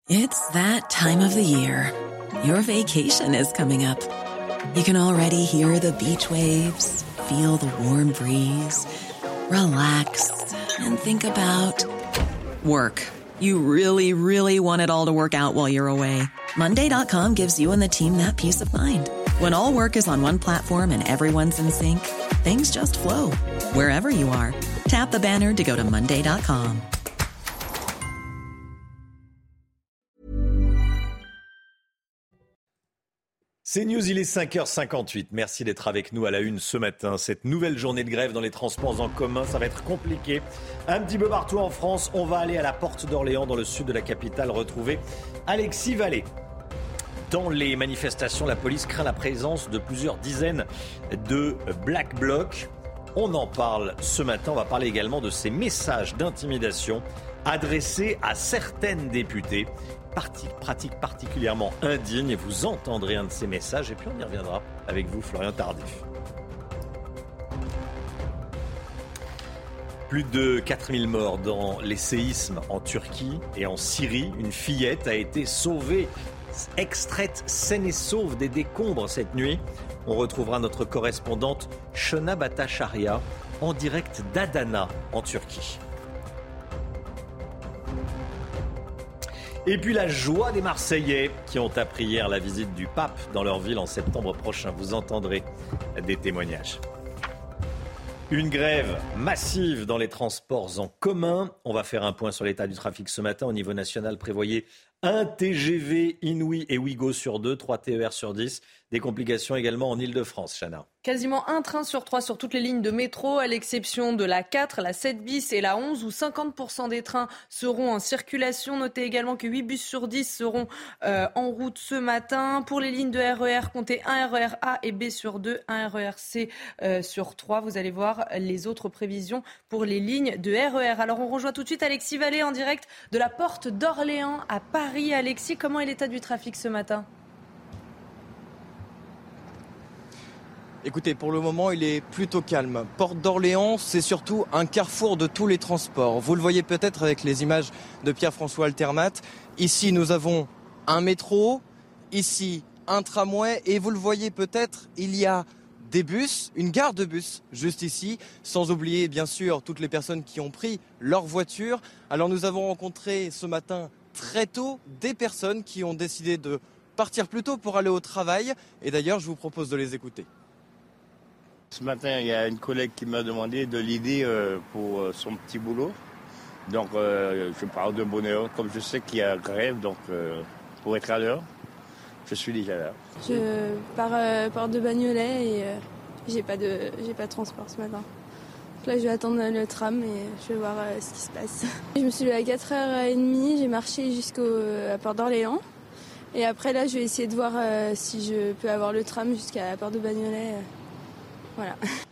It's that time of the year. Your vacation is coming up. You can already hear the beach waves, feel the warm breeze, relax, and think about work. You really, really want it all to work out while you're away. Monday.com gives you and the team that peace of mind. When all work is on one platform and everyone's in sync, things just flow. Wherever you are, tap the banner to go to Monday.com. C'est News, il est 5h58. Merci d'être avec nous à la une ce matin. Cette nouvelle journée de grève dans les transports en commun, ça va être compliqué. Un petit peu partout en France, on va aller à la Porte d'Orléans, dans le sud de la capitale, retrouver Alexis Vallée. Dans les manifestations, la police craint la présence de plusieurs dizaines de Black Blocs. On en parle ce matin. On va parler également de ces messages d'intimidation adressés à certaines députées. Pratique particulièrement indigne, et vous entendrez un de ces messages, et puis on y reviendra avec vous, Florian Tardif. Plus de 4000 morts dans les séismes en Turquie et en Syrie. Une fillette a été sauvée, extraite saine et sauve des décombres cette nuit. On retrouvera notre correspondante Shona Batacharia en direct d'Adana en Turquie. Et puis la joie des Marseillais qui ont appris hier la visite du pape dans leur ville en septembre prochain. Vous entendrez des témoignages. Une grève massive dans les transports en commun. On va faire un point sur l'état du trafic ce matin. Au niveau national, prévoyez un TGV Inouï et Ouigo sur 2, 3 TER sur 10. Des complications également en Ile-de-France, Chana. Quasiment un train sur 3 sur toutes les lignes de métro, à l'exception de la 4, la 7 bis et la 11, où 50% des trains seront en circulation. Notez également que 8 bus sur 10 seront en route ce matin. Pour les lignes de RER, comptez un RER A et B sur 2, un RER C sur 3. Vous allez voir les autres prévisions pour les lignes de RER. Alors on rejoint tout de suite Alexis Vallée en direct de la Porte d'Orléans à Paris. Alexis, comment est l'état du trafic ce matin ? Écoutez, pour le moment, il est plutôt calme. Porte d'Orléans, c'est surtout un carrefour de tous les transports. Vous le voyez peut-être avec les images de Pierre-François Altermat. Ici, nous avons un métro, ici, un tramway, et vous le voyez peut-être, il y a des bus, une gare de bus juste ici, sans oublier bien sûr toutes les personnes qui ont pris leur voiture. Alors nous avons rencontré ce matin très tôt des personnes qui ont décidé de partir plus tôt pour aller au travail, et d'ailleurs je vous propose de les écouter. Ce matin, il y a une collègue qui m'a demandé de l'aider pour son petit boulot. Donc, je parle de bonne heure. Comme je sais qu'il y a grève, donc pour être à l'heure, je suis déjà là. Je pars de Bagnolet et j'ai pas de transport ce matin. Donc là, je vais attendre le tram et je vais voir ce qui se passe. Je me suis levée à 4h30, j'ai marché jusqu'à Porte d'Orléans. Et après, là, je vais essayer de voir si je peux avoir le tram jusqu'à la Porte de Bagnolet. Voilà.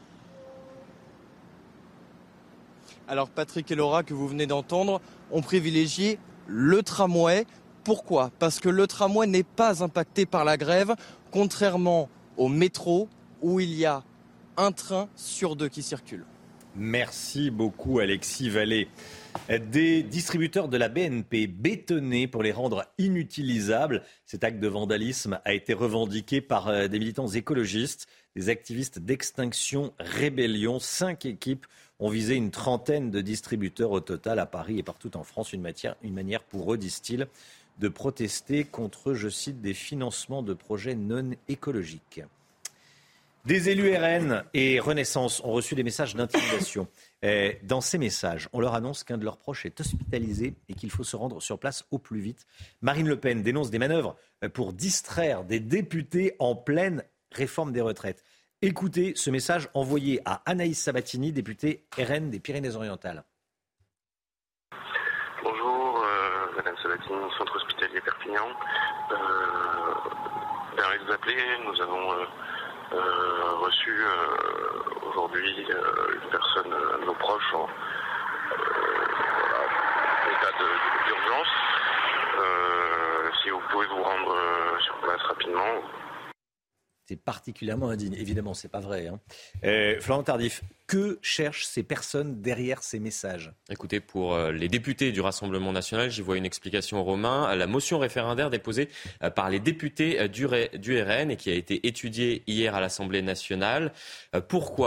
Alors Patrick et Laura, que vous venez d'entendre, ont privilégié le tramway. Pourquoi ? Parce que le tramway n'est pas impacté par la grève, contrairement au métro où il y a un train sur 2 qui circule. Merci beaucoup Alexis Vallée. Des distributeurs de la BNP bétonnés pour les rendre inutilisables. Cet acte de vandalisme a été revendiqué par des militants écologistes, des activistes d'Extinction Rébellion. 5 équipes ont visé une trentaine de distributeurs au total à Paris et partout en France. Une manière pour eux, disent-ils, de protester contre, je cite, des financements de projets non écologiques. Des élus RN et Renaissance ont reçu des messages d'intimidation. Dans ces messages, on leur annonce qu'un de leurs proches est hospitalisé et qu'il faut se rendre sur place au plus vite. Marine Le Pen dénonce des manœuvres pour distraire des députés en pleine réforme des retraites. Écoutez ce message envoyé à Anaïs Sabatini, députée RN des Pyrénées-Orientales. Bonjour, Madame Sabatini, centre hospitalier Perpignan. Merci de vous appeler. Nous avons reçu aujourd'hui une personne, nos proches, en état d'urgence. Si vous pouvez vous rendre sur place rapidement. C'est particulièrement indigne. Évidemment, c'est pas vrai. Florent Tardif, que cherchent ces personnes derrière ces messages ? Écoutez, pour les députés du Rassemblement national, j'y vois une explication, Romain. La motion référendaire déposée par les députés du RN et qui a été étudiée hier à l'Assemblée nationale. Pourquoi ?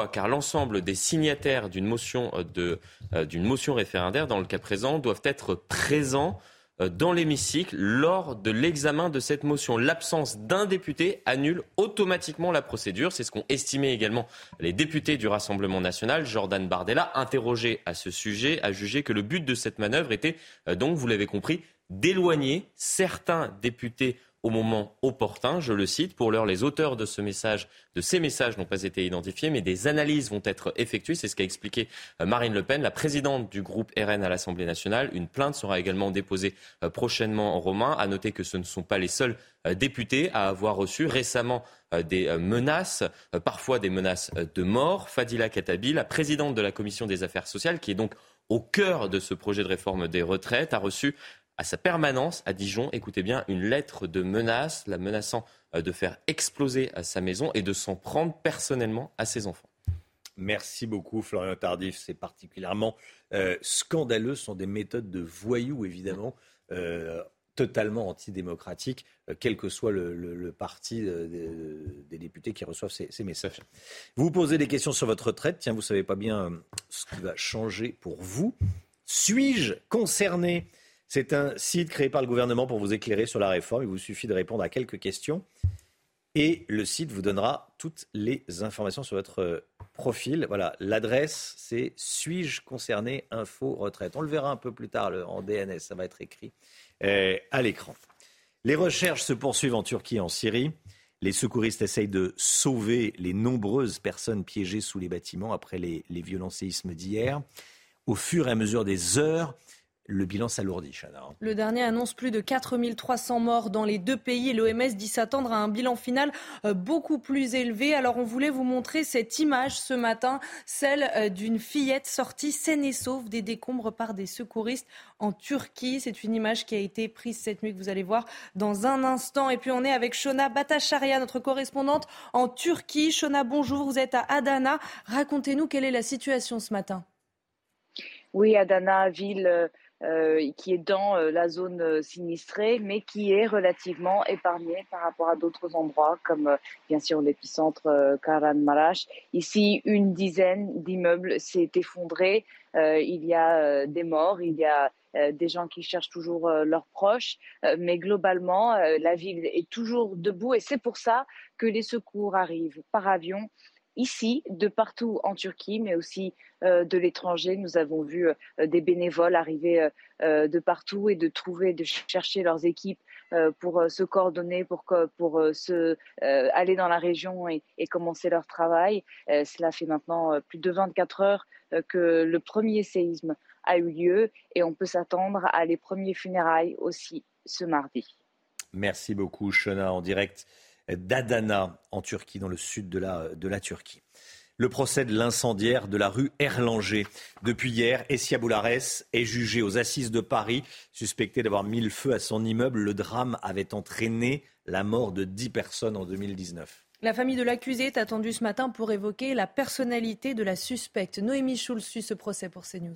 Car l'ensemble des signataires d'une motion référendaire, dans le cas présent, doivent être présents dans l'hémicycle lors de l'examen de cette motion. L'absence d'un député annule automatiquement la procédure. C'est ce qu'ont estimé également les députés du Rassemblement national. Jordan Bardella, interrogé à ce sujet, a jugé que le but de cette manœuvre était donc, vous l'avez compris, d'éloigner certains députés au moment opportun, je le cite. Pour l'heure, les auteurs de ces messages n'ont pas été identifiés, mais des analyses vont être effectuées. C'est ce qu'a expliqué Marine Le Pen, la présidente du groupe RN à l'Assemblée nationale. Une plainte sera également déposée prochainement, Romain. À noter que ce ne sont pas les seuls députés à avoir reçu récemment des menaces, parfois des menaces de mort. Fadila Khattabi, la présidente de la Commission des affaires sociales, qui est donc au cœur de ce projet de réforme des retraites, a reçu à sa permanence à Dijon, écoutez bien, une lettre de menace, la menaçant de faire exploser sa maison et de s'en prendre personnellement à ses enfants. Merci beaucoup Florian Tardif, c'est particulièrement scandaleux, ce sont des méthodes de voyous évidemment, totalement antidémocratiques, quel que soit le parti des députés qui reçoivent ces messages. Vous vous posez des questions sur votre retraite, tiens, vous ne savez pas bien ce qui va changer pour vous. Suis-je concerné ? C'est un site créé par le gouvernement pour vous éclairer sur la réforme. Il vous suffit de répondre à quelques questions et le site vous donnera toutes les informations sur votre profil. Voilà, l'adresse, c'est suis-je concerné info retraite. On le verra un peu plus tard en DNS, ça va être écrit à l'écran. Les recherches se poursuivent en Turquie et en Syrie. Les secouristes essayent de sauver les nombreuses personnes piégées sous les bâtiments après les violents séismes d'hier. Au fur et à mesure des heures, le bilan s'alourdit, Chana. Le dernier annonce plus de 4300 morts dans les deux pays et l'OMS dit s'attendre à un bilan final beaucoup plus élevé. Alors on voulait vous montrer cette image ce matin, celle d'une fillette sortie saine et sauve des décombres par des secouristes en Turquie. C'est une image qui a été prise cette nuit que vous allez voir dans un instant. Et puis on est avec Shona Batacharia, notre correspondante en Turquie. Shona, bonjour, vous êtes à Adana. Racontez-nous quelle est la situation ce matin. Oui, Adana, ville qui est dans la zone sinistrée, mais qui est relativement épargnée par rapport à d'autres endroits, comme bien sûr l'épicentre Kahramanmaraş. Ici, une dizaine d'immeubles s'est effondré. Il y a des morts, il y a des gens qui cherchent toujours leurs proches, mais globalement, la ville est toujours debout et c'est pour ça que les secours arrivent par avion. Ici, de partout en Turquie, mais aussi de l'étranger. Nous avons vu des bénévoles arriver de partout et de chercher leurs équipes pour se coordonner, pour aller dans la région et commencer leur travail. Cela fait maintenant plus de 24 heures que le premier séisme a eu lieu et on peut s'attendre à les premiers funérailles aussi ce mardi. Merci beaucoup, Shona, en direct d'Adana, en Turquie, dans le sud de la Turquie. Le procès de l'incendiaire de la rue Erlanger. Depuis hier, Essia Boulares est jugé aux assises de Paris, suspecté d'avoir mis le feu à son immeuble. Le drame avait entraîné la mort de 10 personnes en 2019. La famille de l'accusé est attendue ce matin pour évoquer la personnalité de la suspecte. Noémie Schulz suit ce procès pour CNews.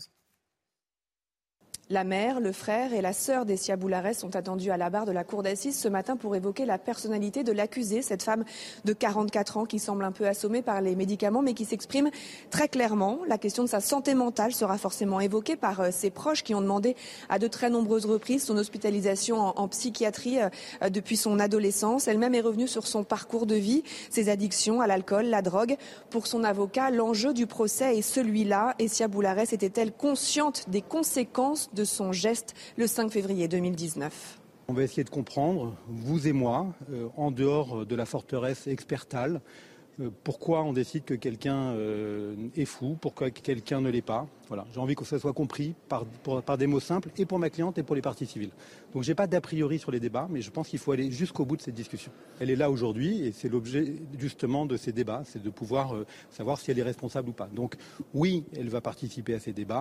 La mère, le frère et la sœur d'Essia Boulares sont attendus à la barre de la cour d'assises ce matin pour évoquer la personnalité de l'accusée, cette femme de 44 ans qui semble un peu assommée par les médicaments mais qui s'exprime très clairement. La question de sa santé mentale sera forcément évoquée par ses proches qui ont demandé à de très nombreuses reprises son hospitalisation en psychiatrie depuis son adolescence. Elle-même est revenue sur son parcours de vie, ses addictions à l'alcool, la drogue. Pour son avocat, l'enjeu du procès est celui-là. Essia Boulares était-elle consciente des conséquences de son geste le 5 février 2019. On va essayer de comprendre, vous et moi, en dehors de la forteresse expertale, pourquoi on décide que quelqu'un est fou, pourquoi quelqu'un ne l'est pas. Voilà. J'ai envie que ça soit compris par des mots simples, et pour ma cliente et pour les parties civiles. Donc j'ai pas d'a priori sur les débats, mais je pense qu'il faut aller jusqu'au bout de cette discussion. Elle est là aujourd'hui, et c'est l'objet justement de ces débats, c'est de pouvoir savoir si elle est responsable ou pas. Donc oui, elle va participer à ces débats.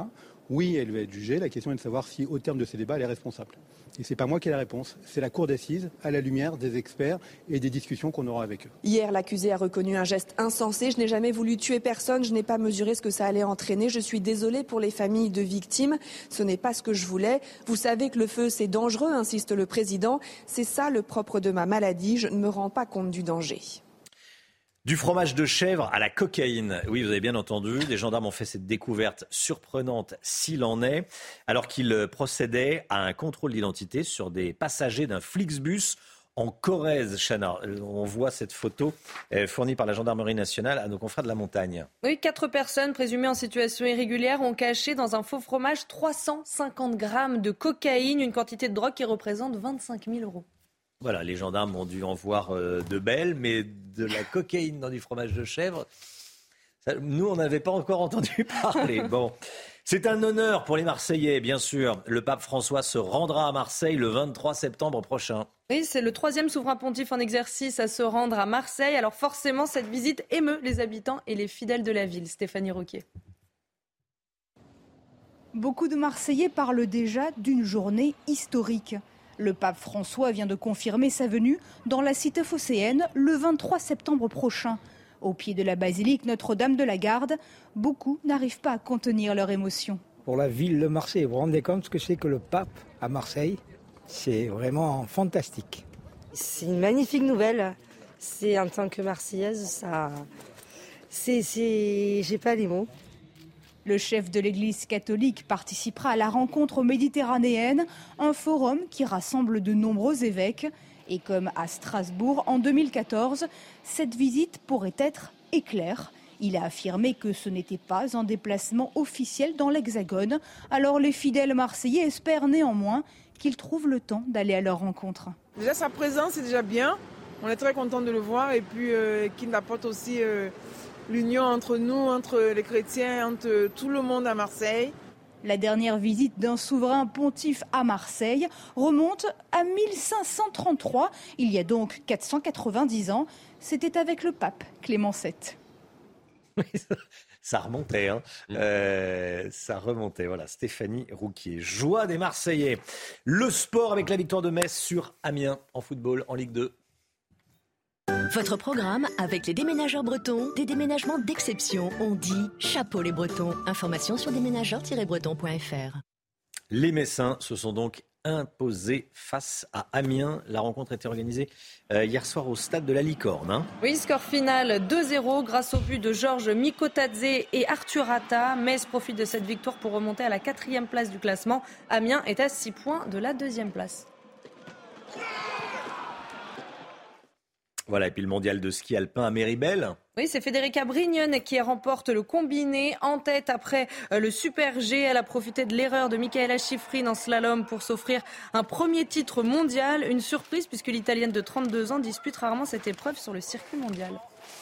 Oui, elle va être jugée. La question est de savoir si, au terme de ces débats, elle est responsable. Et c'est pas moi qui ai la réponse. C'est la cour d'assises, à la lumière des experts et des discussions qu'on aura avec eux. Hier, l'accusé a reconnu un geste insensé. Je n'ai jamais voulu tuer personne. Je n'ai pas mesuré ce que ça allait entraîner. Je suis désolée pour les familles de victimes. Ce n'est pas ce que je voulais. Vous savez que le feu, c'est dangereux, insiste le président. C'est ça le propre de ma maladie. Je ne me rends pas compte du danger. Du fromage de chèvre à la cocaïne. Oui, vous avez bien entendu. Les gendarmes ont fait cette découverte surprenante, s'il en est, alors qu'ils procédaient à un contrôle d'identité sur des passagers d'un Flixbus en Corrèze, Chana. On voit cette photo fournie par la gendarmerie nationale à nos confrères de la montagne. Oui, 4 personnes présumées en situation irrégulière ont caché dans un faux fromage 350 grammes de cocaïne, une quantité de drogue qui représente 25 000 €. Voilà, les gendarmes ont dû en voir de belles, mais de la cocaïne dans du fromage de chèvre, ça, nous, on n'avait pas encore entendu parler. Bon, c'est un honneur pour les Marseillais, bien sûr. Le pape François se rendra à Marseille le 23 septembre prochain. Oui, c'est le 3e souverain pontife en exercice à se rendre à Marseille. Alors forcément, cette visite émeut les habitants et les fidèles de la ville. Stéphanie Rouquier. Beaucoup de Marseillais parlent déjà d'une journée historique. Le pape François vient de confirmer sa venue dans la cité phocéenne le 23 septembre prochain. Au pied de la basilique Notre-Dame de la Garde, beaucoup n'arrivent pas à contenir leur émotion. Pour la ville de Marseille, vous vous rendez compte ce que c'est que le pape à Marseille ? C'est vraiment fantastique. C'est une magnifique nouvelle. C'est en tant que Marseillaise, j'ai pas les mots. Le chef de l'Église catholique participera à la rencontre méditerranéenne, un forum qui rassemble de nombreux évêques. Et comme à Strasbourg en 2014, cette visite pourrait être éclair. Il a affirmé que ce n'était pas un déplacement officiel dans l'Hexagone. Alors les fidèles marseillais espèrent néanmoins qu'ils trouvent le temps d'aller à leur rencontre. Déjà sa présence est déjà bien. On est très content de le voir et puis qu'il apporte aussi l'union entre nous, entre les chrétiens, entre tout le monde à Marseille. La dernière visite d'un souverain pontife à Marseille remonte à 1533, il y a donc 490 ans. C'était avec le pape Clément VII. Ça remontait, hein. Ça remontait. Voilà, Stéphanie Rouquier. Joie des Marseillais. Le sport avec la victoire de Metz sur Amiens en football en Ligue 2. Votre programme avec les déménageurs bretons, des déménagements d'exception. On dit chapeau les Bretons. Information sur déménageurs-bretons.fr. Les Messins se sont donc imposés face à Amiens. La rencontre a été organisée hier soir au stade de la Licorne. Hein. Oui, score final 2-0 grâce au but de Georges Mikotadze et Arthur Atta. Metz profite de cette victoire pour remonter à la 4e place du classement. Amiens est à 6 points de la 2e place. Voilà, et puis le mondial de ski alpin à Méribel. Oui, c'est Federica Brignone qui remporte le combiné en tête après le Super G. Elle a profité de l'erreur de Michaela Schifrin en slalom pour s'offrir un premier titre mondial. Une surprise puisque l'Italienne de 32 ans dispute rarement cette épreuve sur le circuit mondial.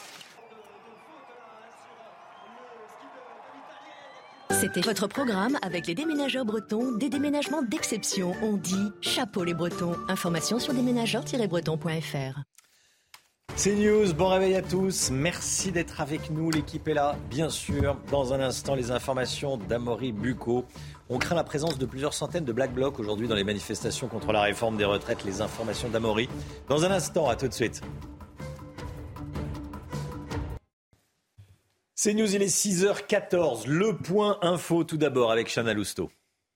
C'était votre programme avec les déménageurs bretons, des déménagements d'exception. On dit chapeau les Bretons. Information sur déménageurs-bretons.fr. C'est News, bon réveil à tous, merci d'être avec nous, l'équipe est là, bien sûr. Dans un instant, les informations d'Amaury Bucco. On craint la présence de plusieurs centaines de Black Blocs aujourd'hui dans les manifestations contre la réforme des retraites. Les informations d'Amaury. Dans un instant, à tout de suite. C'est News, il est 6h14, le point info tout d'abord avec Chana Lousteau.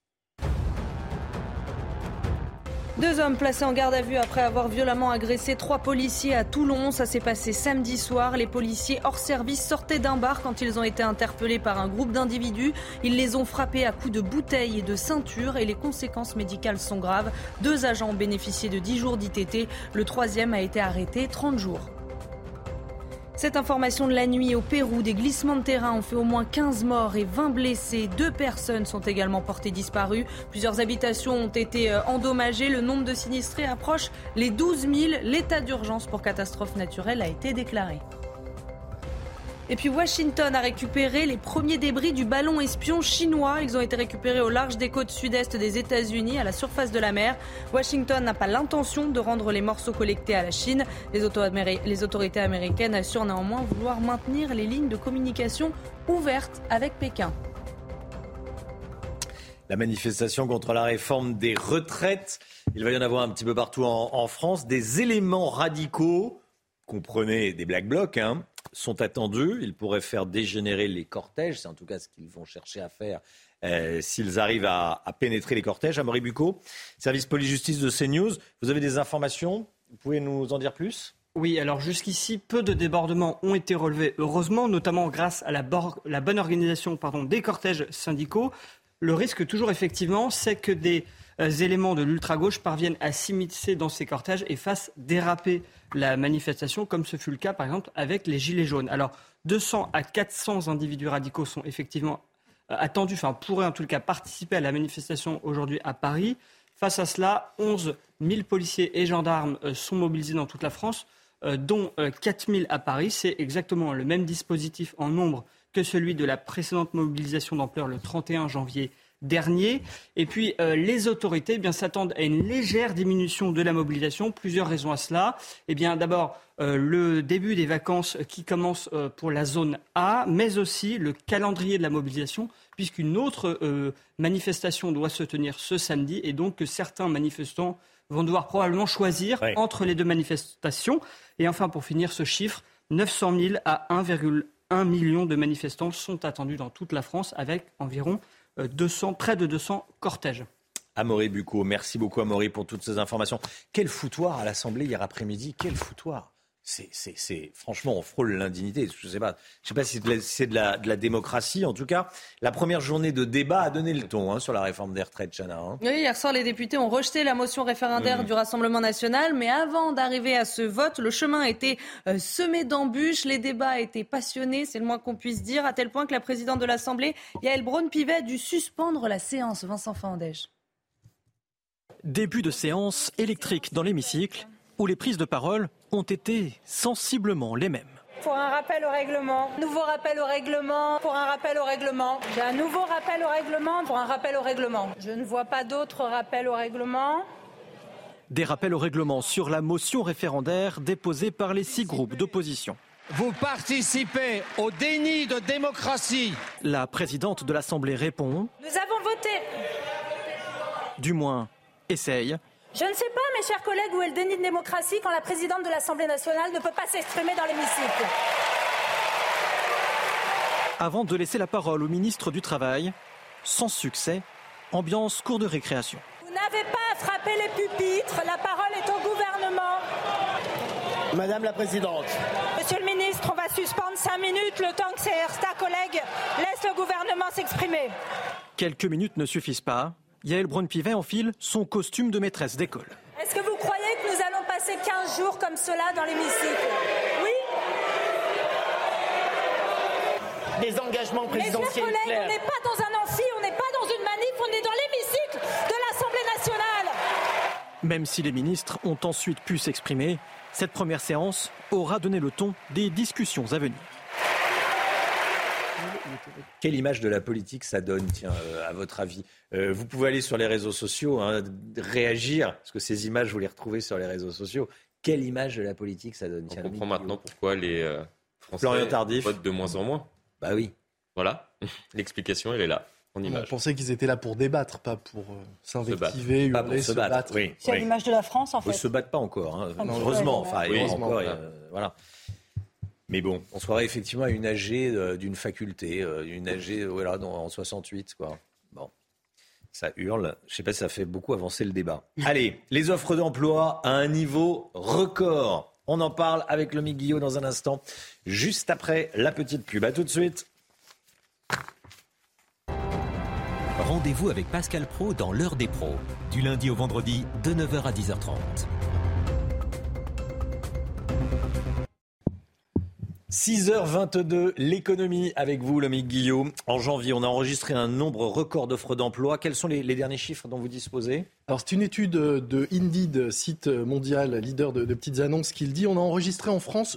2 hommes placés en garde à vue après avoir violemment agressé 3 policiers à Toulon. Ça s'est passé samedi soir. Les policiers hors service sortaient d'un bar quand ils ont été interpellés par un groupe d'individus. Ils les ont frappés à coups de bouteilles et de ceinture et les conséquences médicales sont graves. 2 agents ont bénéficié de 10 jours d'ITT. Le 3e a été arrêté 30 jours. Cette information de la nuit au Pérou, des glissements de terrain ont fait au moins 15 morts et 20 blessés. 2 personnes sont également portées disparues. Plusieurs habitations ont été endommagées. Le nombre de sinistrés approche les 12 000. L'état d'urgence pour catastrophe naturelle a été déclaré. Et puis Washington a récupéré les premiers débris du ballon espion chinois. Ils ont été récupérés au large des côtes sud-est des États-Unis, à la surface de la mer. Washington n'a pas l'intention de rendre les morceaux collectés à la Chine. Les autorités américaines assurent néanmoins vouloir maintenir les lignes de communication ouvertes avec Pékin. La manifestation contre la réforme des retraites. Il va y en avoir un petit peu partout en France. Des éléments radicaux, comprenez des Black Blocs, sont attendus. Ils pourraient faire dégénérer les cortèges. C'est en tout cas ce qu'ils vont chercher à faire s'ils arrivent à pénétrer les cortèges. Amaury Bucco, service police-justice de CNews. Vous avez des informations ? Vous pouvez nous en dire plus ? Oui, alors jusqu'ici, peu de débordements ont été relevés, heureusement, notamment grâce à la bonne organisation des cortèges syndicaux. Le risque, toujours effectivement, c'est que des éléments de l'ultra-gauche parviennent à s'immiscer dans ces cortèges et fassent déraper la manifestation, comme ce fut le cas, par exemple, avec les Gilets jaunes. Alors, 200 à 400 individus radicaux sont effectivement attendus, pourraient en tout cas participer à la manifestation aujourd'hui à Paris. Face à cela, 11 000 policiers et gendarmes sont mobilisés dans toute la France, dont 4 000 à Paris. C'est exactement le même dispositif en nombre que celui de la précédente mobilisation d'ampleur le 31 janvier dernier. Et puis, les autorités s'attendent à une légère diminution de la mobilisation. Plusieurs raisons à cela. D'abord, le début des vacances qui commence pour la zone A, mais aussi le calendrier de la mobilisation, puisqu'une autre manifestation doit se tenir ce samedi, et donc que certains manifestants vont devoir probablement choisir entre les deux manifestations. Et enfin, pour finir, ce chiffre, 900 000 à 1,1 million de manifestants sont attendus dans toute la France, avec environ près de 200 cortèges. Amaury Bucco, merci beaucoup Amaury pour toutes ces informations. Quel foutoir à l'Assemblée hier après-midi, quel foutoir. C'est franchement, on frôle l'indignité. Je sais pas si c'est de la démocratie. En tout cas, la première journée de débat a donné le ton sur la réforme des retraites, Chana. Oui, hier soir, les députés ont rejeté la motion référendaire du Rassemblement national. Mais avant d'arriver à ce vote, le chemin a été semé d'embûches. Les débats étaient passionnés, c'est le moins qu'on puisse dire, à tel point que la présidente de l'Assemblée, Yaël Braun-Pivet, a dû suspendre la séance. Vincent Fandège. Début de séance électrique dans l'hémicycle, où les prises de parole ont été sensiblement les mêmes. Pour un rappel au règlement, nouveau rappel au règlement, pour un rappel au règlement. J'ai un nouveau rappel au règlement pour un rappel au règlement. Je ne vois pas d'autres rappels au règlement. Des rappels au règlement sur la motion référendaire déposée par les 6 groupes d'opposition. Vous participez au déni de démocratie. La présidente de l'Assemblée répond. Nous avons voté. Du moins, essaye. Je ne sais pas, mes chers collègues, où est le déni de démocratie quand la présidente de l'Assemblée nationale ne peut pas s'exprimer dans l'hémicycle. Avant de laisser la parole au ministre du Travail, sans succès, ambiance cour de récréation. Vous n'avez pas à frapper les pupitres, la parole est au gouvernement. Madame la Présidente. Monsieur le ministre, on va suspendre 5 minutes le temps que certains collègues laissent le gouvernement s'exprimer. Quelques minutes ne suffisent pas. Yaël Braun-Pivet enfile son costume de maîtresse d'école. Est-ce que vous croyez que nous allons passer 15 jours comme cela dans l'hémicycle ? Oui ? Des engagements présidentiels. Mes chers collègues, on n'est pas dans un amphi, on n'est pas dans une manif, on est dans l'hémicycle de l'Assemblée nationale. Même si les ministres ont ensuite pu s'exprimer, cette première séance aura donné le ton des discussions à venir. Quelle image de la politique ça donne, à votre avis ? Vous pouvez aller sur les réseaux sociaux, réagir, parce que ces images, vous les retrouvez sur les réseaux sociaux. Quelle image de la politique ça donne ? On comprend maintenant pourquoi les Français votent de moins en moins. Bah oui. Voilà, l'explication, elle est là, en image. On pensait qu'ils étaient là pour débattre, pas pour s'invectiver, pas pour se battre. Oui, c'est l'image de la France, en fait. Ils ne se battent pas encore, heureusement. Voilà. Mais bon, on se croirait effectivement à une AG d'une faculté, une AG en 68, quoi. Bon, ça hurle. Je ne sais pas si ça fait beaucoup avancer le débat. Allez, les offres d'emploi à un niveau record. On en parle avec Lomi Guillot dans un instant, juste après la petite pub. À tout de suite. Rendez-vous avec Pascal Praud dans l'heure des pros, du lundi au vendredi de 9h à 10h30. 6h22, l'économie avec vous, Lomi Guillot. En janvier, on a enregistré un nombre record d'offres d'emploi. Quels sont les derniers chiffres dont vous disposez ? Alors c'est une étude de Indeed, site mondial leader de petites annonces, qui le dit. On a enregistré en France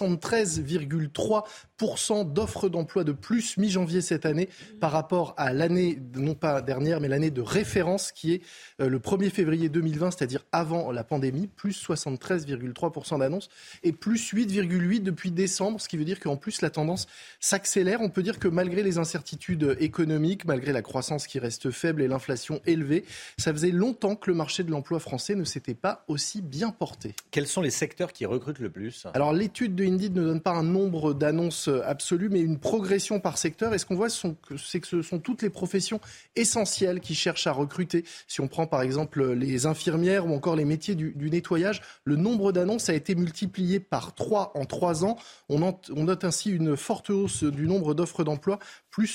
73,3% d'offres d'emploi de plus mi-janvier cette année par rapport à l'année, non pas dernière, mais l'année de référence qui est le 1er février 2020, c'est-à-dire avant la pandémie, plus 73,3% d'annonces et plus 8,8% depuis décembre, ce qui veut dire qu'en plus la tendance s'accélère. On peut dire que malgré les incertitudes économiques, malgré la croissance qui reste faible et l'inflation élevée, ça faisait longtemps que le marché de l'emploi français ne s'était pas aussi bien porté. Quels sont les secteurs qui recrutent le plus ? Alors l'étude de Indeed ne donne pas un nombre d'annonces absolu, mais une progression par secteur. Et ce qu'on voit, c'est que ce sont toutes les professions essentielles qui cherchent à recruter. Si on prend par exemple les infirmières ou encore les métiers du nettoyage, le nombre d'annonces a été multiplié par 3 en 3 ans. On note ainsi une forte hausse du nombre d'offres d'emploi, plus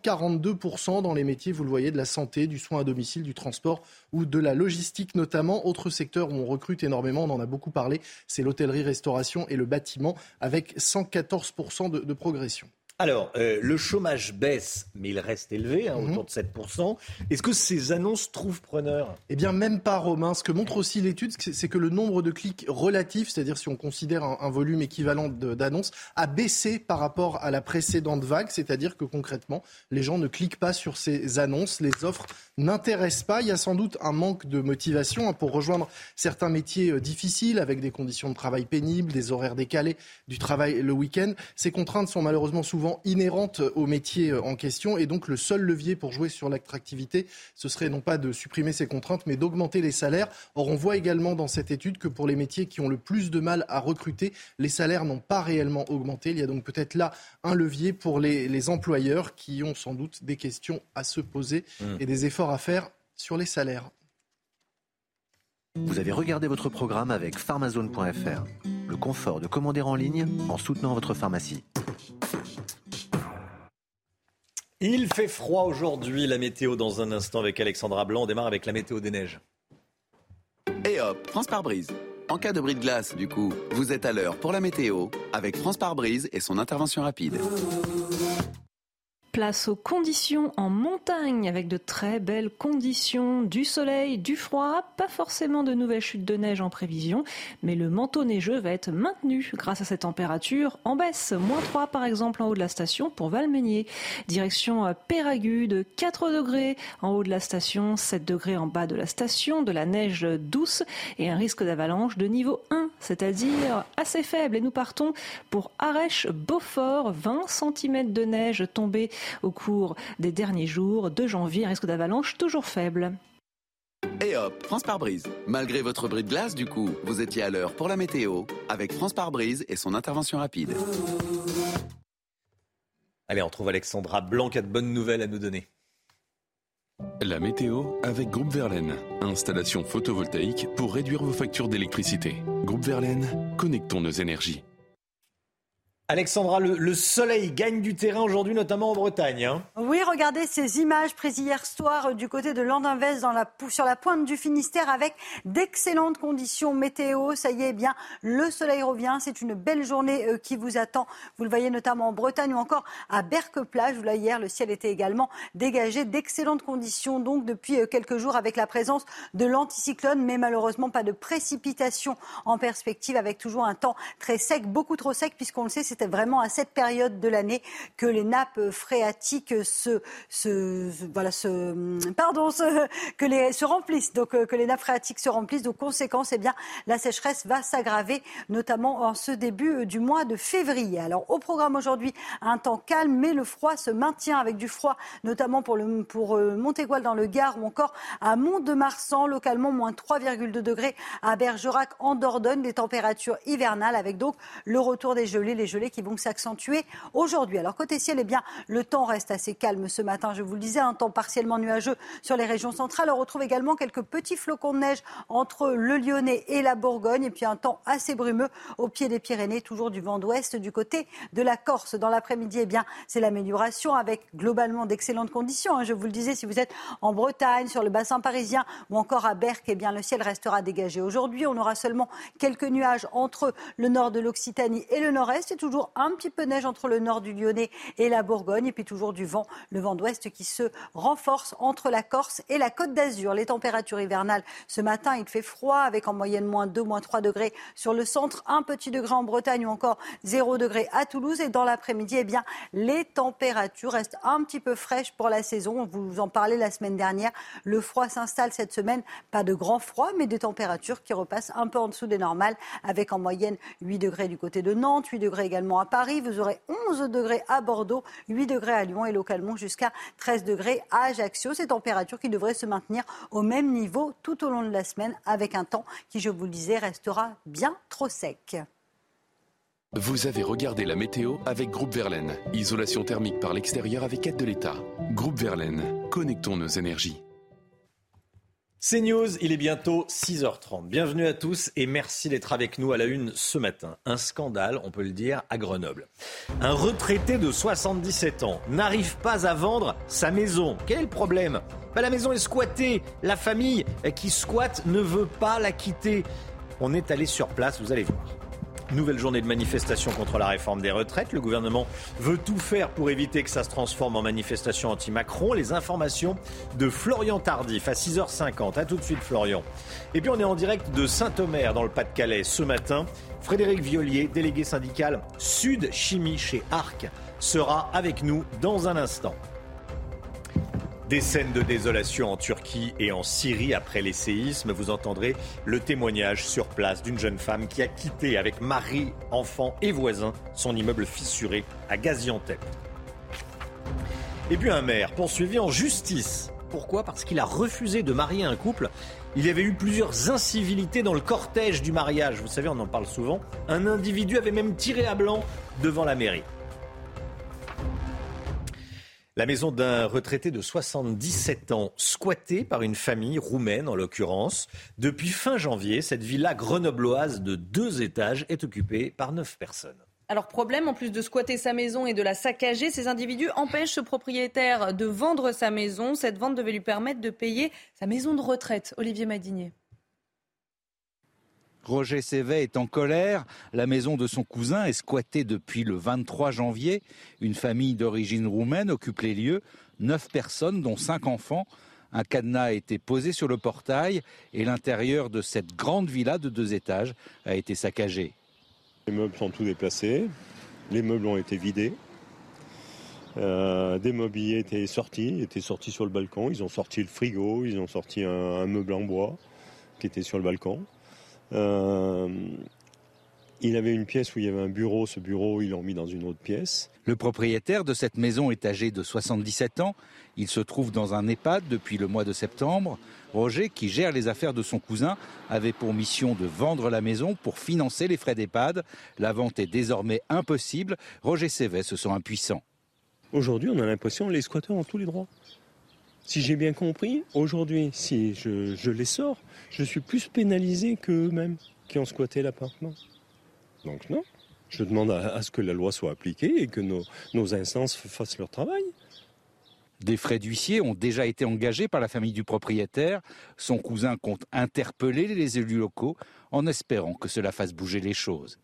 142% dans les métiers, vous le voyez, de la santé, du soin à domicile, du transport ou de la logistique notamment. Autre secteur où on recrute énormément, on en a beaucoup parlé, c'est l'hôtellerie-restauration et le bâtiment avec 114% de progression. Alors, le chômage baisse, mais il reste élevé, autour de 7%. Est-ce que ces annonces trouvent preneur ? Eh bien, même pas, Romain. Ce que montre aussi l'étude, c'est que le nombre de clics relatifs, c'est-à-dire si on considère un volume équivalent d'annonces, a baissé par rapport à la précédente vague. C'est-à-dire que concrètement, les gens ne cliquent pas sur ces annonces, les offres n'intéressent pas. Il y a sans doute un manque de motivation pour rejoindre certains métiers difficiles, avec des conditions de travail pénibles, des horaires décalés, du travail le week-end. Ces contraintes sont malheureusement souvent inhérentes au métier en question, et donc le seul levier pour jouer sur l'attractivité, ce serait non pas de supprimer ces contraintes, mais d'augmenter les salaires. Or, on voit également dans cette étude que pour les métiers qui ont le plus de mal à recruter, les salaires n'ont pas réellement augmenté. Il y a donc peut-être là un levier pour les employeurs qui ont sans doute des questions à se poser et des efforts à faire sur les salaires. Vous avez regardé votre programme avec pharmazone.fr. Le confort de commander en ligne en soutenant votre pharmacie. Il fait froid aujourd'hui, la météo dans un instant avec Alexandra Blanc. On démarre avec la météo des neiges. Et hop, France par brise. En cas de bris de glace, du coup, vous êtes à l'heure pour la météo avec France par brise et son intervention rapide. Place aux conditions en montagne avec de très belles conditions, du soleil, du froid, pas forcément de nouvelles chutes de neige en prévision, mais le manteau neigeux va être maintenu grâce à ces températures en baisse. -3 par exemple en haut de la station pour Valmeinier. Direction Péragude, 4 degrés en haut de la station, 7 degrés en bas de la station, de la neige douce et un risque d'avalanche de niveau 1, c'est-à-dire assez faible. Et nous partons pour Arèche-Beaufort, 20 cm de neige tombée au cours des derniers jours de janvier, un risque d'avalanche toujours faible. Et hop, France par brise. Malgré votre bris de glace, du coup, vous étiez à l'heure pour la météo avec France par brise et son intervention rapide. Allez, on trouve Alexandra Blanc qui a de bonnes nouvelles à nous donner. La météo avec Groupe Verlaine. Installation photovoltaïque pour réduire vos factures d'électricité. Groupe Verlaine, connectons nos énergies. Alexandra, le soleil gagne du terrain aujourd'hui, notamment en Bretagne. Oui, regardez ces images prises hier soir du côté de Landinvez sur la pointe du Finistère avec d'excellentes conditions météo. Ça y est, bien, le soleil revient. C'est une belle journée qui vous attend. Vous le voyez notamment en Bretagne ou encore à Berck-Plage. Où là, hier, le ciel était également dégagé. D'excellentes conditions donc depuis quelques jours avec la présence de l'anticyclone, mais malheureusement pas de précipitations en perspective avec toujours un temps très sec, beaucoup trop sec puisqu'on le sait, c'était vraiment à cette période de l'année que les nappes phréatiques se remplissent. Donc que les nappes phréatiques se remplissent. Donc conséquence, eh bien, la sécheresse va s'aggraver, notamment en ce début du mois de février. Alors au programme aujourd'hui, un temps calme, mais le froid se maintient avec du froid, notamment pour Montégoal dans le Gard ou encore à Mont-de-Marsan, localement moins 3,2 degrés à Bergerac en Dordogne. Des températures hivernales avec donc le retour des gelées, les gelées qui vont s'accentuer aujourd'hui. Alors côté ciel, eh bien, le temps reste assez calme ce matin, je vous le disais, un temps partiellement nuageux sur les régions centrales. On retrouve également quelques petits flocons de neige entre le Lyonnais et la Bourgogne, et puis un temps assez brumeux au pied des Pyrénées, toujours du vent d'ouest du côté de la Corse. Dans l'après-midi, eh bien, c'est l'amélioration avec globalement d'excellentes conditions. Je vous le disais, si vous êtes en Bretagne, sur le bassin parisien ou encore à Berck, eh bien, le ciel restera dégagé aujourd'hui. On aura seulement quelques nuages entre le nord de l'Occitanie et le nord-est, et toujours toujours un petit peu de neige entre le nord du Lyonnais et la Bourgogne. Et puis toujours du vent, le vent d'ouest qui se renforce entre la Corse et la Côte d'Azur. Les températures hivernales, ce matin, il fait froid avec en moyenne moins 2, moins 3 degrés sur le centre, un petit degré en Bretagne ou encore 0 degré à Toulouse. Et dans l'après-midi, les températures restent un petit peu fraîches pour la saison. On vous en parlait la semaine dernière. Le froid s'installe cette semaine. Pas de grand froid, mais des températures qui repassent un peu en dessous des normales avec en moyenne 8 degrés du côté de Nantes, 8 degrés également à Paris. Vous aurez 11 degrés à Bordeaux, 8 degrés à Lyon et localement jusqu'à 13 degrés à Ajaccio. Ces températures qui devraient se maintenir au même niveau tout au long de la semaine avec un temps qui, je vous le disais, restera bien trop sec. Vous avez regardé la météo avec Groupe Verlaine. Isolation thermique par l'extérieur avec aide de l'État. Groupe Verlaine, connectons nos énergies. C'est News, il est bientôt 6h30. Bienvenue à tous et merci d'être avec nous à la une ce matin. Un scandale, on peut le dire, à Grenoble. Un retraité de 77 ans n'arrive pas à vendre sa maison. Quel est le problème ? La maison est squattée. La famille qui squatte ne veut pas la quitter. On est allé sur place, vous allez voir. Nouvelle journée de manifestation contre la réforme des retraites. Le gouvernement veut tout faire pour éviter que ça se transforme en manifestation anti-Macron. Les informations de Florian Tardif à 6h50. A tout de suite Florian. Et puis on est en direct de Saint-Omer dans le Pas-de-Calais ce matin. Frédéric Viollier, délégué syndical Sud Chimie chez Arc, sera avec nous dans un instant. Des scènes de désolation en Turquie et en Syrie après les séismes. Vous entendrez le témoignage sur place d'une jeune femme qui a quitté avec mari, enfant et voisins son immeuble fissuré à Gaziantep. Et puis un maire poursuivi en justice. Pourquoi ? Parce qu'il a refusé de marier un couple. Il y avait eu plusieurs incivilités dans le cortège du mariage. Vous savez, on en parle souvent. Un individu avait même tiré à blanc devant la mairie. La maison d'un retraité de 77 ans, squattée par une famille roumaine en l'occurrence. Depuis fin janvier, cette villa grenobloise de 2 étages est occupée par 9 personnes. Alors problème, en plus de squatter sa maison et de la saccager, ces individus empêchent ce propriétaire de vendre sa maison. Cette vente devait lui permettre de payer sa maison de retraite. Olivier Madinier. Roger Sévet est en colère. La maison de son cousin est squattée depuis le 23 janvier. Une famille d'origine roumaine occupe les lieux. 9 personnes, dont 5 enfants. Un cadenas a été posé sur le portail et l'intérieur de cette grande villa de 2 étages a été saccagé. Les meubles sont tous déplacés. Les meubles ont été vidés. Des mobiliers étaient sortis sur le balcon. Ils ont sorti le frigo, ils ont sorti un meuble en bois qui était sur le balcon. Il avait une pièce où il y avait un bureau. Ce bureau, ils l'ont mis dans une autre pièce. Le propriétaire de cette maison est âgé de 77 ans. Il se trouve dans un EHPAD depuis le mois de septembre. Roger, qui gère les affaires de son cousin, avait pour mission de vendre la maison pour financer les frais d'EHPAD. La vente est désormais impossible. Roger Sévet se sent impuissant. Aujourd'hui, on a l'impression que les squatteurs ont tous les droits. Si j'ai bien compris, aujourd'hui, si je les sors, je suis plus pénalisé qu'eux-mêmes qui ont squatté l'appartement. Donc non, je demande à ce que la loi soit appliquée et que nos instances fassent leur travail. Des frais d'huissier ont déjà été engagés par la famille du propriétaire. Son cousin compte interpeller les élus locaux en espérant que cela fasse bouger les choses.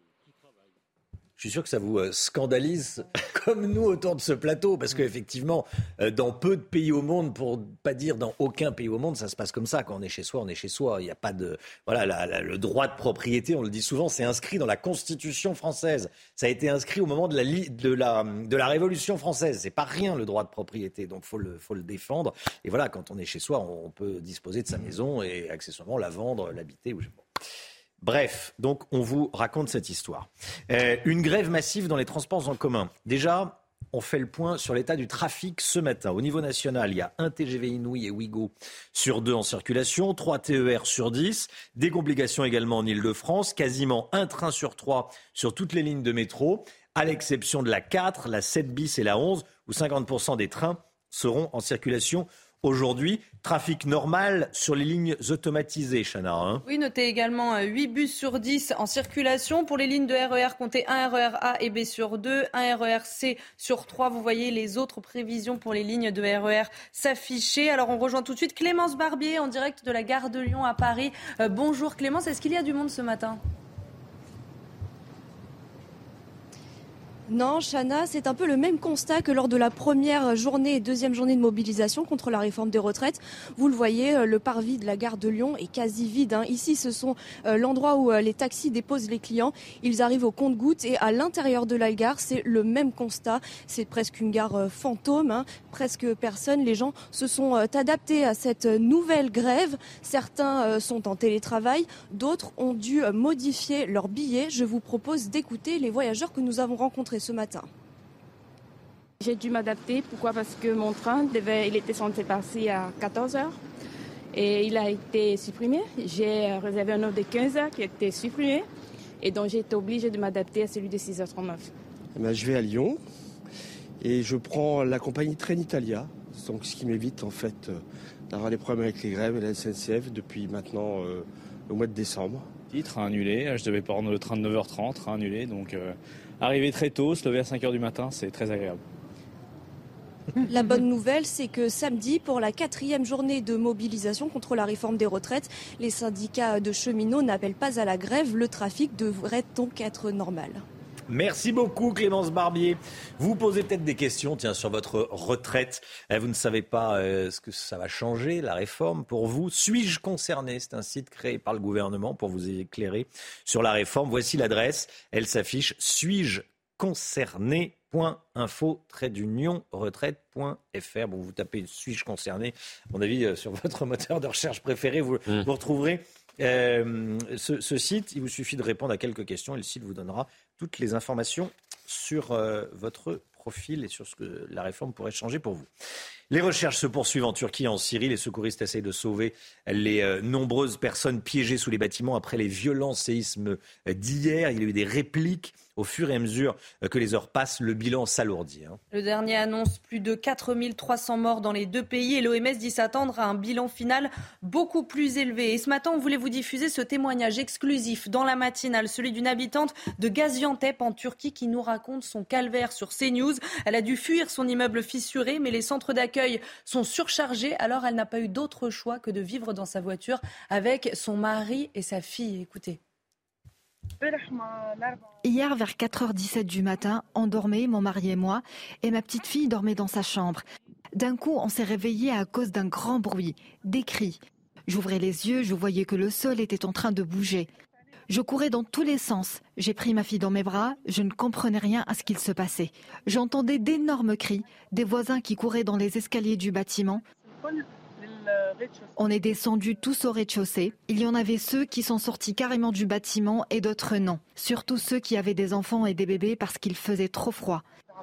Je suis sûr que ça vous scandalise comme nous autour de ce plateau, parce qu'effectivement, dans peu de pays au monde, pour pas dire dans aucun pays au monde, ça se passe comme ça. Quand on est chez soi, on est chez soi. Il n'y a pas de... Voilà, le droit de propriété, on le dit souvent, c'est inscrit dans la Constitution française. Ça a été inscrit au moment de la Révolution française. C'est pas rien, le droit de propriété. Donc, faut le défendre. Et voilà, quand on est chez soi, on peut disposer de sa maison et accessoirement la vendre, l'habiter. Bref, donc on vous raconte cette histoire. Une grève massive dans les transports en commun. Déjà, on fait le point sur l'état du trafic ce matin. Au niveau national, il y a 1 TGV Inouï et Ouigo sur 2 en circulation, 3 TER sur 10. Des complications également en Ile-de-France, quasiment 1 train sur 3 sur toutes les lignes de métro, à l'exception de la 4, la 7 bis et la 11, où 50% des trains seront en circulation aujourd'hui. Trafic normal sur les lignes automatisées, Chana. Oui, notez également 8 bus sur 10 en circulation. Pour les lignes de RER, comptez 1 RER A et B sur 2, 1 RER C sur 3. Vous voyez les autres prévisions pour les lignes de RER s'afficher. Alors on rejoint tout de suite Clémence Barbier en direct de la gare de Lyon à Paris. Bonjour Clémence, est-ce qu'il y a du monde ce matin ? Non, Chana, c'est un peu le même constat que lors de la première journée et deuxième journée de mobilisation contre la réforme des retraites. Vous le voyez, le parvis de la gare de Lyon est quasi vide. Ici, ce sont l'endroit où les taxis déposent les clients. Ils arrivent au compte-gouttes et à l'intérieur de la gare, c'est le même constat. C'est presque une gare fantôme, presque personne. Les gens se sont adaptés à cette nouvelle grève. Certains sont en télétravail, d'autres ont dû modifier leurs billets. Je vous propose d'écouter les voyageurs que nous avons rencontrés ce matin. J'ai dû m'adapter. Pourquoi ? Parce que mon train, il était censé passer à 14h et il a été supprimé. J'ai réservé un autre de 15h qui a été supprimé et donc j'ai été obligée de m'adapter à celui de 6h39. Je vais à Lyon et je prends la compagnie Trenitalia, donc ce qui m'évite en fait d'avoir des problèmes avec les grèves et la SNCF depuis maintenant le mois de décembre. Train annulé, je devais prendre le train de 9h30, train annulé, donc arriver très tôt, se lever à 5h du matin, c'est très agréable. La bonne nouvelle, c'est que samedi, pour la 4e journée de mobilisation contre la réforme des retraites, les syndicats de cheminots n'appellent pas à la grève. Le trafic devrait donc être normal. Merci beaucoup Clémence Barbier. Vous posez peut-être des questions sur votre retraite. Vous ne savez pas ce que ça va changer, la réforme pour vous. Suis-je concerné ? C'est un site créé par le gouvernement pour vous éclairer sur la réforme. Voici l'adresse. Elle s'affiche suis-je concerné.info-retraite.fr. Bon, vous tapez suis-je concerné. À mon avis, sur votre moteur de recherche préféré, vous retrouverez ce site. Il vous suffit de répondre à quelques questions et le site vous donnera toutes les informations sur votre profil et sur ce que la réforme pourrait changer pour vous. Les recherches se poursuivent en Turquie et en Syrie. Les secouristes essayent de sauver les nombreuses personnes piégées sous les bâtiments après les violents séismes d'hier. Il y a eu des répliques. Au fur et à mesure que les heures passent, le bilan s'alourdit. Le dernier annonce plus de 4300 morts dans les deux pays et l'OMS dit s'attendre à un bilan final beaucoup plus élevé. Et ce matin, on voulait vous diffuser ce témoignage exclusif dans la matinale, celui d'une habitante de Gaziantep en Turquie qui nous raconte son calvaire sur CNews. Elle a dû fuir son immeuble fissuré, mais les centres d'accueil sont surchargés. Alors elle n'a pas eu d'autre choix que de vivre dans sa voiture avec son mari et sa fille. Écoutez. Hier, vers 4h17 du matin, on dormait, mon mari et moi, et ma petite fille dormait dans sa chambre. D'un coup, on s'est réveillés à cause d'un grand bruit, des cris. J'ouvrais les yeux, je voyais que le sol était en train de bouger. Je courais dans tous les sens. J'ai pris ma fille dans mes bras, je ne comprenais rien à ce qu'il se passait. J'entendais d'énormes cris, des voisins qui couraient dans les escaliers du bâtiment. On est descendus tous au rez-de-chaussée. Il y en avait ceux qui sont sortis carrément du bâtiment et d'autres non. Surtout ceux qui avaient des enfants et des bébés parce qu'il faisait trop froid.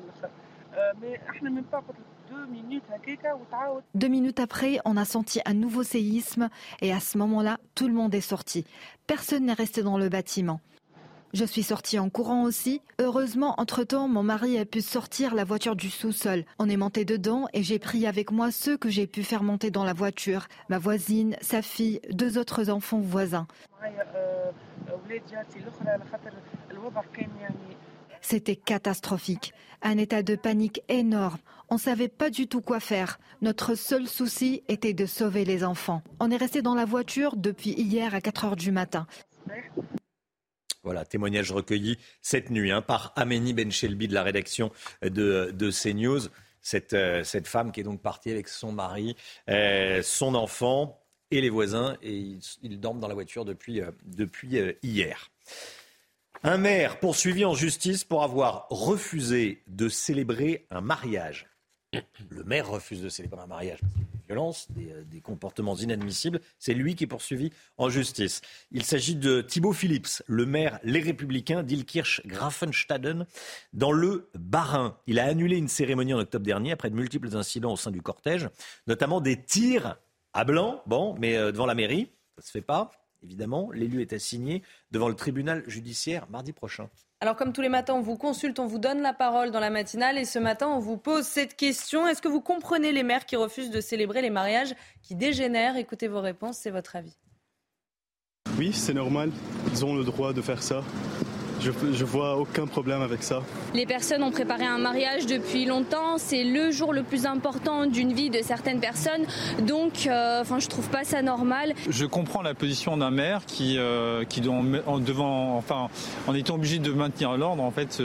2 minutes après, on a senti un nouveau séisme et à ce moment-là, tout le monde est sorti. Personne n'est resté dans le bâtiment. Je suis sortie en courant aussi. Heureusement, entre-temps, mon mari a pu sortir la voiture du sous-sol. On est monté dedans et j'ai pris avec moi ceux que j'ai pu faire monter dans la voiture. Ma voisine, sa fille, 2 autres enfants voisins. C'était catastrophique. Un état de panique énorme. On ne savait pas du tout quoi faire. Notre seul souci était de sauver les enfants. On est resté dans la voiture depuis hier à 4h du matin. Voilà, témoignage recueilli cette nuit par Aménie Benchelbi de la rédaction de CNews. Cette femme qui est donc partie avec son mari, son enfant et les voisins. Et ils dorment dans la voiture depuis hier. Un maire poursuivi en justice pour avoir refusé de célébrer un mariage. Le maire refuse de célébrer un mariage parce qu'il y a des violences, des comportements inadmissibles. C'est lui qui est poursuivi en justice. Il s'agit de Thibaut Phillips, le maire Les Républicains d'Ilkirch-Grafenstaden, dans le Bas-Rhin. Il a annulé une cérémonie en octobre dernier après de multiples incidents au sein du cortège, notamment des tirs à blanc, mais devant la mairie. Ça ne se fait pas, évidemment. L'élu est assigné devant le tribunal judiciaire mardi prochain. Alors comme tous les matins, on vous consulte, on vous donne la parole dans la matinale et ce matin, on vous pose cette question. Est-ce que vous comprenez les maires qui refusent de célébrer les mariages qui dégénèrent ? Écoutez vos réponses, c'est votre avis. Oui, c'est normal. Ils ont le droit de faire ça. Je vois aucun problème avec ça. Les personnes ont préparé un mariage depuis longtemps. C'est le jour le plus important d'une vie de certaines personnes. Donc, je trouve pas ça normal. Je comprends la position d'un maire qui en étant obligé de maintenir l'ordre, en fait,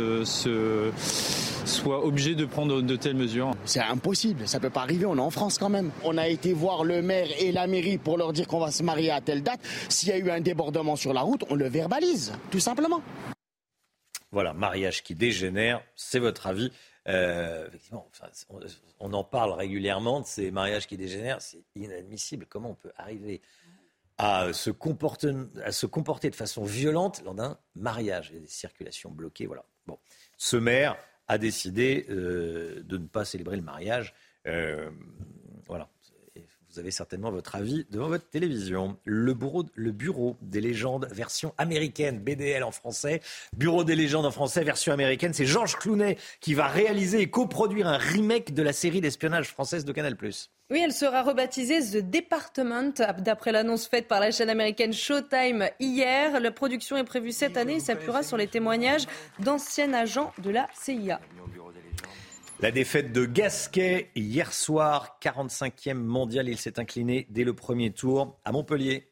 soit obligé de prendre de telles mesures. C'est impossible, ça peut pas arriver, on est en France quand même. On a été voir le maire et la mairie pour leur dire qu'on va se marier à telle date. S'il y a eu un débordement sur la route, on le verbalise, tout simplement. Voilà, mariage qui dégénère, c'est votre avis. Effectivement, on en parle régulièrement de ces mariages qui dégénèrent, c'est inadmissible. Comment on peut arriver à se comporter de façon violente lors d'un mariage? Il y a des circulations bloquées, voilà. Bon, ce maire a décidé de ne pas célébrer le mariage. Voilà. Vous avez certainement votre avis devant votre télévision. Le bureau des légendes version américaine, BDL en français. Bureau des légendes en français version américaine. C'est Georges Clooney qui va réaliser et coproduire un remake de la série d'espionnage française de Canal+. Oui, elle sera rebaptisée The Department, d'après l'annonce faite par la chaîne américaine Showtime hier. La production est prévue cette année et s'appuiera sur les témoignages d'anciens agents de la CIA. La défaite de Gasquet hier soir, 45e mondial. Il s'est incliné dès le premier tour à Montpellier.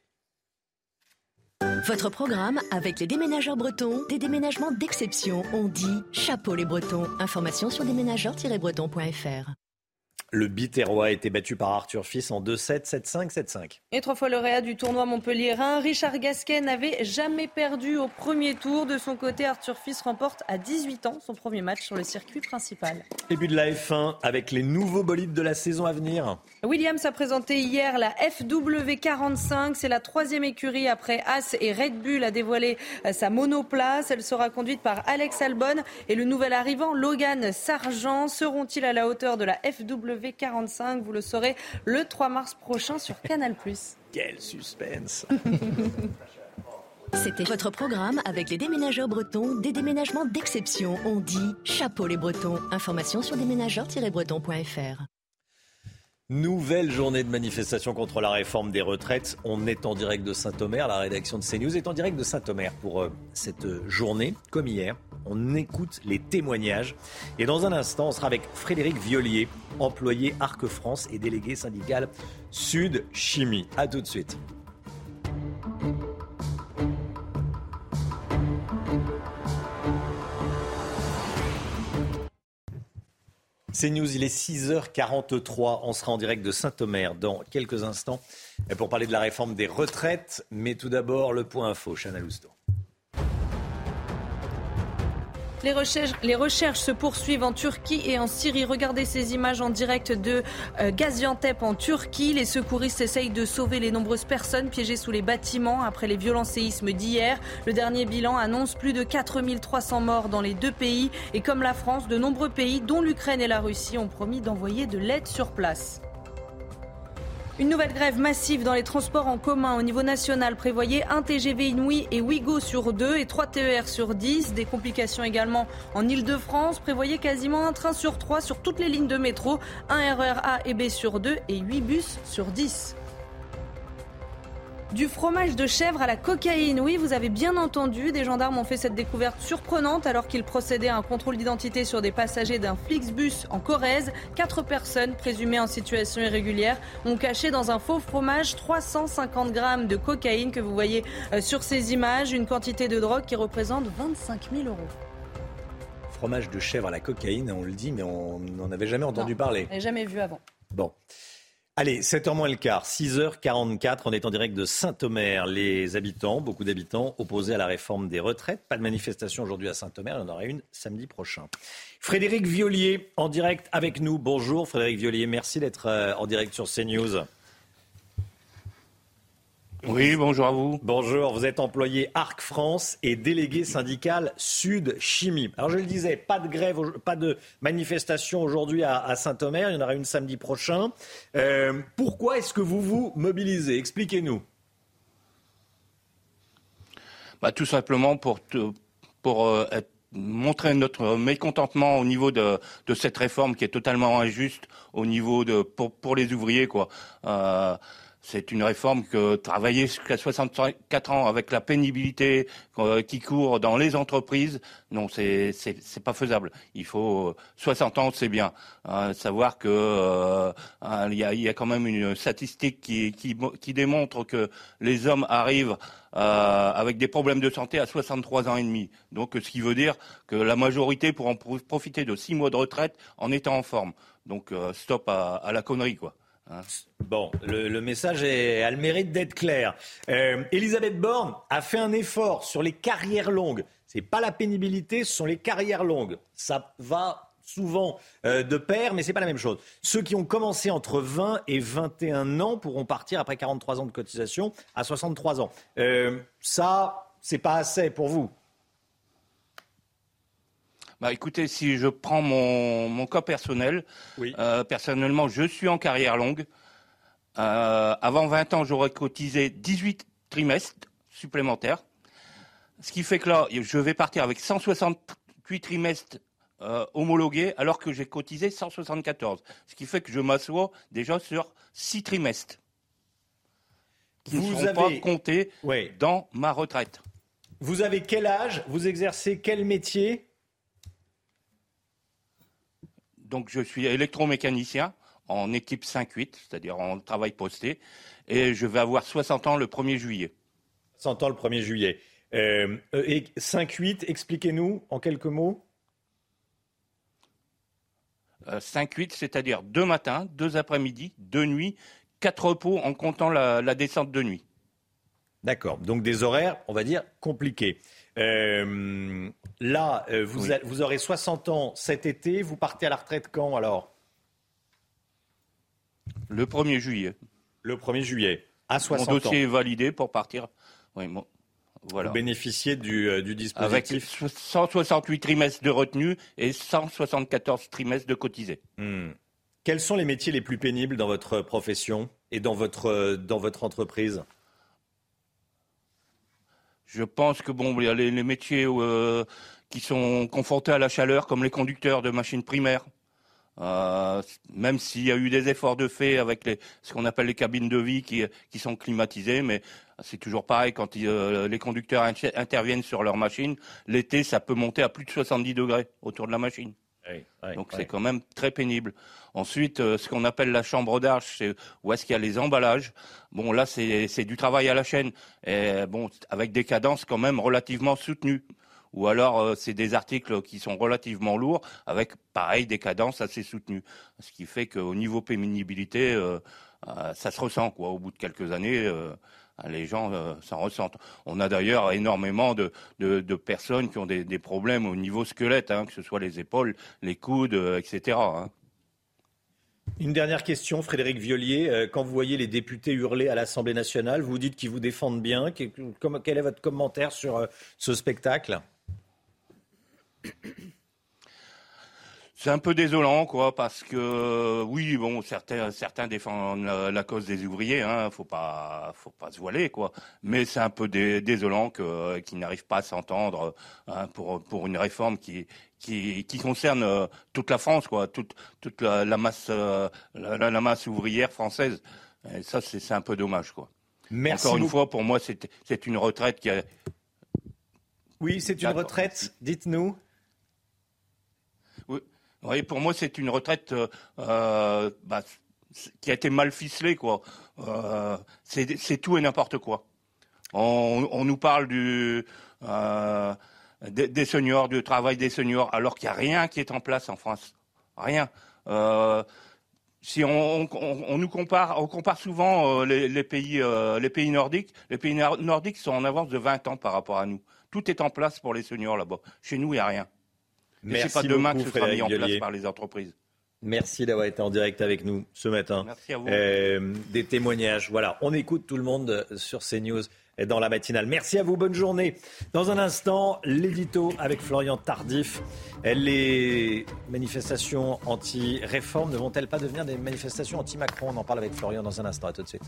Votre programme avec les déménageurs bretons, des déménagements d'exception. On dit chapeau les bretons. Information sur déménageurs-bretons.fr. Le Biterrois a été battu par Arthur Fils en 2-7, 7-5, 7-5. Et 3 fois lauréat du tournoi Montpellier-Rhin, Richard Gasquet n'avait jamais perdu au premier tour. De son côté, Arthur Fils remporte à 18 ans son premier match sur le circuit principal. Début de la F1 avec les nouveaux bolides de la saison à venir. Williams a présenté hier la FW45. C'est la 3e écurie après Haas et Red Bull a dévoilé sa monoplace. Elle sera conduite par Alex Albon et le nouvel arrivant Logan Sargent. Seront-ils à la hauteur de la FW45 ? Vous le saurez le 3 mars prochain sur Canal+. Quel suspense. C'était votre programme avec les déménageurs bretons, des déménagements d'exception. On dit chapeau les bretons. Information sur déménageurs-bretons.fr. Nouvelle journée de manifestation contre la réforme des retraites. On est en direct de Saint-Omer. La rédaction de CNews est en direct de Saint-Omer pour cette journée. Comme hier, on écoute les témoignages. Et dans un instant, on sera avec Frédéric Violier, employé Arc France et délégué syndical Sud Chimie. A tout de suite. CNews, il est 6h43. On sera en direct de Saint-Omer dans quelques instants pour parler de la réforme des retraites. Mais tout d'abord, le point info, Chana Lousteau. Les recherches se poursuivent en Turquie et en Syrie. Regardez ces images en direct de Gaziantep en Turquie. Les secouristes essayent de sauver les nombreuses personnes piégées sous les bâtiments après les violents séismes d'hier. Le dernier bilan annonce plus de 4300 morts dans les deux pays. Et comme la France, de nombreux pays, dont l'Ukraine et la Russie, ont promis d'envoyer de l'aide sur place. Une nouvelle grève massive dans les transports en commun au niveau national. Prévoyez un TGV Inouï et Ouigo sur 2 et 3 TER sur 10. Des complications également en Ile-de-France. Prévoyez quasiment un train sur 3 sur toutes les lignes de métro, un RER A et B sur 2 et 8 bus sur 10. Du fromage de chèvre à la cocaïne. Oui, vous avez bien entendu. Des gendarmes ont fait cette découverte surprenante alors qu'ils procédaient à un contrôle d'identité sur des passagers d'un Flixbus en Corrèze. 4 personnes présumées en situation irrégulière ont caché dans un faux fromage 350 grammes de cocaïne que vous voyez sur ces images. Une quantité de drogue qui représente 25 000 €. Fromage de chèvre à la cocaïne, on le dit, mais on n'en avait jamais entendu parler. On n'a jamais vu avant. Bon. Allez, 7h moins le quart, 6h44, on est en direct de Saint-Omer. Les habitants, beaucoup d'habitants, opposés à la réforme des retraites. Pas de manifestation aujourd'hui à Saint-Omer, il y en aura une samedi prochain. Frédéric Violier, en direct avec nous. Bonjour Frédéric Violier, merci d'être en direct sur CNews. Oui, bonjour à vous. Bonjour, vous êtes employé Arc France et délégué syndical Sud Chimie. Alors je le disais, pas de grève, pas de manifestation aujourd'hui à Saint-Omer, il y en aura une samedi prochain. Pourquoi est-ce que vous vous mobilisez ? Expliquez-nous. Tout simplement pour montrer notre mécontentement au niveau de cette réforme qui est totalement injuste au niveau pour les ouvriers, quoi. c'est une réforme que travailler jusqu'à 64 ans avec la pénibilité qui court dans les entreprises, non, c'est pas faisable. Il faut 60 ans, c'est bien. Savoir que il y a quand même une statistique qui démontre que les hommes arrivent avec des problèmes de santé à 63 ans et demi. Donc, ce qui veut dire que la majorité pourront profiter de 6 mois de retraite en étant en forme. Donc, stop à la connerie, quoi. Bon, le message a le mérite d'être clair. Elisabeth Borne a fait un effort sur les carrières longues. C'est pas la pénibilité, ce sont les carrières longues. Ça va souvent de pair, mais c'est pas la même chose. Ceux qui ont commencé entre 20 et 21 ans pourront partir après 43 ans de cotisation à 63 ans. Ça, c'est pas assez pour vous? Bah, écoutez, si je prends mon cas personnel, oui. Personnellement, je suis en carrière longue. Avant 20 ans, j'aurais cotisé 18 trimestres supplémentaires. Ce qui fait que là, je vais partir avec 168 trimestres homologués, alors que j'ai cotisé 174. Ce qui fait que je m'assois déjà sur 6 trimestres qui ne seront pas comptés dans ma retraite. Vous avez quel âge? Vous exercez quel métier? Donc, je suis électromécanicien en équipe 5-8, c'est-à-dire en travail posté, et je vais avoir 60 ans le 1er juillet. 60 ans le 1er juillet. Et 5-8, expliquez-nous en quelques mots. 5-8, c'est-à-dire 2 matins, 2 après-midi, 2 nuits, 4 repos en comptant la descente de nuit. D'accord, donc des horaires, on va dire, compliqués. Là, vous aurez 60 ans cet été. Vous partez à la retraite quand, alors? Le 1er juillet. Le 1er juillet, à 60 ans. Mon dossier est validé pour partir. Oui, voilà. Vous bénéficiez du dispositif. Avec 168 trimestres de retenue et 174 trimestres de cotisé. Quels sont les métiers les plus pénibles dans votre profession et dans votre entreprise? Je pense que il y a les métiers qui sont confrontés à la chaleur, comme les conducteurs de machines primaires. Même s'il y a eu des efforts de fait avec ce qu'on appelle les cabines de vie qui sont climatisées, mais c'est toujours pareil quand les conducteurs interviennent sur leur machine. L'été, ça peut monter à plus de 70 degrés autour de la machine. Donc c'est quand même très pénible. Ensuite, ce qu'on appelle la chambre d'âge, c'est où est-ce qu'il y a les emballages. Bon, là, c'est du travail à la chaîne, et avec des cadences quand même relativement soutenues. Ou alors, c'est des articles qui sont relativement lourds, avec, pareil, des cadences assez soutenues. Ce qui fait qu'au niveau pénibilité, ça se ressent, quoi. Au bout de quelques années, les gens s'en ressentent. On a d'ailleurs énormément de personnes qui ont des problèmes au niveau squelette, que ce soit les épaules, les coudes, etc. Une dernière question, Frédéric Viollier. Quand vous voyez les députés hurler à l'Assemblée nationale, vous dites qu'ils vous défendent bien. Quel est votre commentaire sur ce spectacle ? C'est un peu désolant, quoi, parce que oui, certains défendent la cause des ouvriers, faut pas se voiler, quoi. Mais c'est un peu désolant qu'ils n'arrivent pas à s'entendre pour une réforme qui concerne toute la France, quoi, toute la masse ouvrière française. Et ça, c'est un peu dommage, quoi. Merci Encore beaucoup. une fois, pour moi, c'est une retraite qui a. Oui, c'est une retraite. Dites-nous. Oui, pour moi, c'est une retraite qui a été mal ficelée, quoi. C'est tout et n'importe quoi. On nous parle des seniors, du travail des seniors, alors qu'il n'y a rien qui est en place en France. Rien. Si on nous compare, on compare souvent les pays nordiques. Les pays nordiques sont en avance de 20 ans par rapport à nous. Tout est en place pour les seniors là-bas. Chez nous, il n'y a rien. Et c'est pas demain que ce sera mis en place par les entreprises. Merci d'avoir été en direct avec nous ce matin. Merci à vous. Des témoignages. Voilà, on écoute tout le monde sur CNews dans la matinale. Merci à vous, bonne journée. Dans un instant, l'édito avec Florian Tardif. Les manifestations anti-réforme ne vont-elles pas devenir des manifestations anti-Macron ? On en parle avec Florian dans un instant. À tout de suite.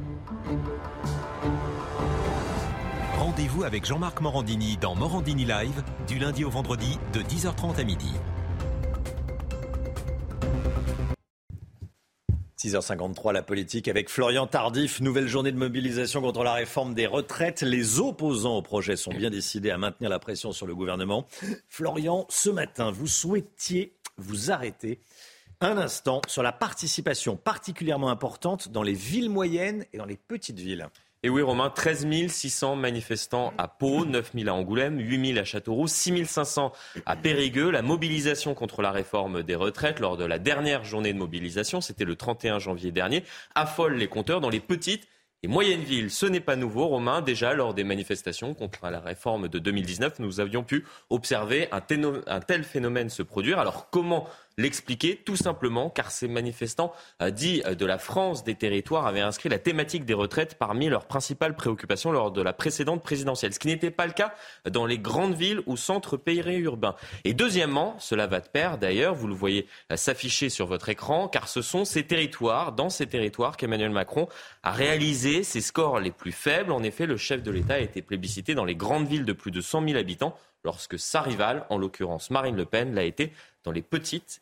Rendez-vous avec Jean-Marc Morandini dans Morandini Live, du lundi au vendredi, de 10h30 à midi. 6h53, la politique avec Florian Tardif. Nouvelle journée de mobilisation contre la réforme des retraites. Les opposants au projet sont bien décidés à maintenir la pression sur le gouvernement. Florian, ce matin, vous souhaitiez vous arrêter un instant sur la participation particulièrement importante dans les villes moyennes et dans les petites villes. Et oui, Romain, 13 600 manifestants à Pau, 9 000 à Angoulême, 8 000 à Châteauroux, 6 500 à Périgueux. La mobilisation contre la réforme des retraites lors de la dernière journée de mobilisation, c'était le 31 janvier dernier, affole les compteurs dans les petites et moyennes villes. Ce n'est pas nouveau, Romain. Déjà, lors des manifestations contre la réforme de 2019, nous avions pu observer un tel phénomène se produire. Alors, comment l'expliquer? Tout simplement car ces manifestants dits de la France des territoires avaient inscrit la thématique des retraites parmi leurs principales préoccupations lors de la précédente présidentielle, ce qui n'était pas le cas dans les grandes villes ou centres périurbains. Et deuxièmement, cela va de pair d'ailleurs, vous le voyez s'afficher sur votre écran, car ce sont dans ces territoires qu'Emmanuel Macron a réalisé ses scores les plus faibles. En effet, le chef de l'État a été plébiscité dans les grandes villes de plus de 100 000 habitants, lorsque sa rivale, en l'occurrence Marine Le Pen, l'a été dans les petites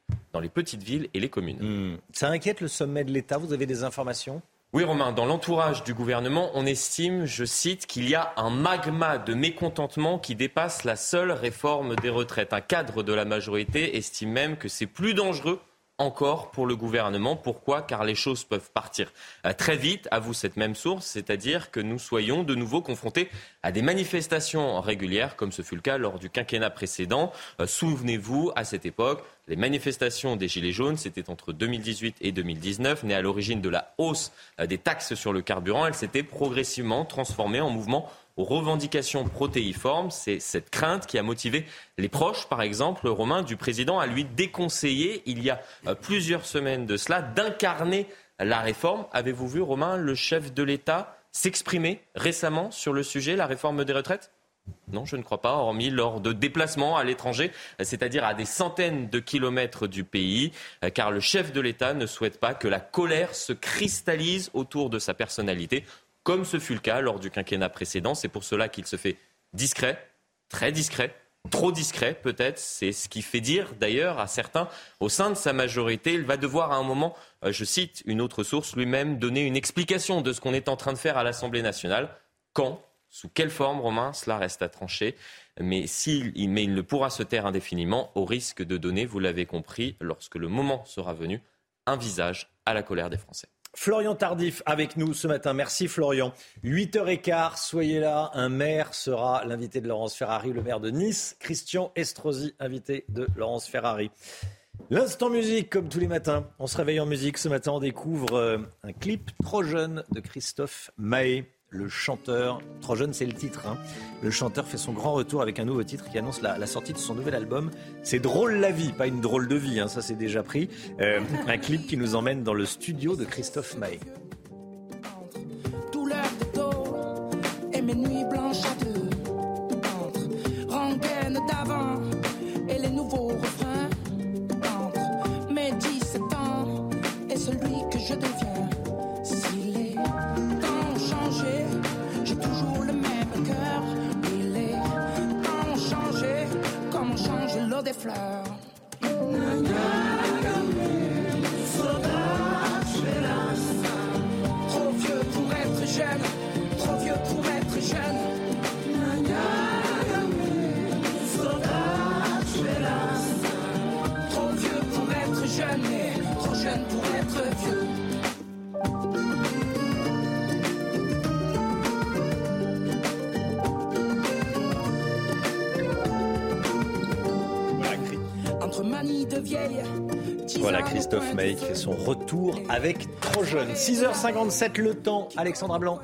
villes et les communes. Ça inquiète le sommet de l'État, vous avez des informations ? Oui, Romain, dans l'entourage du gouvernement, on estime, je cite, qu'il y a un magma de mécontentement qui dépasse la seule réforme des retraites. Un cadre de la majorité estime même que c'est plus dangereux encore pour le gouvernement. Pourquoi ? Car les choses peuvent partir très vite, avoue cette même source, c'est-à-dire que nous soyons de nouveau confrontés à des manifestations régulières, comme ce fut le cas lors du quinquennat précédent. Souvenez-vous, à cette époque, les manifestations des Gilets jaunes, c'était entre 2018 et 2019, nées à l'origine de la hausse des taxes sur le carburant. Elles s'étaient progressivement transformées en mouvement aux revendications protéiformes. C'est cette crainte qui a motivé les proches, par exemple, Romain, du président, à lui déconseiller, il y a plusieurs semaines de cela, d'incarner la réforme. Avez-vous vu, Romain, le chef de l'État s'exprimer récemment sur le sujet, la réforme des retraites ? Non, je ne crois pas, hormis lors de déplacements à l'étranger, c'est-à-dire à des centaines de kilomètres du pays, car le chef de l'État ne souhaite pas que la colère se cristallise autour de sa personnalité, comme ce fut le cas lors du quinquennat précédent. C'est pour cela qu'il se fait discret, très discret, trop discret peut-être. C'est ce qui fait dire d'ailleurs à certains au sein de sa majorité. Il va devoir à un moment, je cite une autre source, lui-même donner une explication de ce qu'on est en train de faire à l'Assemblée nationale. Quand ? Sous quelle forme, Romain ? Cela reste à trancher. Mais il ne pourra se taire indéfiniment au risque de donner, vous l'avez compris, lorsque le moment sera venu, un visage à la colère des Français. Florian Tardif avec nous ce matin. Merci Florian. 8h15, soyez là. Un maire sera l'invité de Laurence Ferrari, le maire de Nice. Christian Estrosi, invité de Laurence Ferrari. L'instant musique, comme tous les matins. On se réveille en musique. Ce matin, on découvre un clip Trop jeune de Christophe Maé. Le chanteur, Trop jeune, c'est le titre. Le chanteur fait son grand retour avec un nouveau titre qui annonce la sortie de son nouvel album. C'est Drôle la vie, pas une drôle de vie, ça c'est déjà pris. Un clip qui nous emmène dans le studio de Christophe Maé. Douleur de dos et mes nuits blanches à deux. Entre rengaine d'avant et les nouveaux refrains. Entre mes 17 ans et celui que je deviens. Si les temps ont changé, j'ai toujours le même cœur. Et les temps ont changé, comme on change l'eau des fleurs. Trop vieux pour être jeune, trop vieux pour être jeune. Trop vieux pour être jeune et trop jeune pour être vieux. Voilà Christophe Maé qui fait son retour avec Trop jeune. 6h57 le temps, Alexandra Blanc.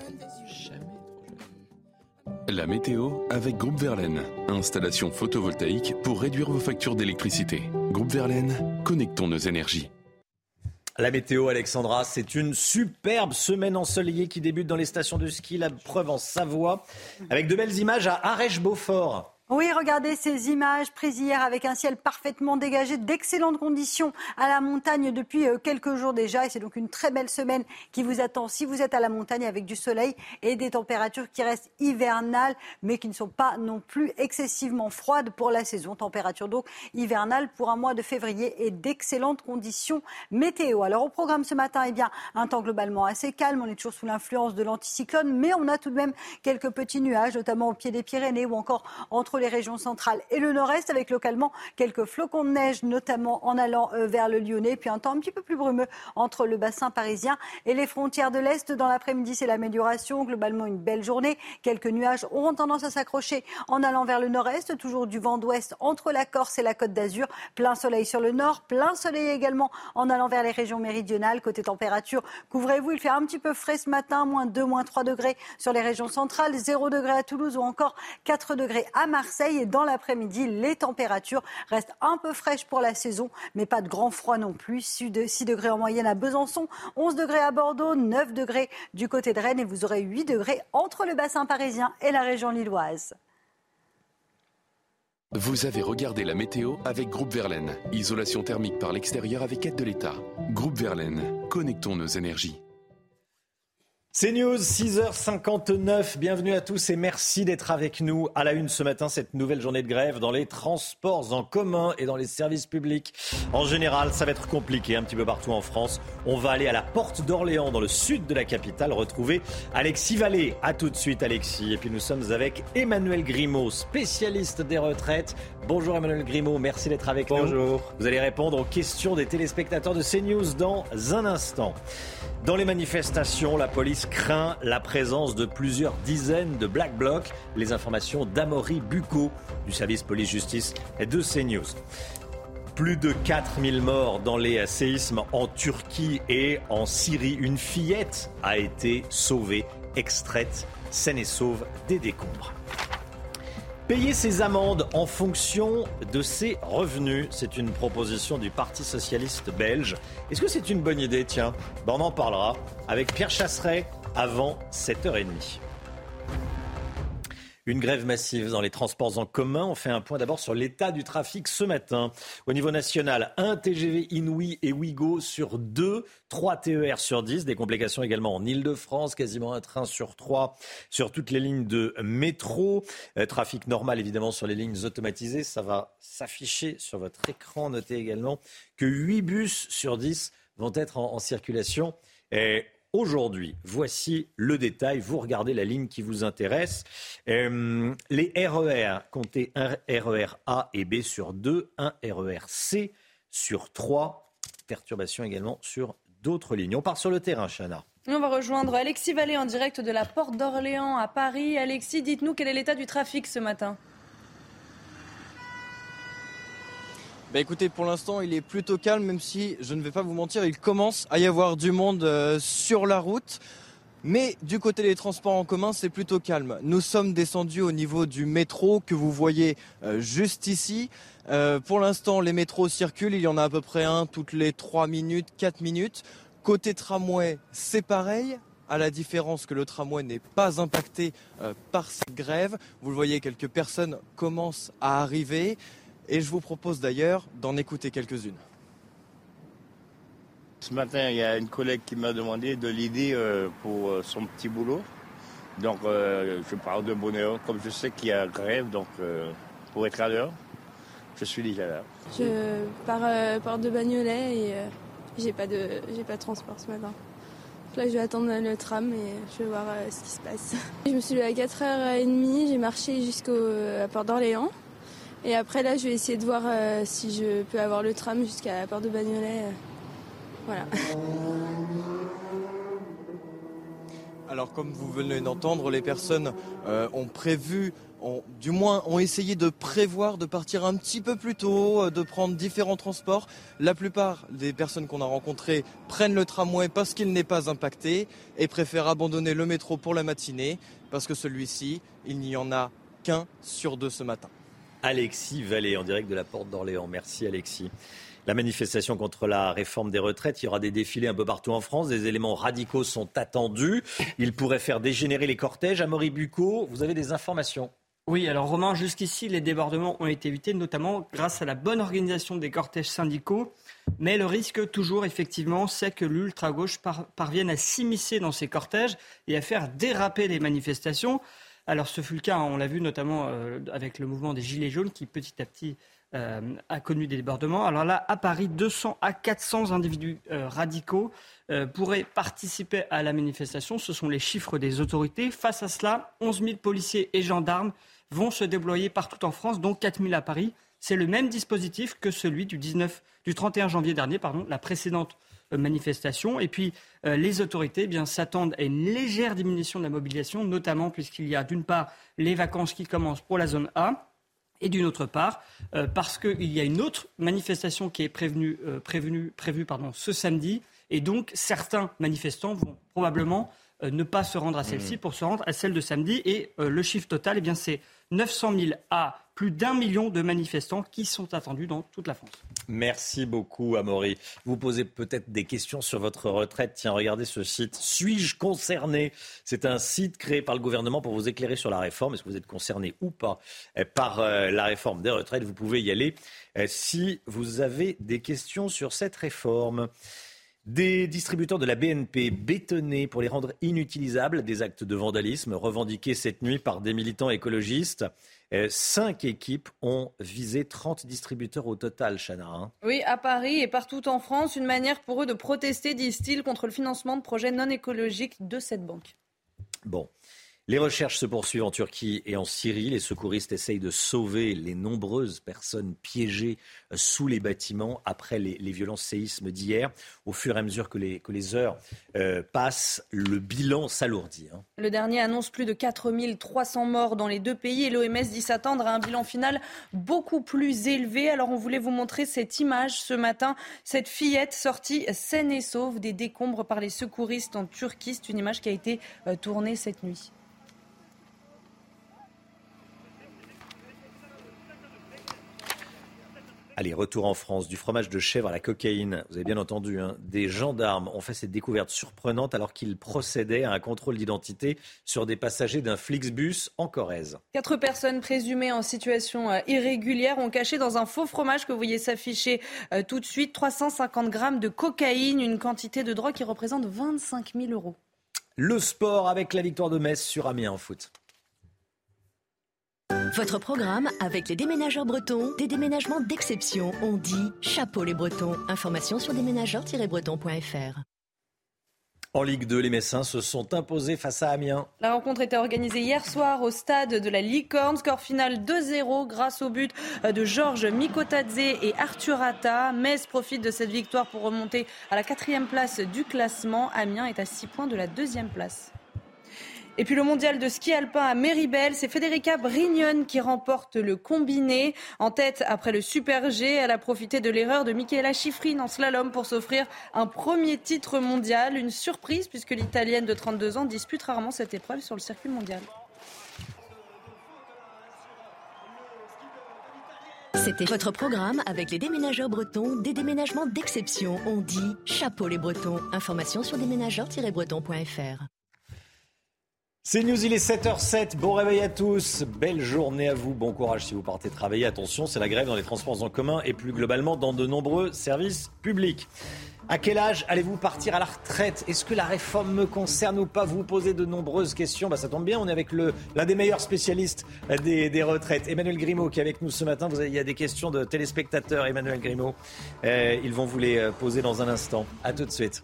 La météo avec Groupe Verlaine. Installation photovoltaïque pour réduire vos factures d'électricité. Groupe Verlaine, connectons nos énergies. La météo, Alexandra, c'est une superbe semaine ensoleillée qui débute dans les stations de ski. La preuve en Savoie, avec de belles images à Arèche-Beaufort. Oui, regardez ces images prises hier avec un ciel parfaitement dégagé, d'excellentes conditions à la montagne depuis quelques jours déjà. Et c'est donc une très belle semaine qui vous attend si vous êtes à la montagne avec du soleil et des températures qui restent hivernales, mais qui ne sont pas non plus excessivement froides pour la saison. Température donc hivernale pour un mois de février et d'excellentes conditions météo. Alors au programme ce matin, un temps globalement assez calme. On est toujours sous l'influence de l'anticyclone, mais on a tout de même quelques petits nuages, notamment au pied des Pyrénées ou encore entre les régions centrales et le nord-est, avec localement quelques flocons de neige, notamment en allant vers le Lyonnais, puis un temps un petit peu plus brumeux entre le bassin parisien et les frontières de l'Est. Dans l'après-midi, c'est l'amélioration, globalement une belle journée. Quelques nuages auront tendance à s'accrocher en allant vers le nord-est, toujours du vent d'ouest entre la Corse et la Côte d'Azur. Plein soleil sur le nord, plein soleil également en allant vers les régions méridionales. Côté température, couvrez-vous, il fait un petit peu frais ce matin, -2, -3 degrés sur les régions centrales, 0 degrés à Toulouse ou encore 4 degrés à Marseille. Et dans l'après-midi, les températures restent un peu fraîches pour la saison, mais pas de grand froid non plus. 6 degrés en moyenne à Besançon, 11 degrés à Bordeaux, 9 degrés du côté de Rennes et vous aurez 8 degrés entre le bassin parisien et la région lilloise. Vous avez regardé la météo avec Groupe Verlaine. Isolation thermique par l'extérieur avec aide de l'État. Groupe Verlaine, connectons nos énergies. C'est News, 6h59. Bienvenue à tous et merci d'être avec nous. À la une ce matin, cette nouvelle journée de grève dans les transports en commun et dans les services publics. En général, ça va être compliqué un petit peu partout en France. On va aller à la Porte d'Orléans, dans le sud de la capitale, retrouver Alexis Vallée. À tout de suite, Alexis. Et puis nous sommes avec Emmanuel Grimaud, spécialiste des retraites. Bonjour Emmanuel Grimaud, merci d'être avec nous. Bonjour. Vous allez répondre aux questions des téléspectateurs de CNews dans un instant. Dans les manifestations, la police craint la présence de plusieurs dizaines de Black Blocs. Les informations d'Amaury Bucco du service police-justice de CNews. Plus de 4000 morts dans les séismes en Turquie et en Syrie. Une fillette a été sauvée, extraite, saine et sauve des décombres. Payer ses amendes en fonction de ses revenus, c'est une proposition du Parti socialiste belge. Est-ce que c'est une bonne idée ? Tiens, on en parlera avec Pierre Chasseret avant 7h30. Une grève massive dans les transports en commun. On fait un point d'abord sur l'état du trafic ce matin. Au niveau national, 1 TGV Inouï et Ouigo sur 2, 3 TER sur 10. Des complications également en Ile-de-France, quasiment un train sur 3 sur toutes les lignes de métro. Trafic normal évidemment sur les lignes automatisées. Ça va s'afficher sur votre écran. Notez également que 8 bus sur 10 vont être en circulation. Aujourd'hui, voici le détail. Vous regardez la ligne qui vous intéresse. Les RER, comptez un RER A et B sur 2, un RER C sur 3. Perturbation également sur d'autres lignes. On part sur le terrain, Chana. On va rejoindre Alexis Vallée en direct de la Porte d'Orléans à Paris. Alexis, dites-nous quel est l'état du trafic ce matin ? Écoutez, pour l'instant, il est plutôt calme, même si, je ne vais pas vous mentir, il commence à y avoir du monde sur la route. Mais du côté des transports en commun, c'est plutôt calme. Nous sommes descendus au niveau du métro que vous voyez juste ici. Pour l'instant, les métros circulent. Il y en a à peu près un toutes les 3 minutes, 4 minutes. Côté tramway, c'est pareil. À la différence que le tramway n'est pas impacté par cette grève. Vous le voyez, quelques personnes commencent à arriver. Et je vous propose d'ailleurs d'en écouter quelques-unes. Ce matin, il y a une collègue qui m'a demandé de l'aider pour son petit boulot. Donc, je parle de bonheur. Comme je sais qu'il y a grève, donc pour être à l'heure, je suis déjà là. Je pars porte de Bagnolet et j'ai pas de transport ce matin. Là, je vais attendre le tram et je vais voir ce qui se passe. Je me suis levée à 4h30, j'ai marché jusqu'à Porte d'Orléans. Et après, là, je vais essayer de voir si je peux avoir le tram jusqu'à la Porte de Bagnolet. Voilà. Alors, comme vous venez d'entendre, les personnes ont prévu, ont essayé de prévoir de partir un petit peu plus tôt, de prendre différents transports. La plupart des personnes qu'on a rencontrées prennent le tramway parce qu'il n'est pas impacté et préfèrent abandonner le métro pour la matinée parce que celui-ci, il n'y en a qu'un sur 2 ce matin. Alexis Vallée, en direct de la Porte d'Orléans. Merci Alexis. La manifestation contre la réforme des retraites, il y aura des défilés un peu partout en France. Des éléments radicaux sont attendus. Ils pourraient faire dégénérer les cortèges. Amaury Bucco, vous avez des informations ? Oui, alors Romain, jusqu'ici, les débordements ont été évités, notamment grâce à la bonne organisation des cortèges syndicaux. Mais le risque, toujours, effectivement, c'est que l'ultra-gauche parvienne à s'immiscer dans ces cortèges et à faire déraper les manifestations. Alors ce fut le cas, on l'a vu notamment avec le mouvement des Gilets jaunes qui, petit à petit, a connu des débordements. Alors là, à Paris, 200 à 400 individus radicaux pourraient participer à la manifestation. Ce sont les chiffres des autorités. Face à cela, 11 000 policiers et gendarmes vont se déployer partout en France, dont 4 000 à Paris. C'est le même dispositif que celui du 31 janvier dernier, la précédente manifestation. Et puis, les autorités s'attendent à une légère diminution de la mobilisation, notamment puisqu'il y a d'une part les vacances qui commencent pour la zone A, et d'une autre part, parce qu'il y a une autre manifestation qui est prévue ce samedi, et donc certains manifestants vont probablement ne pas se rendre à celle-ci pour se rendre à celle de samedi. Et le chiffre total, c'est 900 000 à plus d'1 million de manifestants qui sont attendus dans toute la France. Merci beaucoup, Amaury. Vous posez peut-être des questions sur votre retraite. Tiens, regardez ce site. Suis-je concerné ? C'est un site créé par le gouvernement pour vous éclairer sur la réforme. Est-ce que vous êtes concerné ou pas par la réforme des retraites ? Vous pouvez y aller si vous avez des questions sur cette réforme. Des distributeurs de la BNP bétonnés pour les rendre inutilisables, des actes de vandalisme revendiqués cette nuit par des militants écologistes. 5 équipes ont visé 30 distributeurs au total, Chana. Oui, à Paris et partout en France, une manière pour eux de protester, disent-ils, contre le financement de projets non écologiques de cette banque. Bon. Les recherches se poursuivent en Turquie et en Syrie. Les secouristes essayent de sauver les nombreuses personnes piégées sous les bâtiments après les violents séismes d'hier. Au fur et à mesure que les heures passent, le bilan s'alourdit. Le dernier annonce plus de 4300 morts dans les deux pays et l'OMS dit s'attendre à un bilan final beaucoup plus élevé. Alors on voulait vous montrer cette image ce matin, cette fillette sortie saine et sauve des décombres par les secouristes en Turquie. C'est une image qui a été tournée cette nuit. Allez, retour en France, du fromage de chèvre à la cocaïne. Vous avez bien entendu, des gendarmes ont fait cette découverte surprenante alors qu'ils procédaient à un contrôle d'identité sur des passagers d'un Flixbus en Corrèze. 4 personnes présumées en situation irrégulière ont caché dans un faux fromage que vous voyez s'afficher tout de suite 350 grammes de cocaïne, une quantité de drogue qui représente 25 000 €. Le sport avec la victoire de Metz sur Amiens en foot. Votre programme avec les déménageurs bretons, des déménagements d'exception. On dit chapeau les bretons. Information sur déménageurs-bretons.fr. En Ligue 2, les Messins se sont imposés face à Amiens. La rencontre était organisée hier soir au stade de la Licorne. Score final 2-0 grâce au but de Georges Mikotadze et Arthur Atta. Metz profite de cette victoire pour remonter à la 4e place du classement. Amiens est à 6 points de la 2e place. Et puis le mondial de ski alpin à Méribel, c'est Federica Brignone qui remporte le combiné. En tête après le Super G, elle a profité de l'erreur de Michaela Schifrin en slalom pour s'offrir un premier titre mondial. Une surprise puisque l'Italienne de 32 ans dispute rarement cette épreuve sur le circuit mondial. C'était votre programme avec les déménageurs bretons, des déménagements d'exception. On dit chapeau les bretons. Information sur déménageurs-bretons.fr. C'est News, il est 7h07, bon réveil à tous, belle journée à vous, bon courage si vous partez travailler, attention c'est la grève dans les transports en commun et plus globalement dans de nombreux services publics. À quel âge allez-vous partir à la retraite ? Est-ce que la réforme me concerne ou pas ? Vous posez de nombreuses questions, ça tombe bien, on est avec l'un des meilleurs spécialistes des retraites, Emmanuel Grimaud qui est avec nous ce matin. Il y a des questions de téléspectateurs, Emmanuel Grimaud, ils vont vous les poser dans un instant, à tout de suite.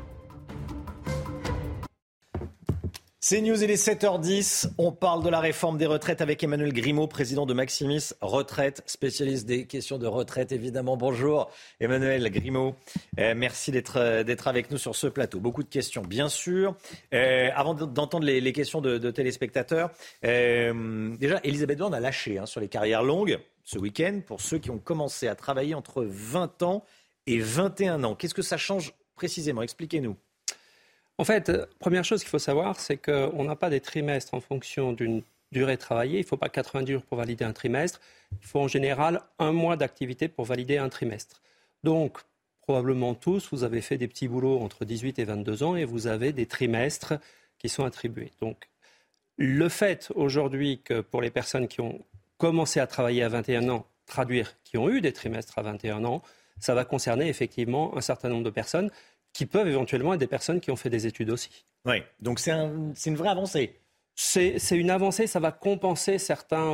C'est News, il est 7h10. On parle de la réforme des retraites avec Emmanuel Grimaud, président de Maximis Retraite, spécialiste des questions de retraite, évidemment. Bonjour Emmanuel Grimaud. Merci d'être avec nous sur ce plateau. Beaucoup de questions, bien sûr. Avant d'entendre les questions de téléspectateurs, déjà, Elisabeth Borne a lâché sur les carrières longues ce week-end pour ceux qui ont commencé à travailler entre 20 ans et 21 ans. Qu'est-ce que ça change précisément ? Expliquez-nous. En fait, première chose qu'il faut savoir, c'est qu'on n'a pas des trimestres en fonction d'une durée travaillée. Il ne faut pas 90 jours pour valider un trimestre. Il faut en général 1 mois d'activité pour valider un trimestre. Donc, probablement tous, vous avez fait des petits boulots entre 18 et 22 ans et vous avez des trimestres qui sont attribués. Donc, Le fait aujourd'hui que pour les personnes qui ont commencé à travailler à 21 ans, traduire qui ont eu des trimestres à 21 ans, ça va concerner effectivement un certain nombre de personnes qui peuvent éventuellement être des personnes qui ont fait des études aussi. Oui, donc c'est une vraie avancée. C'est une avancée, ça va compenser certains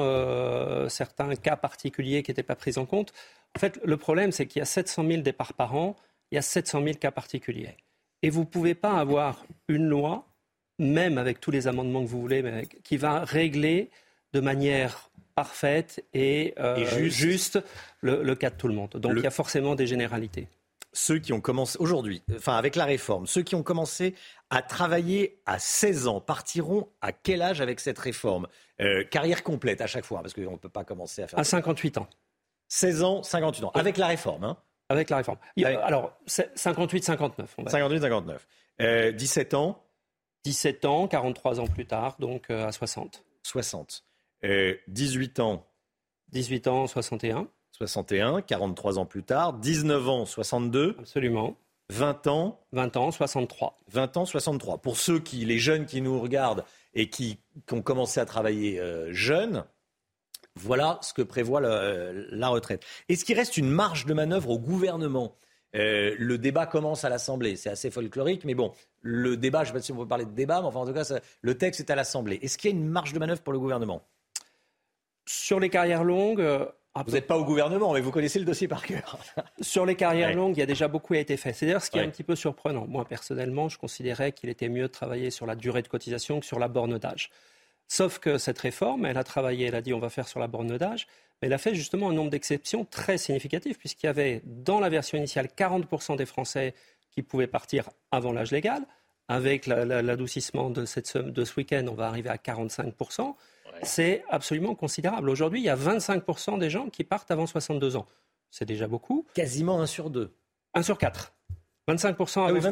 cas particuliers qui n'étaient pas pris en compte. En fait, le problème, c'est qu'il y a 700 000 départs par an, il y a 700 000 cas particuliers. Et vous ne pouvez pas avoir une loi, même avec tous les amendements que vous voulez, mais qui va régler de manière parfaite et juste le cas de tout le monde. Donc il y a forcément des généralités. Ceux qui ont commencé aujourd'hui, avec la réforme, ceux qui ont commencé à travailler à 16 ans partiront à quel âge avec cette réforme ? Carrière complète à chaque fois, parce qu'on ne peut pas commencer à faire... À 58 ans. 16 ans, 58 ans, avec la réforme, hein ? Avec la réforme. Alors, 58-59. 58-59. 17 ans ? 17 ans, 43 ans plus tard, donc à 60. 60. 18 ans ? 18 ans, 61. 61, 43 ans plus tard. 19 ans, 62. Absolument. 20 ans ? 20 ans, 63. 20 ans, 63. Pour les jeunes qui nous regardent et qui ont commencé à travailler jeunes, voilà ce que prévoit la retraite. Est-ce qu'il reste une marge de manœuvre au gouvernement ? Le débat commence à l'Assemblée. C'est assez folklorique, mais bon, le débat, je ne sais pas si on peut parler de débat, mais enfin, en tout cas, le texte est à l'Assemblée. Est-ce qu'il y a une marge de manœuvre pour le gouvernement ? Sur les carrières longues... Vous n'êtes pas au gouvernement, mais vous connaissez le dossier par cœur. Sur les carrières longues, il y a déjà beaucoup été fait. C'est d'ailleurs ce qui est un petit peu surprenant. Moi, personnellement, je considérais qu'il était mieux de travailler sur la durée de cotisation que sur la borne d'âge. Sauf que cette réforme, elle a dit on va faire sur la borne d'âge, mais elle a fait justement un nombre d'exceptions très significatif, puisqu'il y avait dans la version initiale 40% des Français qui pouvaient partir avant l'âge légal. Avec l'adoucissement de ce week-end, on va arriver à 45%. C'est absolument considérable. Aujourd'hui, il y a 25% des gens qui partent avant 62 ans. C'est déjà beaucoup. Quasiment 1 sur 2. 1 sur 4. 25% avant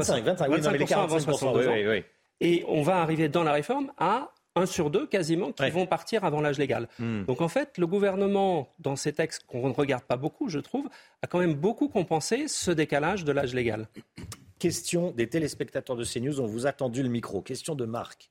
62 ans. Oui. Et on va arriver dans la réforme à 1 sur 2 quasiment qui vont partir avant l'âge légal. Donc en fait, le gouvernement, dans ces textes qu'on ne regarde pas beaucoup, je trouve, a quand même beaucoup compensé ce décalage de l'âge légal. Question des téléspectateurs de CNews, on vous a tendu le micro. Question de Marc.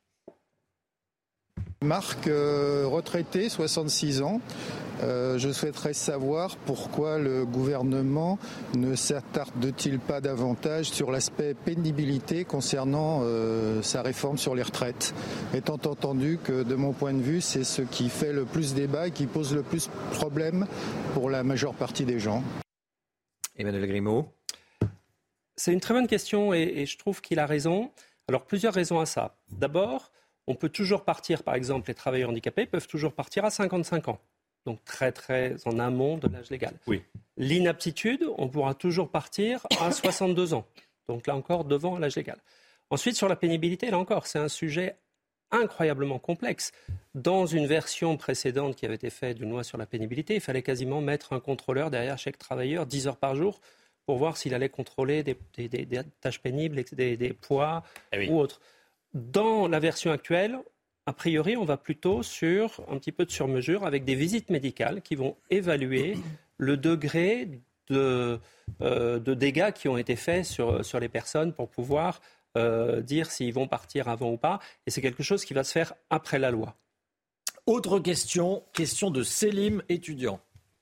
Marc, retraité, 66 ans. Je souhaiterais savoir pourquoi le gouvernement ne s'attarde-t-il pas davantage sur l'aspect pénibilité concernant sa réforme sur les retraites, étant entendu que, de mon point de vue, c'est ce qui fait le plus débat et qui pose le plus de problèmes pour la majeure partie des gens. Emmanuel Grimaud. C'est une très bonne question et je trouve qu'il a raison. Alors, plusieurs raisons à ça. D'abord, on peut toujours partir, par exemple, les travailleurs handicapés peuvent toujours partir à 55 ans. Donc très, très en amont de l'âge légal. Oui. L'inaptitude, on pourra toujours partir à 62 ans. Donc là encore, devant l'âge légal. Ensuite, sur la pénibilité, là encore, c'est un sujet incroyablement complexe. Dans une version précédente qui avait été faite d'une loi sur la pénibilité, il fallait quasiment mettre un contrôleur derrière chaque travailleur 10 heures par jour pour voir s'il allait contrôler des tâches pénibles, des poids ou autres. Dans la version actuelle, a priori, on va plutôt sur un petit peu de sur-mesure avec des visites médicales qui vont évaluer le degré de dégâts qui ont été faits sur les personnes pour pouvoir dire s'ils vont partir avant ou pas. Et c'est quelque chose qui va se faire après la loi. Autre question de Selim, étudiant.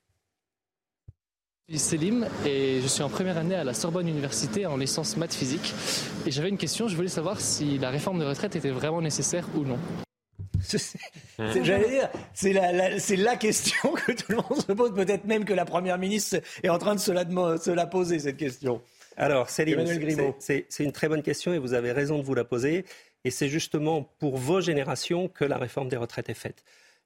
Je suis Selim et je suis en première année à la Sorbonne Université en licence maths physique. Et j'avais une question, je voulais savoir si la réforme de retraite était vraiment nécessaire ou non. J'allais dire, c'est la question que tout le monde se pose, peut-être même que la Première ministre est en train de se la poser, cette question. Alors, Céline, c'est une très bonne question et vous avez raison de vous la poser. Et c'est justement pour vos générations que la réforme des retraites est faite.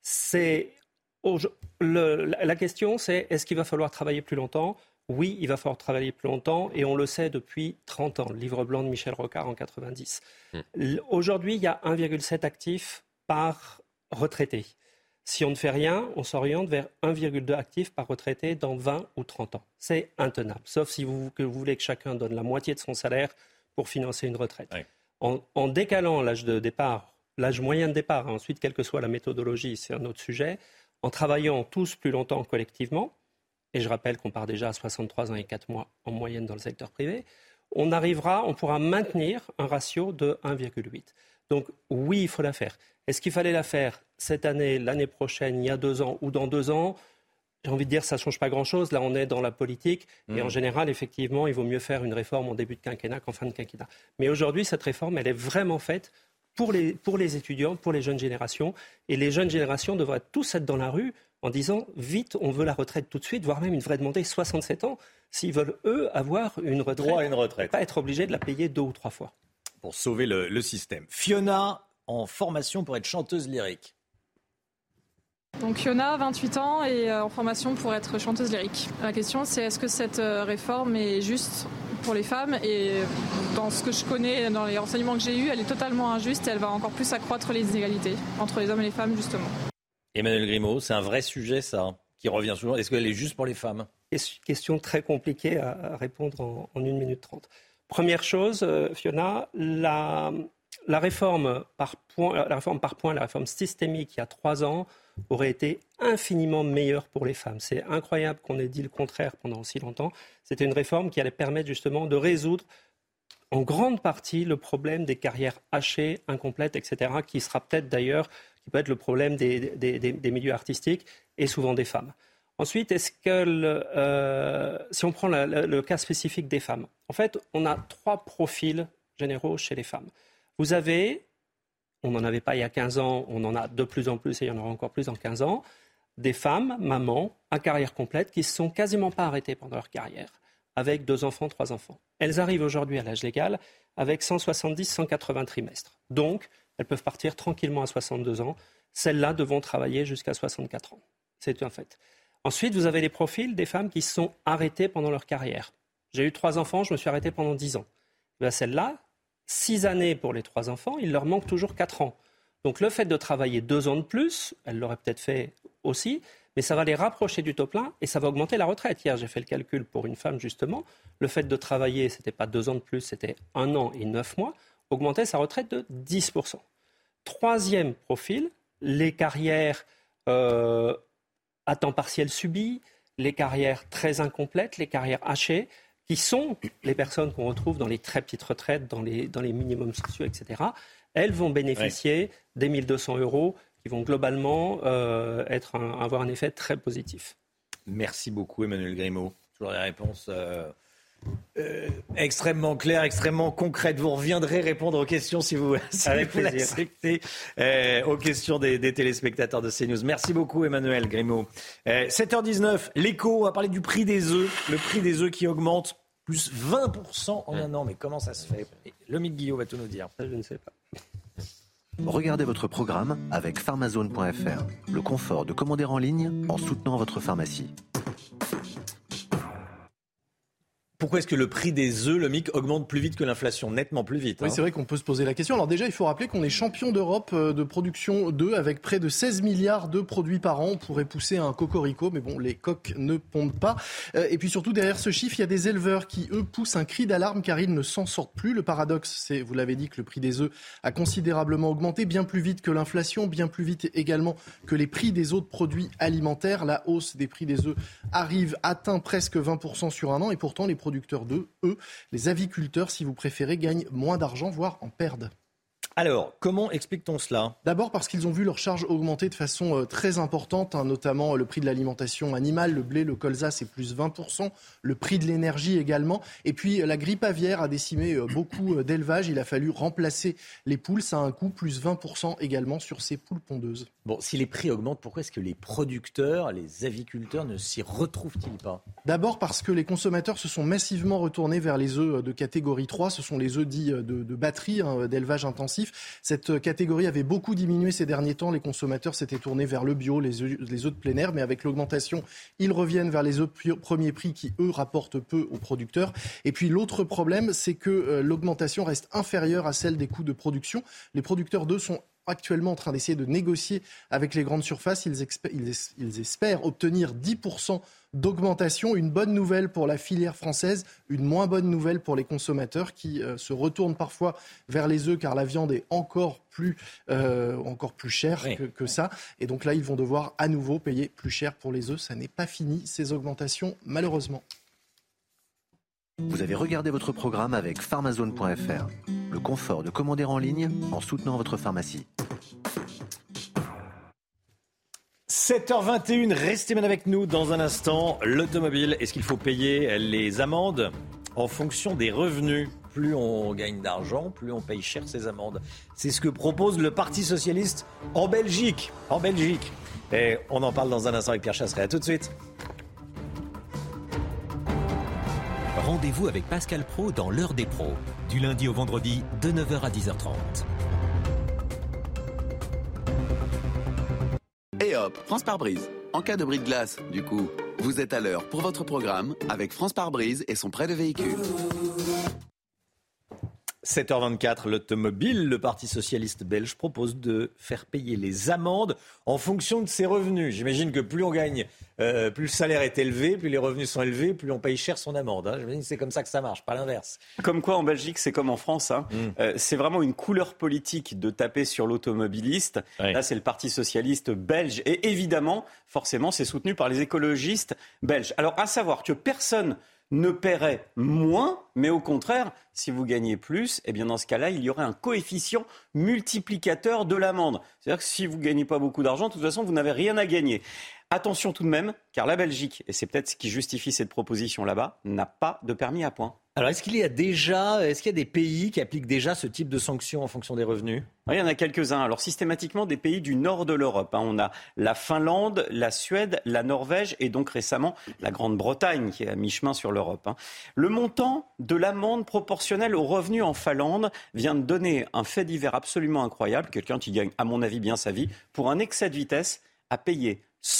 La question, c'est est-ce qu'il va falloir travailler plus longtemps ? Oui, il va falloir travailler plus longtemps et on le sait depuis 30 ans. Le livre blanc de Michel Rocard en 90. Aujourd'hui, il y a 1,7 actifs par retraité. Si on ne fait rien, on s'oriente vers 1,2 actifs par retraité dans 20 ou 30 ans. C'est intenable, sauf si vous voulez que chacun donne la moitié de son salaire pour financer une retraite. Oui. En décalant l'âge de départ, l'âge moyen de départ, ensuite, quelle que soit la méthodologie, c'est un autre sujet, en travaillant tous plus longtemps collectivement, et je rappelle qu'on part déjà à 63 ans et 4 mois en moyenne dans le secteur privé, on pourra maintenir un ratio de 1,8. Donc oui, il faut la faire. Est-ce qu'il fallait la faire cette année, l'année prochaine, il y a 2 ans ou dans 2 ans ? J'ai envie de dire, ça ne change pas grand-chose. Là, on est dans la politique. Et en général, effectivement, il vaut mieux faire une réforme en début de quinquennat qu'en fin de quinquennat. Mais aujourd'hui, cette réforme, elle est vraiment faite pour les étudiants, pour les jeunes générations. Et les jeunes générations devraient tous être dans la rue en disant, vite, on veut la retraite tout de suite, voire même ils devraient demander 67 ans s'ils veulent, eux, avoir une retraite. Droit à une retraite. Et pas être obligés de la payer 2 ou 3 fois. Pour sauver le système. Fiona, en formation pour être chanteuse lyrique. Donc Fiona, 28 ans et en formation pour être chanteuse lyrique. La question c'est est-ce que cette réforme est juste pour les femmes ? Et dans ce que je connais, dans les renseignements que j'ai eus, elle est totalement injuste et elle va encore plus accroître les inégalités entre les hommes et les femmes justement. Emmanuel Grimaud, c'est un vrai sujet ça, qui revient souvent. Est-ce qu'elle est juste pour les femmes ? Question très compliquée à répondre en 1 minute 30. Première chose, Fiona, la réforme par point, la réforme systémique il y a 3 ans aurait été infiniment meilleure pour les femmes. C'est incroyable qu'on ait dit le contraire pendant aussi longtemps. C'était une réforme qui allait permettre justement de résoudre en grande partie le problème des carrières hachées, incomplètes, etc., qui sera peut-être d'ailleurs, qui peut être le problème des milieux artistiques et souvent des femmes. Ensuite, est-ce que si on prend le cas spécifique des femmes, en fait, on a 3 profils généraux chez les femmes. Vous avez, on n'en avait pas il y a 15 ans, on en a de plus en plus et il y en aura encore plus dans 15 ans, des femmes, mamans, à carrière complète, qui ne se sont quasiment pas arrêtées pendant leur carrière, avec 2 enfants, 3 enfants. Elles arrivent aujourd'hui à l'âge légal avec 170, 180 trimestres. Donc, elles peuvent partir tranquillement à 62 ans. Celles-là devront travailler jusqu'à 64 ans. C'est un fait. Ensuite, vous avez les profils des femmes qui se sont arrêtées pendant leur carrière. J'ai eu 3 enfants, je me suis arrêté pendant 10 ans. Ben, celles-là, 6 années pour les 3 enfants, il leur manque toujours 4 ans. Donc le fait de travailler 2 ans de plus, elles l'auraient peut-être fait aussi, mais ça va les rapprocher du taux plein et ça va augmenter la retraite. Hier, j'ai fait le calcul pour une femme, justement. Le fait de travailler, ce n'était pas 2 ans de plus, c'était 1 an et 9 mois, augmentait sa retraite de 10%. 3e profil, les carrières à temps partiel subi, les carrières très incomplètes, les carrières hachées, qui sont les personnes qu'on retrouve dans les très petites retraites, dans les minimums sociaux, etc., elles vont bénéficier des 1 200 € qui vont globalement avoir un effet très positif. Merci beaucoup Emmanuel Grimaud. Toujours des réponses extrêmement claires, extrêmement concrètes. Vous reviendrez répondre aux questions si vous l'acceptez, aux questions des téléspectateurs de CNews. Merci beaucoup Emmanuel Grimaud. 7h19, l'écho, on va parler du prix des œufs. Le prix des œufs qui augmente plus 20% en 1 an. Mais comment ça se fait ? Lomique Guillot va tout nous dire. Ça, je ne sais pas. Regardez votre programme avec pharmazone.fr. Le confort de commander en ligne en soutenant votre pharmacie. Pourquoi est-ce que le prix des œufs, le MIC, augmente plus vite que l'inflation ? Nettement plus vite. Oui, c'est vrai qu'on peut se poser la question. Alors déjà, il faut rappeler qu'on est champion d'Europe de production d'œufs avec près de 16 milliards d'œufs produits par an. On pourrait pousser un cocorico, mais bon, les coqs ne pondent pas. Et puis surtout, derrière ce chiffre, il y a des éleveurs qui, eux, poussent un cri d'alarme car ils ne s'en sortent plus. Le paradoxe, c'est, vous l'avez dit, que le prix des œufs a considérablement augmenté, bien plus vite que l'inflation, bien plus vite également que les prix des autres produits alimentaires. La hausse des prix des œufs atteint presque 20% sur 1 an et pourtant les producteurs d'œufs, eux, les aviculteurs, si vous préférez, gagnent moins d'argent, voire en perdent. Alors, comment explique-t-on cela ? D'abord parce qu'ils ont vu leurs charges augmenter de façon très importante, notamment le prix de l'alimentation animale, le blé, le colza, c'est plus 20%, le prix de l'énergie également. Et puis la grippe aviaire a décimé beaucoup d'élevages, il a fallu remplacer les poules, ça a un coût, plus 20% également sur ces poules pondeuses. Bon, si les prix augmentent, pourquoi est-ce que les producteurs, les aviculteurs ne s'y retrouvent-ils pas ? D'abord parce que les consommateurs se sont massivement retournés vers les œufs de catégorie 3, ce sont les œufs dits de batterie, d'élevage intensif. Cette catégorie avait beaucoup diminué ces derniers temps. Les consommateurs s'étaient tournés vers le bio, les œufs de plein air. Mais avec l'augmentation, ils reviennent vers les œufs premier prix qui, eux, rapportent peu aux producteurs. Et puis l'autre problème, c'est que l'augmentation reste inférieure à celle des coûts de production. Les producteurs d'œufs sont actuellement en train d'essayer de négocier avec les grandes surfaces. Ils espèrent obtenir 10% d'augmentation. Une bonne nouvelle pour la filière française, une moins bonne nouvelle pour les consommateurs qui se retournent parfois vers les œufs car la viande est encore plus chère que ça. Et donc là, ils vont devoir à nouveau payer plus cher pour les œufs. Ça n'est pas fini, ces augmentations, malheureusement. Vous avez regardé votre programme avec pharmazone.fr. le confort de commander en ligne en soutenant votre pharmacie. 7h21, restez bien avec nous dans un instant. L'automobile, est-ce qu'il faut payer les amendes en fonction des revenus ? Plus on gagne d'argent, plus on paye cher ses amendes. C'est ce que propose le Parti socialiste en Belgique. Et on en parle dans un instant avec Pierre Chasseret. À tout de suite. Rendez-vous avec Pascal Praud dans l'heure des pros, du lundi au vendredi de 9h à 10h30. Et hop, France Pare-Brise. En cas de bris de glace, du coup, vous êtes à l'heure pour votre programme avec France Pare-Brise et son prêt de véhicule. 7h24, l'automobile, le Parti socialiste belge propose de faire payer les amendes en fonction de ses revenus. J'imagine que plus on gagne, plus le salaire est élevé, plus les revenus sont élevés, plus on paye cher son amende. J'imagine que c'est comme ça que ça marche, pas l'inverse. Comme quoi en Belgique, c'est comme en France. C'est vraiment une couleur politique de taper sur l'automobiliste. Oui. Là, c'est le Parti socialiste belge. Et évidemment, forcément, c'est soutenu par les écologistes belges. Alors, à savoir que personne ne paierait moins, mais au contraire, si vous gagnez plus, eh bien dans ce cas-là, il y aurait un coefficient multiplicateur de l'amende. C'est-à-dire que si vous ne gagnez pas beaucoup d'argent, de toute façon, vous n'avez rien à gagner. Attention tout de même, car la Belgique, et c'est peut-être ce qui justifie cette proposition là-bas, n'a pas de permis à points. Alors, est-ce qu'il y a des pays qui appliquent déjà ce type de sanctions en fonction des revenus ? Oui, il y en a quelques-uns. Alors, systématiquement, des pays du nord de l'Europe. On a la Finlande, la Suède, la Norvège et donc récemment la Grande-Bretagne qui est à mi-chemin sur l'Europe. Le montant de l'amende proportionnelle aux revenus en Finlande vient de donner un fait divers absolument incroyable. Quelqu'un qui gagne, à mon avis, bien sa vie, pour un excès de vitesse, a payé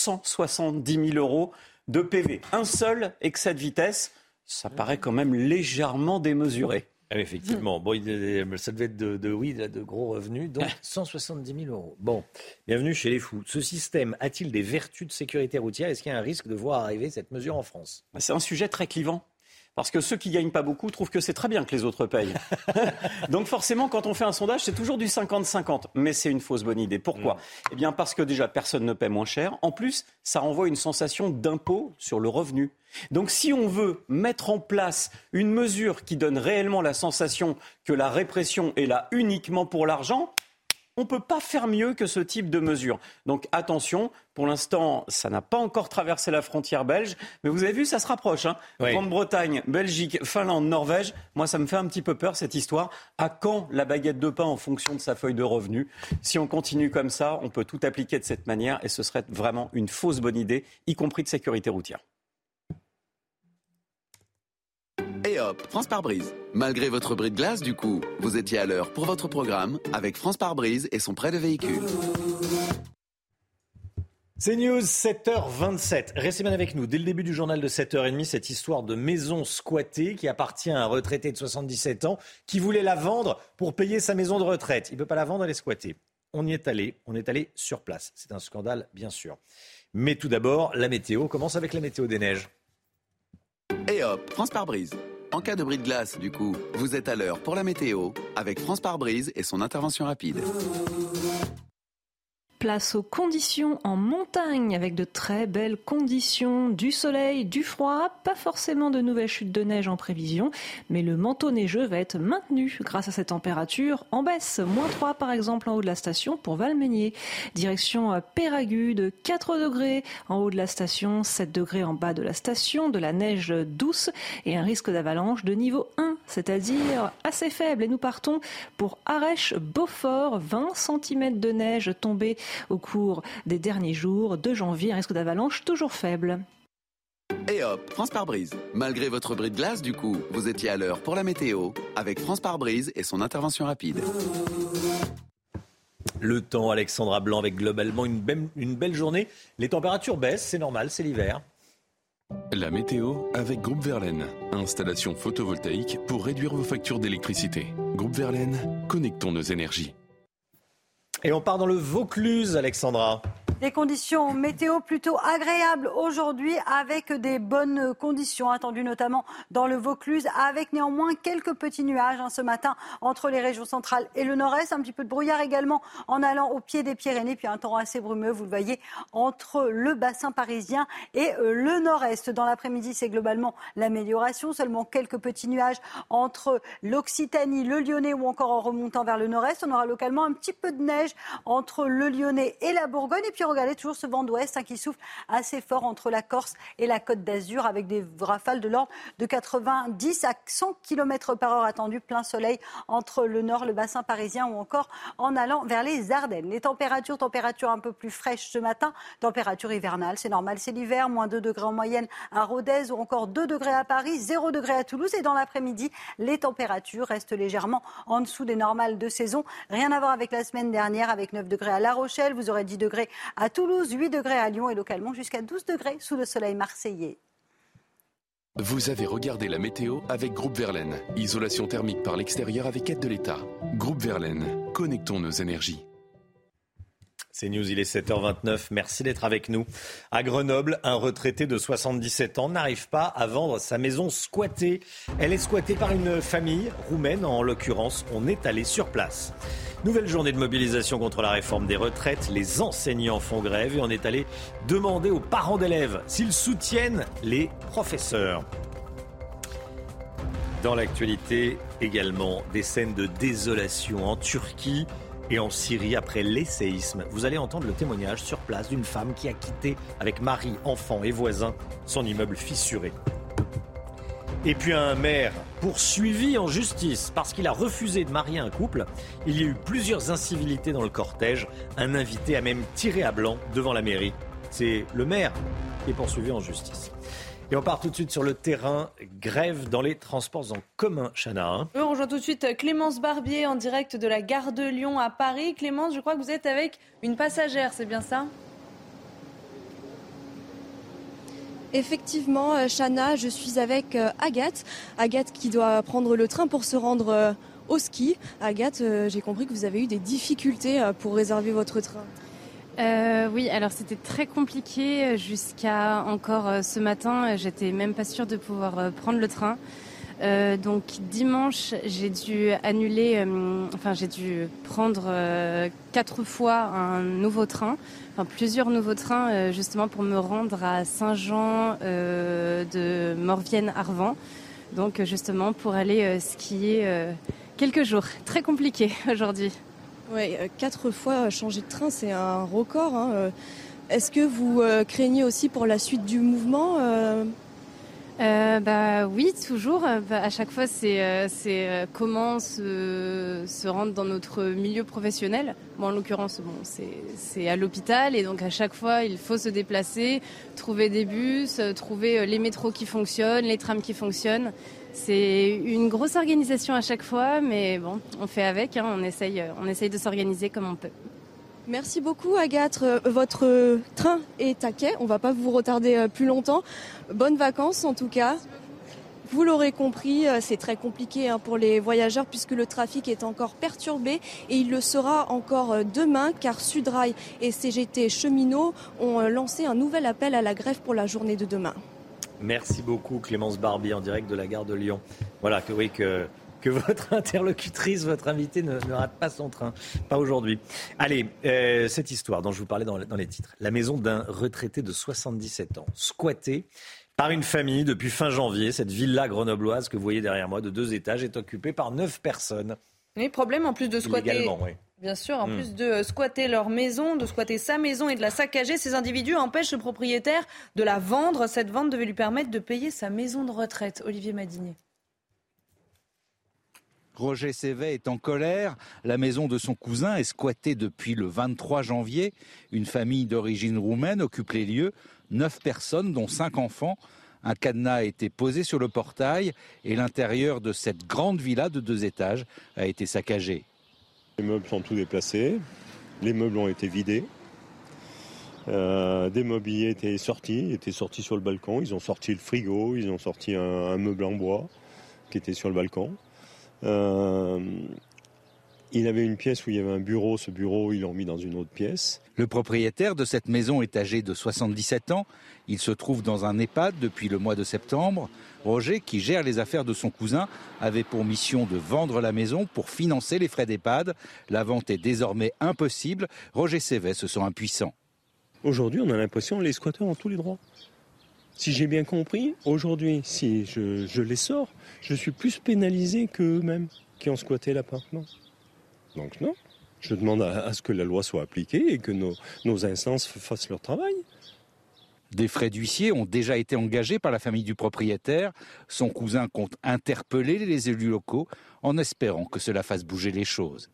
170 000 euros de PV. Un seul excès de vitesse, ça paraît quand même légèrement démesuré. Ah, effectivement, bon, ça devait être de gros revenus, donc 170 000 euros. Bon, bienvenue chez les fous. Ce système a-t-il des vertus de sécurité routière ? Est-ce qu'il y a un risque de voir arriver cette mesure en France ? C'est un sujet très clivant. Parce que ceux qui ne gagnent pas beaucoup trouvent que c'est très bien que les autres payent. Donc forcément, quand on fait un sondage, c'est toujours du 50-50. Mais c'est une fausse bonne idée. Pourquoi ? Eh bien parce que déjà, personne ne paie moins cher. En plus, ça renvoie une sensation d'impôt sur le revenu. Donc si on veut mettre en place une mesure qui donne réellement la sensation que la répression est là uniquement pour l'argent, on ne peut pas faire mieux que ce type de mesure. Donc attention, pour l'instant, ça n'a pas encore traversé la frontière belge, mais vous avez vu, ça se rapproche. Oui. Grande-Bretagne, Belgique, Finlande, Norvège, moi ça me fait un petit peu peur cette histoire. À quand la baguette de pain en fonction de sa feuille de revenus ? Si on continue comme ça, on peut tout appliquer de cette manière et ce serait vraiment une fausse bonne idée, y compris de sécurité routière. Et hop, France Pare-Brise. Malgré votre bris de glace, du coup, vous étiez à l'heure pour votre programme avec France Pare-Brise et son prêt de véhicule. C'est News, 7h27. Restez bien avec nous. Dès le début du journal de 7h30, cette histoire de maison squattée qui appartient à un retraité de 77 ans qui voulait la vendre pour payer sa maison de retraite. Il ne peut pas la vendre, elle est squattée. On est allé sur place. C'est un scandale, bien sûr. Mais tout d'abord, la météo. On commence avec la météo des neiges. Et hop, France Pare-Brise. En cas de bris de glace, du coup, vous êtes à l'heure pour la météo avec France Pare-Brise et son intervention rapide. Place aux conditions en montagne avec de très belles conditions, du soleil, du froid, pas forcément de nouvelles chutes de neige en prévision, mais le manteau neigeux va être maintenu grâce à ces températures en baisse. -3 par exemple en haut de la station pour Valmeinier. Direction Péragude, 4 degrés en haut de la station, 7 degrés en bas de la station, de la neige douce et un risque d'avalanche de niveau 1, c'est-à-dire assez faible. Et nous partons pour Arèche-Beaufort, 20 cm de neige tombée au cours des derniers jours de janvier, un risque d'avalanche toujours faible. Et hop, France Pare-Brise. Malgré votre bris de glace, du coup, vous étiez à l'heure pour la météo avec France Pare-Brise et son intervention rapide. Le temps, Alexandra Blanc, avec globalement une belle journée. Les températures baissent, c'est normal, c'est l'hiver. La météo avec Groupe Verlaine. Installation photovoltaïque pour réduire vos factures d'électricité. Groupe Verlaine, connectons nos énergies. Et on part dans le Vaucluse, Alexandra. Des conditions météo plutôt agréables aujourd'hui avec des bonnes conditions attendues notamment dans le Vaucluse avec néanmoins quelques petits nuages ce matin entre les régions centrales et le nord-est. Un petit peu de brouillard également en allant au pied des Pyrénées. Puis un temps assez brumeux, vous le voyez, entre le bassin parisien et le nord-est. Dans l'après-midi, c'est globalement l'amélioration. Seulement quelques petits nuages entre l'Occitanie, le Lyonnais ou encore en remontant vers le nord-est. On aura localement un petit peu de neige entre le Lyonnais et la Bourgogne. Et puis regardez toujours ce vent d'ouest qui souffle assez fort entre la Corse et la Côte d'Azur avec des rafales de l'ordre de 90 à 100 km/h attendues. Plein soleil entre le nord, le bassin parisien ou encore en allant vers les Ardennes. Les températures un peu plus fraîches ce matin. Température hivernale, c'est normal, c'est l'hiver. Moins 2 degrés en moyenne à Rodez ou encore 2 degrés à Paris, 0 degrés à Toulouse. Et dans l'après-midi, les températures restent légèrement en dessous des normales de saison. Rien à voir avec la semaine dernière avec 9 degrés à La Rochelle. Vous aurez 10 degrés à Toulouse, 8 degrés à Lyon et localement jusqu'à 12 degrés sous le soleil marseillais. Vous avez regardé la météo avec Groupe Verlaine. Isolation thermique par l'extérieur avec aide de l'État. Groupe Verlaine, connectons nos énergies. C'est News, il est 7h29. Merci d'être avec nous. À Grenoble, un retraité de 77 ans n'arrive pas à vendre sa maison squattée. Elle est squattée par une famille roumaine, en l'occurrence. On est allé sur place. Nouvelle journée de mobilisation contre la réforme des retraites. Les enseignants font grève et on est allé demander aux parents d'élèves s'ils soutiennent les professeurs. Dans l'actualité également, des scènes de désolation en Turquie et en Syrie après les séismes. Vous allez entendre le témoignage sur place d'une femme qui a quitté avec mari, enfants et voisins son immeuble fissuré. Et puis un maire poursuivi en justice parce qu'il a refusé de marier un couple. Il y a eu plusieurs incivilités dans le cortège. Un invité a même tiré à blanc devant la mairie. C'est le maire qui est poursuivi en justice. Et on part tout de suite sur le terrain. Grève dans les transports en commun, Chana. On rejoint tout de suite Clémence Barbier en direct de la gare de Lyon à Paris. Clémence, je crois que vous êtes avec une passagère, c'est bien ça ? Effectivement, Chana, je suis avec Agathe. Agathe qui doit prendre le train pour se rendre au ski. Agathe, j'ai compris que vous avez eu des difficultés pour réserver votre train. Oui, alors c'était très compliqué jusqu'à encore ce matin. J'étais même pas sûre de pouvoir prendre le train. Donc dimanche, j'ai dû annuler, j'ai dû prendre 4 fois un nouveau train, plusieurs nouveaux trains justement pour me rendre à Saint-Jean de Maurienne-Arvan. Donc justement pour aller skier quelques jours. Très compliqué aujourd'hui. Oui, 4 fois changer de train, c'est un record. Est-ce que vous craignez aussi pour la suite du mouvement Oui, toujours. À chaque fois, c'est comment se rendre dans notre milieu professionnel. Moi, en l'occurrence, c'est à l'hôpital et donc à chaque fois, il faut se déplacer, trouver des bus, trouver les métros qui fonctionnent, les trams qui fonctionnent. C'est une grosse organisation à chaque fois, mais bon, on fait avec, on essaye de s'organiser comme on peut. Merci beaucoup Agathe. Votre train est à quai, on ne va pas vous retarder plus longtemps. Bonnes vacances en tout cas. Vous l'aurez compris, c'est très compliqué pour les voyageurs puisque le trafic est encore perturbé et il le sera encore demain car Sudrail et CGT Cheminots ont lancé un nouvel appel à la grève pour la journée de demain. Merci beaucoup Clémence Barbier en direct de la gare de Lyon. Voilà, que votre interlocutrice, votre invitée ne rate pas son train. Pas aujourd'hui. Allez, cette histoire dont je vous parlais dans les titres. La maison d'un retraité de 77 ans, squattée par une famille depuis fin janvier. Cette villa grenobloise que vous voyez derrière moi, de 2 étages, est occupée par 9 personnes. Oui, problème en plus de squatter. Illégalement, oui. Bien sûr, en plus de squatter leur maison, de squatter sa maison et de la saccager, ces individus empêchent le propriétaire de la vendre. Cette vente devait lui permettre de payer sa maison de retraite. Olivier Madinier. Roger Sévet est en colère. La maison de son cousin est squattée depuis le 23 janvier. Une famille d'origine roumaine occupe les lieux. 9 personnes, dont 5 enfants. Un cadenas a été posé sur le portail et l'intérieur de cette grande villa de 2 étages a été saccagé. Les meubles sont tous déplacés. Les meubles ont été vidés. Des mobiliers étaient sortis sur le balcon. Ils ont sorti le frigo, ils ont sorti un meuble en bois qui était sur le balcon. Il avait une pièce où il y avait un bureau. Ce bureau, ils l'ont mis dans une autre pièce. Le propriétaire de cette maison est âgé de 77 ans. Il se trouve dans un EHPAD depuis le mois de septembre. Roger, qui gère les affaires de son cousin, avait pour mission de vendre la maison pour financer les frais d'EHPAD. La vente est désormais impossible. Roger Sévet se sent impuissant. Aujourd'hui, on a l'impression que les squatteurs ont tous les droits. Si j'ai bien compris, aujourd'hui, si je les sors, je suis plus pénalisé qu'eux-mêmes qui ont squatté l'appartement. Donc non, je demande à ce que la loi soit appliquée et que nos instances fassent leur travail. Des frais d'huissier ont déjà été engagés par la famille du propriétaire. Son cousin compte interpeller les élus locaux en espérant que cela fasse bouger les choses.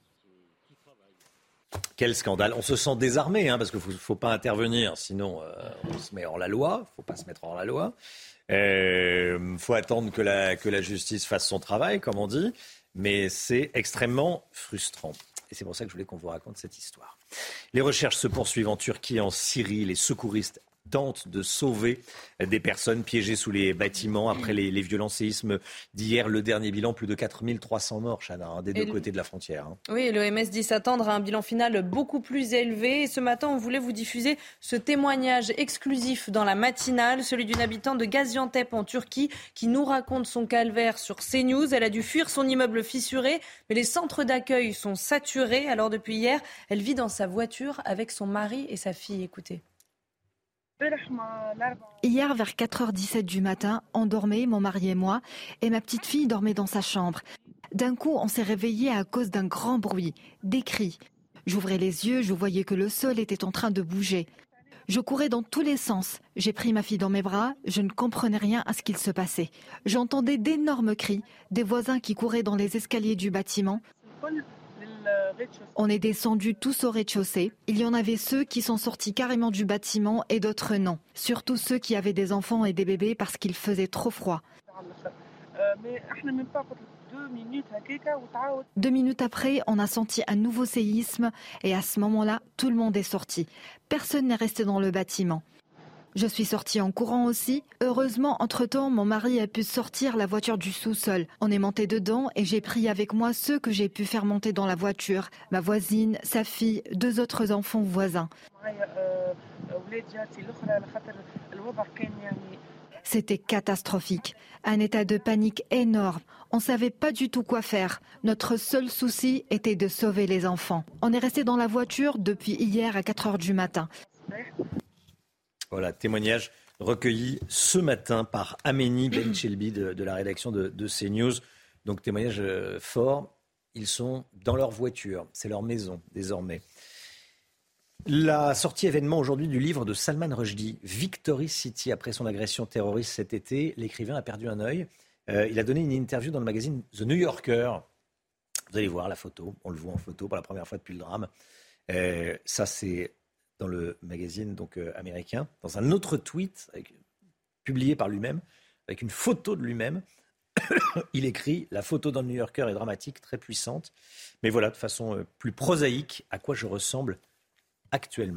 Quel scandale. On se sent désarmé, parce qu'il ne faut pas intervenir, sinon on se met hors la loi. Il ne faut pas se mettre hors la loi. Il faut attendre que la justice fasse son travail, comme on dit. Mais c'est extrêmement frustrant. Et c'est pour ça que je voulais qu'on vous raconte cette histoire. Les recherches se poursuivent en Turquie et en Syrie. Les secouristes tentent de sauver des personnes piégées sous les bâtiments après les violents séismes d'hier. Le dernier bilan, plus de 4300 morts, Chana, des deux côtés de la frontière. Oui, l'OMS dit s'attendre à un bilan final beaucoup plus élevé. Et ce matin, on voulait vous diffuser ce témoignage exclusif dans la matinale, celui d'une habitante de Gaziantep en Turquie qui nous raconte son calvaire sur CNews. Elle a dû fuir son immeuble fissuré, mais les centres d'accueil sont saturés. Alors depuis hier, elle vit dans sa voiture avec son mari et sa fille. Écoutez. Hier, vers 4h17 du matin, on dormait, mon mari et moi, et ma petite fille dormait dans sa chambre. D'un coup, on s'est réveillé à cause d'un grand bruit, des cris. J'ouvrais les yeux, je voyais que le sol était en train de bouger. Je courais dans tous les sens. J'ai pris ma fille dans mes bras, je ne comprenais rien à ce qu'il se passait. J'entendais d'énormes cris, des voisins qui couraient dans les escaliers du bâtiment. On est descendus tous au rez-de-chaussée. Il y en avait ceux qui sont sortis carrément du bâtiment et d'autres non. Surtout ceux qui avaient des enfants et des bébés parce qu'il faisait trop froid. 2 minutes après, on a senti un nouveau séisme et à ce moment-là, tout le monde est sorti. Personne n'est resté dans le bâtiment. Je suis sortie en courant aussi. Heureusement, entre-temps, mon mari a pu sortir la voiture du sous-sol. On est monté dedans et j'ai pris avec moi ceux que j'ai pu faire monter dans la voiture. Ma voisine, sa fille, 2 autres enfants voisins. C'était catastrophique. Un état de panique énorme. On ne savait pas du tout quoi faire. Notre seul souci était de sauver les enfants. On est resté dans la voiture depuis hier à 4h du matin. Voilà, témoignage recueilli ce matin par Aménie Benchelbi de la rédaction de CNews. Donc témoignage fort, ils sont dans leur voiture, c'est leur maison désormais. La sortie événement aujourd'hui du livre de Salman Rushdie, Victory City, après son agression terroriste cet été, l'écrivain a perdu un œil. Il a donné une interview dans le magazine The New Yorker. Vous allez voir la photo, on le voit en photo pour la première fois depuis le drame. Ça c'est dans le magazine américain, dans un autre tweet publié par lui-même, avec une photo de lui-même. Il écrit « La photo dans le New Yorker est dramatique, très puissante, mais voilà, de façon plus prosaïque, à quoi je ressemble actuellement. »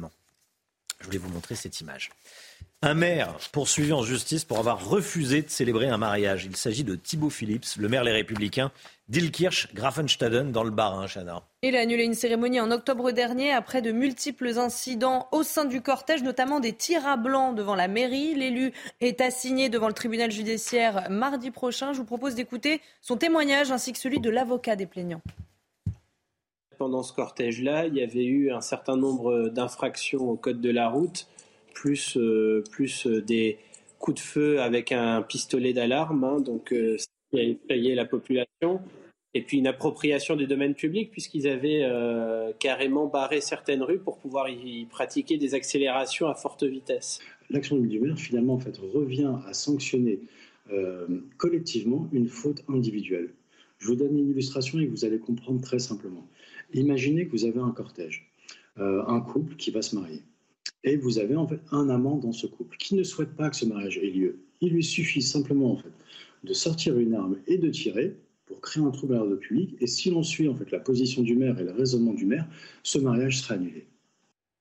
Je voulais vous montrer cette image. Un maire poursuivi en justice pour avoir refusé de célébrer un mariage. Il s'agit de Thibaut Phillips, le maire Les Républicains d'Illkirch-Grafenstaden dans le Bas-Rhin, Chana. Il a annulé une cérémonie en octobre dernier après de multiples incidents au sein du cortège, notamment des tirs à blanc devant la mairie. L'élu est assigné devant le tribunal judiciaire mardi prochain. Je vous propose d'écouter son témoignage ainsi que celui de l'avocat des plaignants. Pendant ce cortège-là, il y avait eu un certain nombre d'infractions au code de la route, plus des coups de feu avec un pistolet d'alarme, donc qui a effrayé la population, et puis une appropriation des domaines publics puisqu'ils avaient carrément barré certaines rues pour pouvoir y pratiquer des accélérations à forte vitesse. L'action du maire, finalement, revient à sanctionner collectivement une faute individuelle. Je vous donne une illustration et vous allez comprendre très simplement. Imaginez que vous avez un cortège, un couple qui va se marier. Et vous avez un amant dans ce couple qui ne souhaite pas que ce mariage ait lieu. Il lui suffit simplement de sortir une arme et de tirer pour créer un trouble à l'ordre public. Et si l'on suit la position du maire et le raisonnement du maire, ce mariage sera annulé.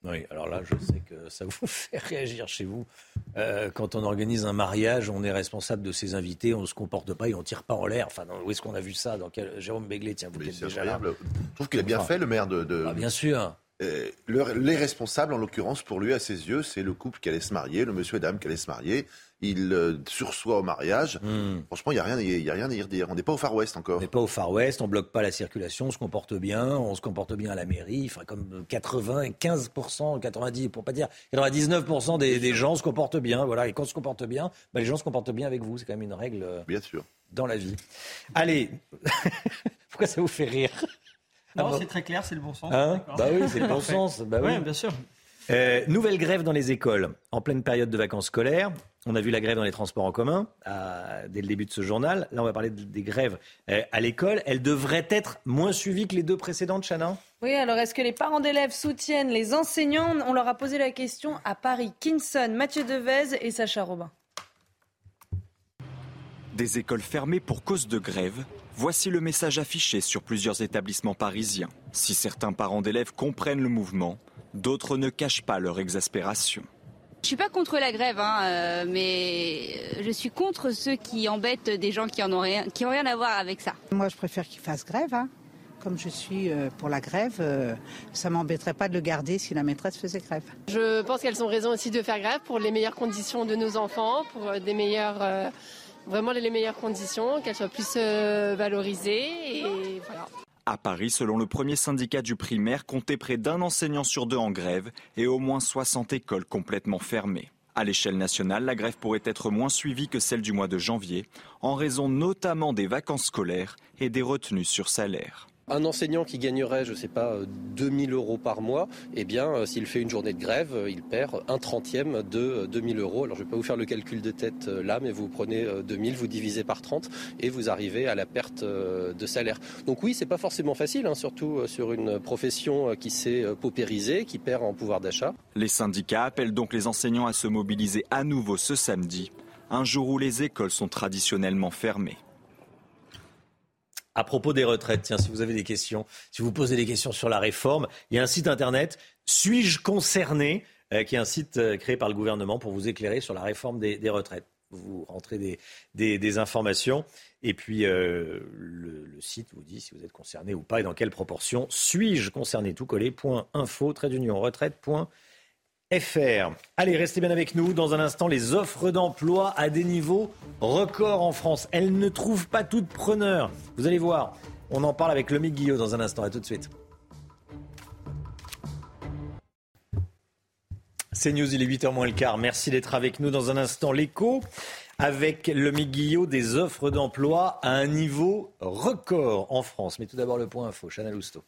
Oui, alors là, je sais que ça vous fait réagir chez vous. Quand on organise un mariage, on est responsable de ses invités, on ne se comporte pas et on ne tire pas en l'air. Enfin, où est-ce qu'on a vu ça? Jérôme Béglé, tiens, vous êtes déjà là. Je trouve qu'il a bien fait, le maire de... bien sûr. Les responsables, en l'occurrence, pour lui, à ses yeux, c'est le couple qui allait se marier, le monsieur et dame qui allaient se marier. Il sursoit au mariage. Franchement, il n'y a rien à y redire. On n'est pas au Far West encore. On n'est pas au Far West, on ne bloque pas la circulation, on se comporte bien à la mairie. Enfin, comme 95%, 90%, pour pas dire 99% des gens se comportent bien. Voilà. Et quand on se comporte bien, les gens se comportent bien avec vous. C'est quand même une règle bien sûr. Dans la vie. Allez, pourquoi ça vous fait rire? Non, c'est très clair, c'est le bon sens. Bah oui, c'est le bon sens. Bah oui, bien sûr. Nouvelle grève dans les écoles, en pleine période de vacances scolaires. On a vu la grève dans les transports en commun dès le début de ce journal. Là, on va parler des grèves à l'école. Elles devraient être moins suivies que les deux précédentes, Chana? Oui, alors est-ce que les parents d'élèves soutiennent les enseignants? On leur a posé la question à Paris. Kinson, Mathieu Devez et Sacha Robin. Des écoles fermées pour cause de grève. Voici le message affiché sur plusieurs établissements parisiens. Si certains parents d'élèves comprennent le mouvement, d'autres ne cachent pas leur exaspération. Je suis pas contre la grève, mais je suis contre ceux qui embêtent des gens qui ont rien à voir avec ça. Moi, je préfère qu'ils fassent grève. Comme je suis pour la grève, ça m'embêterait pas de le garder si la maîtresse faisait grève. Je pense qu'elles ont raison aussi de faire grève pour les meilleures conditions de nos enfants, pour vraiment les meilleures conditions, qu'elles soient plus valorisées et voilà. À Paris, selon le premier syndicat du primaire, comptait près d'un enseignant sur deux en grève et au moins 60 écoles complètement fermées. À l'échelle nationale, la grève pourrait être moins suivie que celle du mois de janvier, en raison notamment des vacances scolaires et des retenues sur salaire. Un enseignant qui gagnerait, je ne sais pas, 2 000 € par mois, eh bien, s'il fait une journée de grève, il perd 1/30 de 2 000 €. Alors, je ne vais pas vous faire le calcul de tête là, mais vous prenez 2 000, vous divisez par 30 et vous arrivez à la perte de salaire. Donc oui, c'est pas forcément facile, surtout sur une profession qui s'est paupérisée, qui perd en pouvoir d'achat. Les syndicats appellent donc les enseignants à se mobiliser à nouveau ce samedi, un jour où les écoles sont traditionnellement fermées. À propos des retraites, tiens, si vous avez des questions, si vous posez des questions sur la réforme, il y a un site internet, Suis-je concerné, qui est un site créé par le gouvernement pour vous éclairer sur la réforme des retraites. Vous rentrez des informations et puis le site vous dit si vous êtes concerné ou pas et dans quelle proportion. Suis-je concerné, tout collé, .info-retraite.fr. Allez, restez bien avec nous. Dans un instant, les offres d'emploi à des niveaux records en France. Elles ne trouvent pas toutes preneurs. Vous allez voir. On en parle avec Lomique Guillot dans un instant. À tout de suite. C'est News, il est 8h moins le quart. Merci d'être avec nous. Dans un instant, l'écho avec Lomique Guillot, des offres d'emploi à un niveau record en France. Mais tout d'abord, le point info. Chana Lousteau.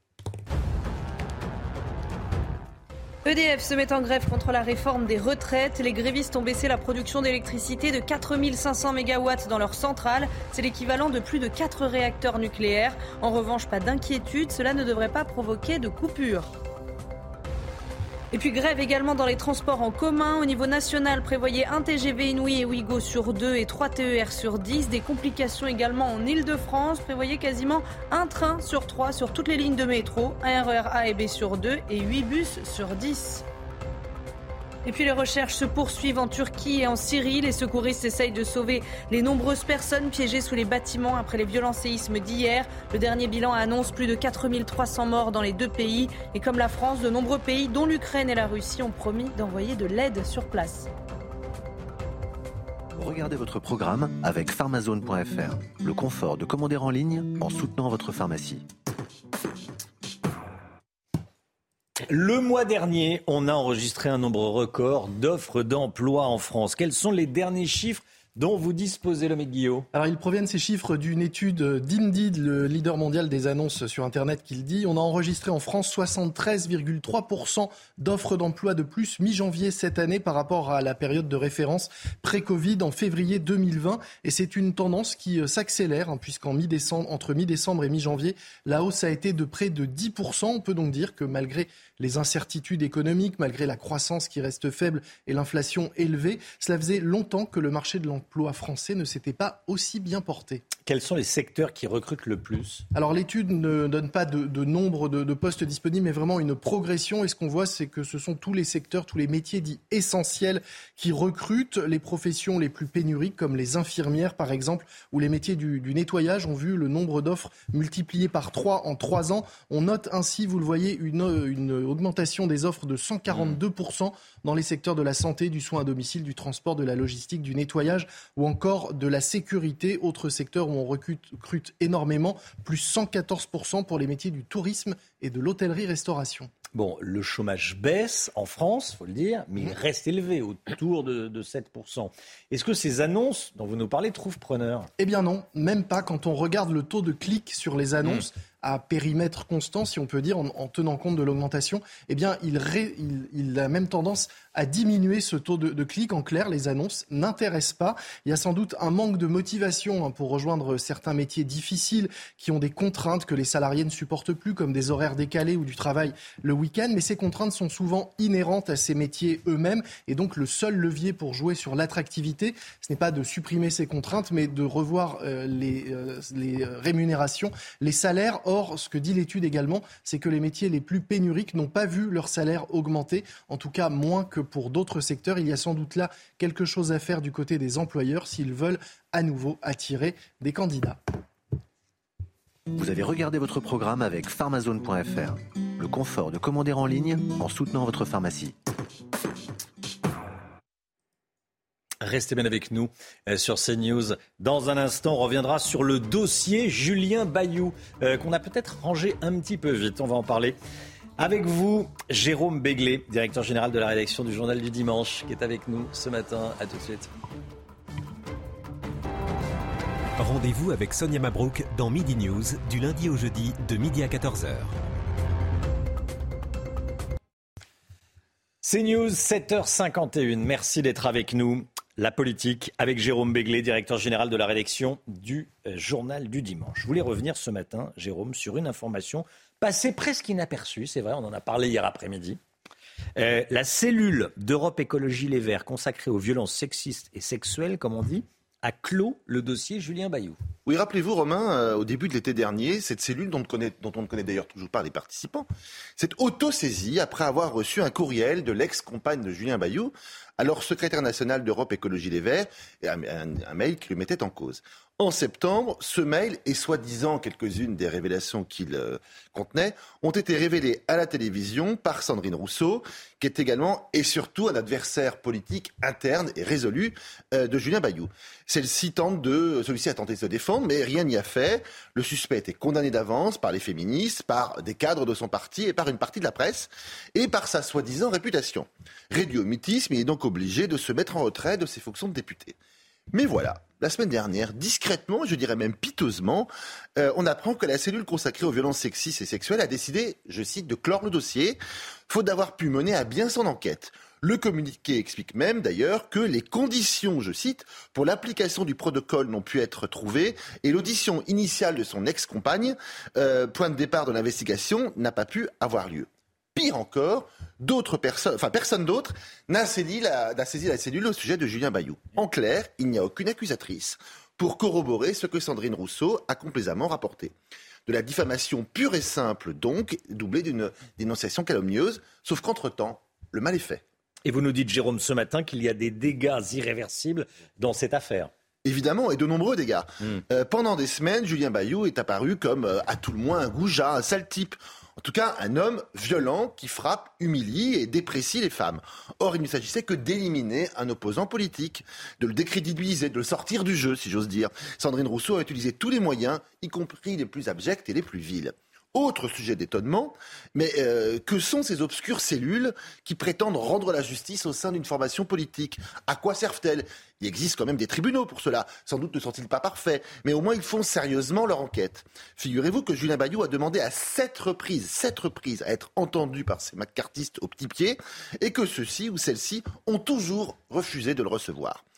EDF se met en grève contre la réforme des retraites. Les grévistes ont baissé la production d'électricité de 4500 MW dans leur centrale. C'est l'équivalent de plus de 4 réacteurs nucléaires. En revanche, pas d'inquiétude, cela ne devrait pas provoquer de coupure. Et puis grève également dans les transports en commun. Au niveau national, prévoyez un TGV Inouï et Ouigo sur 2 et 3 TER sur 10. Des complications également en Ile-de-France. Prévoyez quasiment un train sur 3 sur toutes les lignes de métro. Un RER A et B sur 2 et 8 bus sur 10. Et puis les recherches se poursuivent en Turquie et en Syrie. Les secouristes essayent de sauver les nombreuses personnes piégées sous les bâtiments après les violents séismes d'hier. Le dernier bilan annonce plus de 4300 morts dans les deux pays. Et comme la France, de nombreux pays, dont l'Ukraine et la Russie, ont promis d'envoyer de l'aide sur place. Regardez votre programme avec Pharmazone.fr. Le confort de commander en ligne en soutenant votre pharmacie. Le mois dernier, on a enregistré un nombre record d'offres d'emploi en France. Quels sont les derniers chiffres dont vous disposez, Lomique Guillot? Alors, ils proviennent, ces chiffres, d'une étude d'Indeed, le leader mondial des annonces sur Internet, qui le dit. On a enregistré en France 73,3% d'offres d'emploi de plus mi-janvier cette année par rapport à la période de référence pré-Covid en février 2020. Et c'est une tendance qui s'accélère, puisqu'en entre mi-décembre et mi-janvier, la hausse a été de près de 10%. On peut donc dire que malgré les incertitudes économiques, malgré la croissance qui reste faible et l'inflation élevée, cela faisait longtemps que le marché de l'emploi français ne s'était pas aussi bien porté. quels sont les secteurs qui recrutent le plus ? Alors l'étude ne donne pas de nombre de postes disponibles, mais vraiment une progression. Et ce qu'on voit, c'est que ce sont tous les secteurs, tous les métiers dits essentiels qui recrutent. Les professions les plus pénuriques, comme les infirmières par exemple, ou les métiers du nettoyage, ont vu le nombre d'offres multiplié par 3 en 3 ans. On note ainsi, vous le voyez, une augmentation des offres de 142% dans les secteurs de la santé, du soin à domicile, du transport, de la logistique, du nettoyage ou encore de la sécurité. Autre secteur où on recrute énormément, plus 114% pour les métiers du tourisme et de l'hôtellerie-restauration. Bon, le chômage baisse en France, il faut le dire, mais il reste élevé, autour de 7%. Est-ce que ces annonces dont vous nous parlez trouvent preneur ? Eh bien non, même pas. Quand on regarde le taux de clics sur les annonces à périmètre constant, si on peut dire, en tenant compte de l'augmentation, eh bien il a même tendance à diminuer ce taux de clics. En clair, les annonces n'intéressent pas. Il y a sans doute un manque de motivation pour rejoindre certains métiers difficiles qui ont des contraintes que les salariés ne supportent plus, comme des horaires décalés ou du travail le week-end. Mais ces contraintes sont souvent inhérentes à ces métiers eux-mêmes. Et donc le seul levier pour jouer sur l'attractivité, ce n'est pas de supprimer ces contraintes, mais de revoir les rémunérations, les salaires. Or, ce que dit l'étude également, c'est que les métiers les plus pénuriques n'ont pas vu leur salaire augmenter, en tout cas moins que pour d'autres secteurs. Il y a sans doute là quelque chose à faire du côté des employeurs s'ils veulent à nouveau attirer des candidats. Vous avez regardé votre programme avec Pharmazone.fr. Le confort de commander en ligne en soutenant votre pharmacie. Restez bien avec nous sur CNews. Dans un instant, on reviendra sur le dossier Julien Bayou, qu'on a peut-être rangé un petit peu vite. On va en parler avec vous, Jérôme Béglé, directeur général de la rédaction du Journal du Dimanche, qui est avec nous ce matin. À tout de suite. Rendez-vous avec Sonia Mabrouk dans Midi News, du lundi au jeudi, de midi à 14h. CNews, 7h51. Merci d'être avec nous. La politique avec Jérôme Béglé, directeur général de la rédaction du Journal du Dimanche. Je voulais revenir ce matin, Jérôme, sur une information passée presque inaperçue. C'est vrai, on en a parlé hier après-midi. La cellule d'Europe Écologie Les Verts consacrée aux violences sexistes et sexuelles, comme on dit, a clos le dossier Julien Bayou. Oui, rappelez-vous, Romain, au début de l'été dernier, cette cellule dont on ne connaît d'ailleurs toujours pas les participants, s'est auto-saisie après avoir reçu un courriel de l'ex-compagne de Julien Bayou, alors secrétaire national d'Europe Écologie Les Verts, et un mail qui le mettait en cause. En septembre, ce mail et soi-disant quelques-unes des révélations qu'il contenait ont été révélées à la télévision par Sandrine Rousseau, qui est également et surtout un adversaire politique interne et résolu de Julien Bayou. Celui-ci a tenté de se défendre, mais rien n'y a fait. Le suspect était condamné d'avance par les féministes, par des cadres de son parti et par une partie de la presse, et par sa soi-disant réputation. Réduit au mutisme, il est donc obligé de se mettre en retrait de ses fonctions de député. Mais voilà, la semaine dernière, discrètement, je dirais même piteusement, on apprend que la cellule consacrée aux violences sexistes et sexuelles a décidé, je cite, de clore le dossier, faute d'avoir pu mener à bien son enquête. Le communiqué explique même d'ailleurs que les conditions, je cite, pour l'application du protocole n'ont pu être trouvées et l'audition initiale de son ex-compagne, point de départ de l'investigation, n'a pas pu avoir lieu. Pire encore, personne d'autre n'a saisi la cellule au sujet de Julien Bayou. En clair, il n'y a aucune accusatrice pour corroborer ce que Sandrine Rousseau a complaisamment rapporté. De la diffamation pure et simple donc, doublée d'une dénonciation calomnieuse, sauf qu'entre-temps, le mal est fait. Et vous nous dites, Jérôme, ce matin qu'il y a des dégâts irréversibles dans cette affaire. Évidemment, et de nombreux dégâts. Pendant des semaines, Julien Bayou est apparu comme, à tout le moins, un goujat, un sale type. En tout cas, un homme violent qui frappe, humilie et déprécie les femmes. Or, il ne s'agissait que d'éliminer un opposant politique, de le décrédibiliser, de le sortir du jeu, si j'ose dire. Sandrine Rousseau a utilisé tous les moyens, y compris les plus abjects et les plus vils. Autre sujet d'étonnement, mais que sont ces obscures cellules qui prétendent rendre la justice au sein d'une formation politique ? À quoi servent-elles ? Il existe quand même des tribunaux pour cela. Sans doute ne sont-ils pas parfaits, mais au moins ils font sérieusement leur enquête. Figurez-vous que Julien Bayou a demandé à 7 reprises à être entendu par ces macartistes aux petits pieds, et que ceux-ci ou celles-ci ont toujours refusé de le recevoir.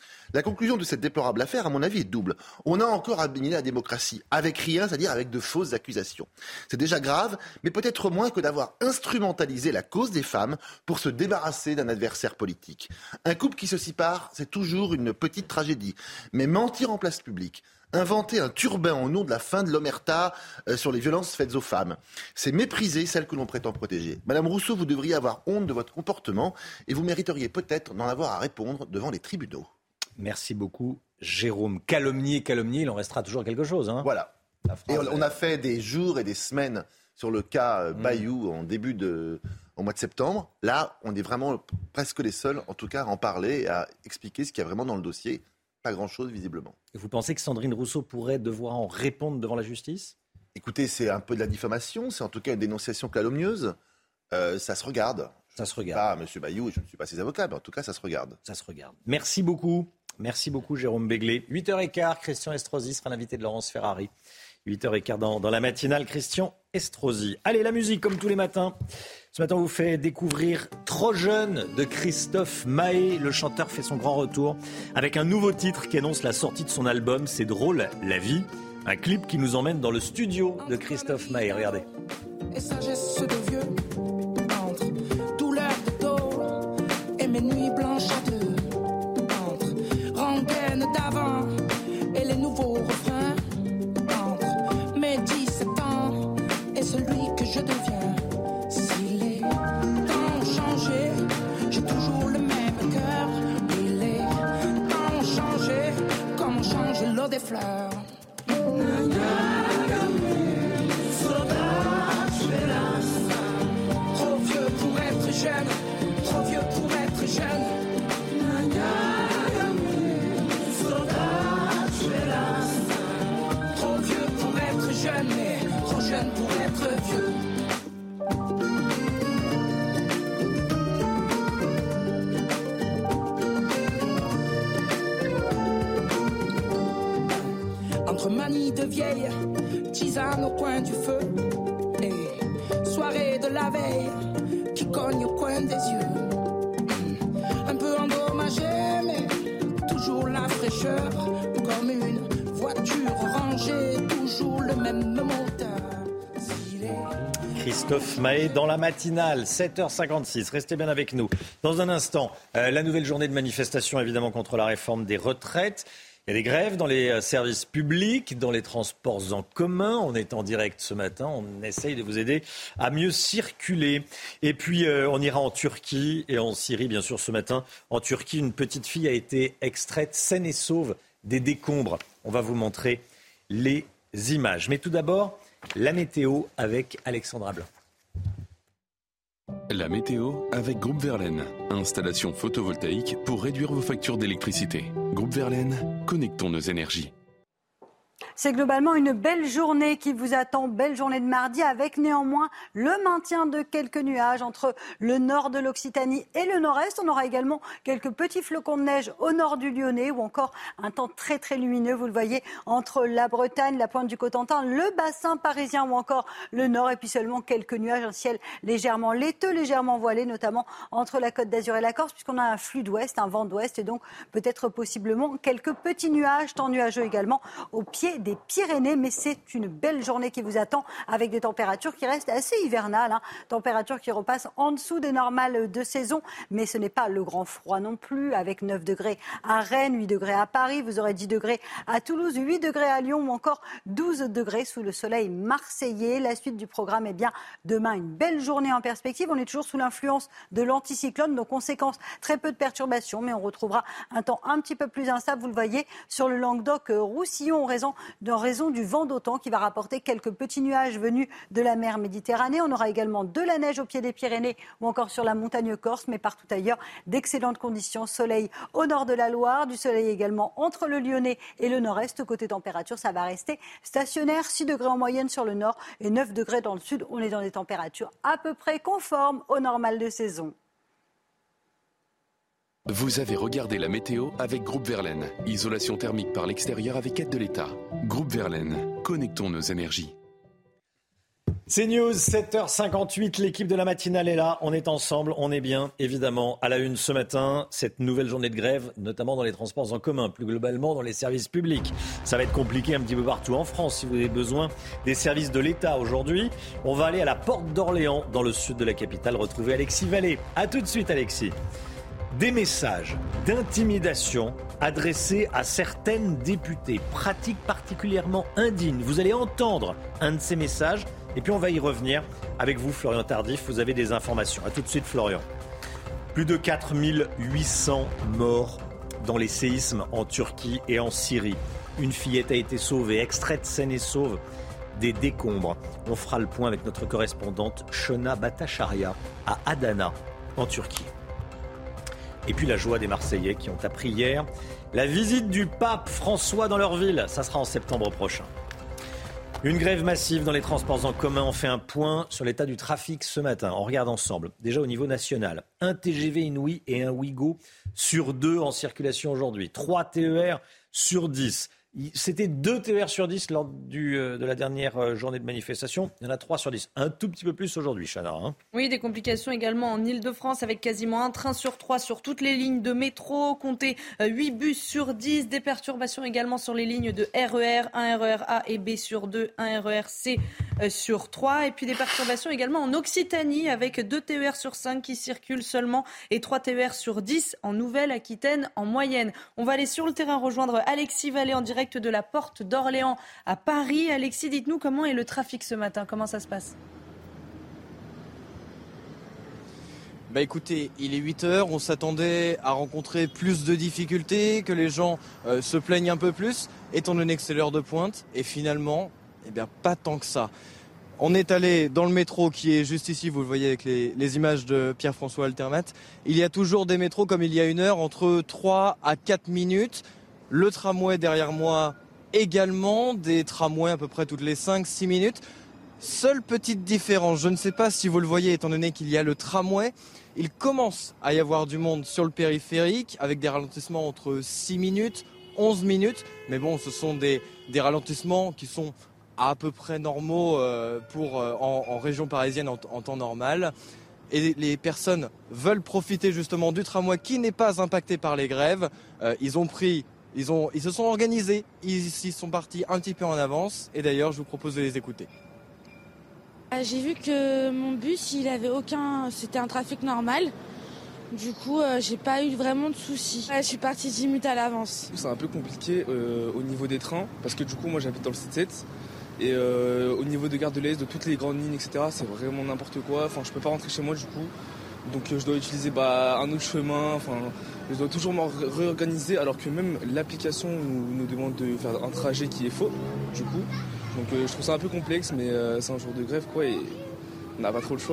La conclusion de cette déplorable affaire, à mon avis, est double. On a encore abîmé la démocratie, avec rien, c'est-à-dire avec de fausses accusations. C'est déjà grave, mais peut-être moins que d'avoir instrumentalisé la cause des femmes pour se débarrasser d'un adversaire politique. Un couple qui se sépare, c'est toujours une petite tragédie. Mais mentir en place publique, inventer un turbin au nom de la fin de l'omerta sur les violences faites aux femmes, c'est mépriser celles que l'on prétend protéger. Madame Rousseau, vous devriez avoir honte de votre comportement et vous mériteriez peut-être d'en avoir à répondre devant les tribunaux. Merci beaucoup, Jérôme. Calomnier, il en restera toujours quelque chose. Hein. Voilà. Et on a fait des jours et des semaines sur le cas Bayou au mois de septembre. Là, on est vraiment presque les seuls, en tout cas, à en parler et à expliquer ce qu'il y a vraiment dans le dossier. Pas grand-chose, visiblement. Et vous pensez que Sandrine Rousseau pourrait devoir en répondre devant la justice ? Écoutez, c'est un peu de la diffamation, c'est en tout cas une dénonciation calomnieuse. Ça se regarde. Ça se regarde. Pas M. Bayou, je ne suis pas ses avocats, mais en tout cas, ça se regarde. Ça se regarde. Merci beaucoup. Merci beaucoup, Jérôme Béglé. 8h15, Christian Estrosi sera l'invité de Laurence Ferrari. 8h15 dans la matinale, Christian Estrosi. Allez, la musique, comme tous les matins. Ce matin, on vous fait découvrir Trop jeune de Christophe Maé. Le chanteur fait son grand retour avec un nouveau titre qui annonce la sortie de son album C'est drôle, la vie. Un clip qui nous emmène dans le studio de Christophe Maé. Regardez. Et sagesse de vieux, entre douleur de dos et mes nuits blanches à deux, entre rengaine d'avant et les nouveaux refrains, entre mes 17 ans et celui que je deviens. Si les temps ont changé, j'ai toujours le même cœur. Et les temps ont changé, comme change l'eau des fleurs. Trop vieux pour être jeune, trop vieux pour être jeune. Trop vieux pour être jeune, mais trop jeune pour être vieux. Entre manie de vieille, tisane au coin du feu, et soirée de la veille qui cogne au coin des yeux. Un peu endommagé, mais toujours la fraîcheur, comme une voiture rangée, toujours le même moteur. Christophe Maé dans la matinale, 7h56. Restez bien avec nous. Dans un instant, la nouvelle journée de manifestation évidemment contre la réforme des retraites. Il y a des grèves dans les services publics, dans les transports en commun. On est en direct ce matin, on essaye de vous aider à mieux circuler. Et puis on ira en Turquie et en Syrie bien sûr ce matin. En Turquie, une petite fille a été extraite saine et sauve des décombres. On va vous montrer les images. Mais tout d'abord, la météo avec Alexandra Blanc. La météo avec Groupe Verlaine. Installation photovoltaïque pour réduire vos factures d'électricité. Groupe Verlaine, connectons nos énergies. C'est globalement une belle journée qui vous attend, belle journée de mardi avec néanmoins le maintien de quelques nuages entre le nord de l'Occitanie et le nord-est. On aura également quelques petits flocons de neige au nord du Lyonnais ou encore un temps très très lumineux, vous le voyez, entre la Bretagne, la pointe du Cotentin, le bassin parisien ou encore le nord et puis seulement quelques nuages, un ciel légèrement laiteux, légèrement voilé, notamment entre la Côte d'Azur et la Corse puisqu'on a un flux d'ouest, un vent d'ouest et donc peut-être possiblement quelques petits nuages, temps nuageux également au pied des Pyrénées, mais c'est une belle journée qui vous attend avec des températures qui restent assez hivernales, températures qui repassent en dessous des normales de saison, mais ce n'est pas le grand froid non plus, avec 9 degrés à Rennes, 8 degrés à Paris, vous aurez 10 degrés à Toulouse, 8 degrés à Lyon ou encore 12 degrés sous le soleil marseillais. La suite du programme est bien demain une belle journée en perspective, on est toujours sous l'influence de l'anticyclone, donc conséquence très peu de perturbations, mais on retrouvera un temps un petit peu plus instable, vous le voyez, sur le Languedoc-Roussillon en raison du vent d'OTAN qui va rapporter quelques petits nuages venus de la mer Méditerranée. On aura également de la neige au pied des Pyrénées ou encore sur la montagne corse, mais partout ailleurs, d'excellentes conditions. Soleil au nord de la Loire, du soleil également entre le Lyonnais et le nord-est. Côté température, ça va rester stationnaire, 6 degrés en moyenne sur le nord et 9 degrés dans le sud. On est dans des températures à peu près conformes au normal de saison. Vous avez regardé la météo avec Groupe Verlaine. Isolation thermique par l'extérieur avec aide de l'État. Groupe Verlaine, connectons nos énergies. C'est News, 7h58, l'équipe de la matinale est là, on est ensemble, on est bien, évidemment. À la une ce matin, cette nouvelle journée de grève, notamment dans les transports en commun, plus globalement dans les services publics. Ça va être compliqué un petit peu partout en France si vous avez besoin des services de l'État aujourd'hui. On va aller à la porte d'Orléans, dans le sud de la capitale, retrouver Alexis Vallée. A tout de suite Alexis. Des messages d'intimidation adressés à certaines députées, pratique particulièrement indigne. Vous allez entendre un de ces messages. Et puis on va y revenir avec vous, Florian Tardif. Vous avez des informations. A tout de suite, Florian. Plus de 4800 morts dans les séismes en Turquie et en Syrie. Une fillette a été sauvée, extraite saine et sauve des décombres. On fera le point avec notre correspondante Shona Batacharia à Adana, en Turquie. Et puis la joie des Marseillais qui ont appris hier la visite du pape François dans leur ville. Ça sera en septembre prochain. Une grève massive dans les transports en commun. On fait un point sur l'état du trafic ce matin. On regarde ensemble. Déjà au niveau national, un TGV Inouï et un Ouigo sur 2 en circulation aujourd'hui. 3 TER sur 10. C'était 2 TER sur 10 lors de la dernière journée de manifestation. Il y en a 3 sur 10. Un tout petit peu plus aujourd'hui, Chana. Oui, des complications également en Ile-de-France avec quasiment un train sur 3 sur toutes les lignes de métro. Comptez 8 bus sur 10. Des perturbations également sur les lignes de RER, 1 RER A et B sur 2, 1 RER C sur 3. Et puis des perturbations également en Occitanie avec 2 TER sur 5 qui circulent seulement et 3 TER sur 10 en Nouvelle-Aquitaine en moyenne. On va aller sur le terrain rejoindre Alexis Vallée en direct de la porte d'Orléans à Paris. Alexis, dites-nous comment est le trafic ce matin, comment ça se passe ? Écoutez, il est 8h, on s'attendait à rencontrer plus de difficultés, que les gens se plaignent un peu plus, étant donné que c'est l'heure de pointe, et finalement, pas tant que ça. On est allé dans le métro qui est juste ici, vous le voyez avec les images de Pierre-François Altermat. Il y a toujours des métros comme il y a une heure, entre 3 à 4 minutes. Le tramway derrière moi également, des tramways à peu près toutes les 5-6 minutes. Seule petite différence, je ne sais pas si vous le voyez étant donné qu'il y a le tramway, il commence à y avoir du monde sur le périphérique avec des ralentissements entre 6 minutes, 11 minutes. Mais bon, ce sont des ralentissements qui sont à peu près normaux en région parisienne en temps normal. Et les personnes veulent profiter justement du tramway qui n'est pas impacté par les grèves. Ils se sont organisés, ils sont partis un petit peu en avance et d'ailleurs je vous propose de les écouter. J'ai vu que mon bus, c'était un trafic normal. Du coup, j'ai pas eu vraiment de soucis. Je suis partie 10 minutes à l'avance. C'est un peu compliqué au niveau des trains parce que du coup moi j'habite dans le 7-7 et au niveau de Gare de l'Est, de toutes les grandes lignes, etc. c'est vraiment n'importe quoi. Enfin, je peux pas rentrer chez moi du coup. Donc je dois utiliser un autre chemin, je dois toujours me réorganiser alors que même l'application nous demande de faire un trajet qui est faux du coup. Donc je trouve ça un peu complexe mais c'est un jour de grève et on n'a pas trop le choix .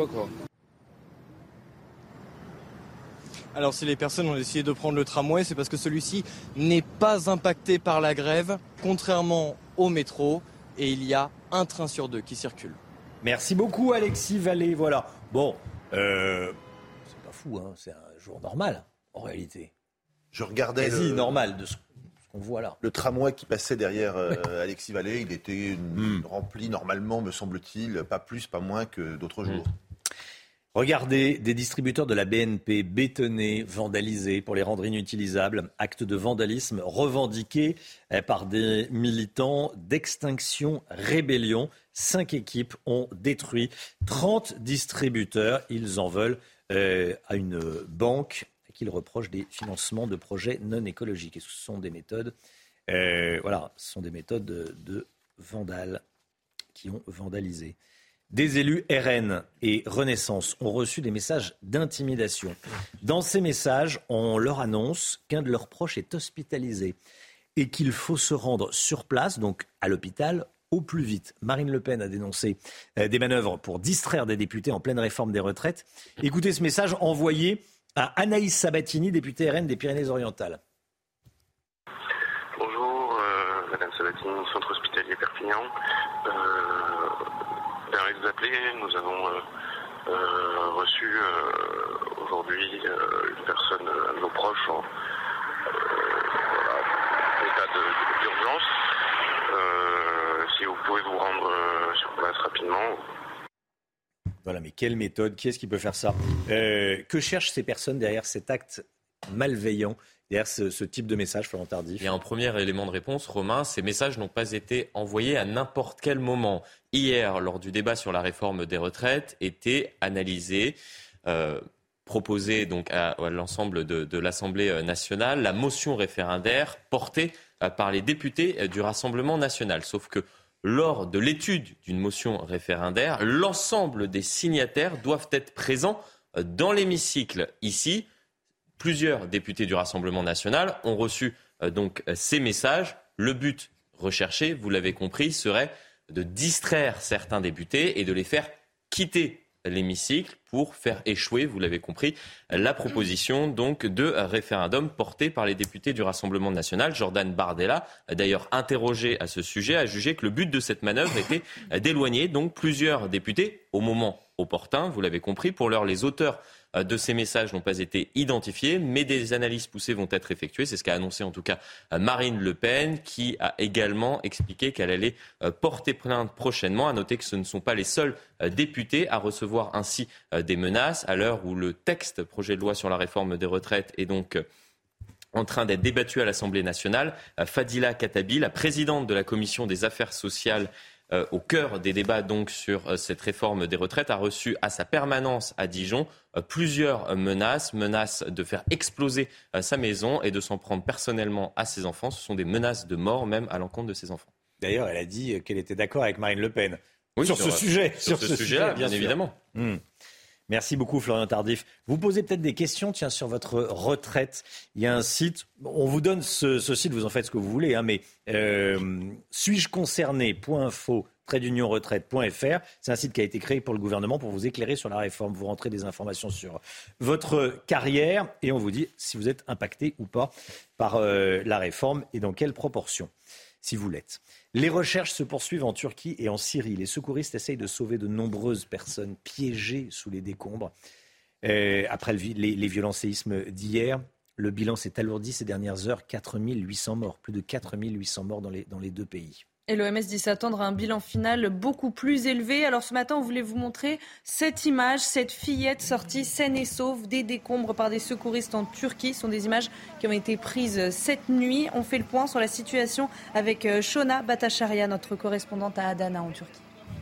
Alors si les personnes ont décidé de prendre le tramway, c'est parce que celui-ci n'est pas impacté par la grève, contrairement au métro, et il y a un train sur 2 qui circule. Merci beaucoup Alexis Vallée, voilà. Bon, c'est pas fou, c'est un jour normal en réalité. Je regardais normal de ce qu'on voit là. Le tramway qui passait derrière Alexis Vallée, il était rempli normalement, me semble-t-il, pas plus, pas moins que d'autres jours. Regardez, des distributeurs de la BNP bétonnés, vandalisés pour les rendre inutilisables. Acte de vandalisme revendiqué par des militants d'Extinction Rébellion. 5 équipes ont détruit 30 distributeurs. Ils en veulent à une banque qu'ils reprochent des financements de projets non écologiques. Et ce sont des méthodes, ce sont des méthodes de vandales qui ont vandalisé. Des élus RN et Renaissance ont reçu des messages d'intimidation. Dans ces messages, on leur annonce qu'un de leurs proches est hospitalisé et qu'il faut se rendre sur place, donc à l'hôpital, au plus vite. Marine Le Pen a dénoncé des manœuvres pour distraire des députés en pleine réforme des retraites. Écoutez ce message envoyé à Anaïs Sabatini, députée RN des Pyrénées-Orientales. Bonjour, Madame Sabatini, centre hospitalier Perpignan. Merci de vous appeler. Nous avons reçu aujourd'hui une personne, un de nos proches, en état d'urgence. Si vous pouvez vous rendre sur place rapidement, Voilà, mais quelle méthode? Qui est-ce qui peut faire ça? Que cherchent ces personnes derrière cet acte malveillant, derrière ce type de message, Florent Tardif? Il y a un premier élément de réponse, Romain. Ces messages n'ont pas été envoyés à n'importe quel moment. Hier, lors du débat sur la réforme des retraites, était analysé, proposé donc à l'ensemble de l'Assemblée nationale, la motion référendaire portée par les députés du Rassemblement national. Sauf que lors de l'étude d'une motion référendaire, l'ensemble des signataires doivent être présents dans l'hémicycle. Ici, plusieurs députés du Rassemblement national ont reçu donc ces messages. Le but recherché, vous l'avez compris, serait de distraire certains députés et de les faire quitter l'hémicycle pour faire échouer, vous l'avez compris, la proposition donc de référendum portée par les députés du Rassemblement national. Jordan Bardella, d'ailleurs interrogé à ce sujet, a jugé que le but de cette manœuvre était d'éloigner donc plusieurs députés au moment opportun, vous l'avez compris. Pour l'heure, les auteurs de ces messages n'ont pas été identifiés, mais des analyses poussées vont être effectuées. C'est ce qu'a annoncé en tout cas Marine Le Pen, qui a également expliqué qu'elle allait porter plainte prochainement. À noter que ce ne sont pas les seuls députés à recevoir ainsi des menaces. À l'heure où le texte projet de loi sur la réforme des retraites est donc en train d'être débattu à l'Assemblée nationale, Fadila Khattabi, la présidente de la commission des affaires sociales, au cœur des débats donc sur cette réforme des retraites, a reçu à sa permanence à Dijon plusieurs menaces de faire exploser sa maison et de s'en prendre personnellement à ses enfants. Ce sont des menaces de mort même à l'encontre de ses enfants. D'ailleurs, elle a dit qu'elle était d'accord avec Marine Le Pen sur ce sujet. Sur ce sujet-là, bien évidemment. Merci beaucoup, Florian Tardif. Vous posez peut-être des questions sur votre retraite. Il y a un site, on vous donne ce site, vous en faites ce que vous voulez, mais suis-je concerné.info-retraite.fr. C'est un site qui a été créé pour le gouvernement pour vous éclairer sur la réforme. Vous rentrez des informations sur votre carrière et on vous dit si vous êtes impacté ou pas par la réforme et dans quelle proportion, si vous l'êtes. Les recherches se poursuivent en Turquie et en Syrie. Les secouristes essayent de sauver de nombreuses personnes piégées sous les décombres. Après les violents séismes d'hier, le bilan s'est alourdi ces dernières heures. 4800 morts, plus de 4800 morts dans les deux pays. Et l'OMS dit s'attendre à un bilan final beaucoup plus élevé. Alors ce matin, on voulait vous montrer cette image, cette fillette sortie saine et sauve des décombres par des secouristes en Turquie. Ce sont des images qui ont été prises cette nuit. On fait le point sur la situation avec Shona Batacharia, notre correspondante à Adana en Turquie.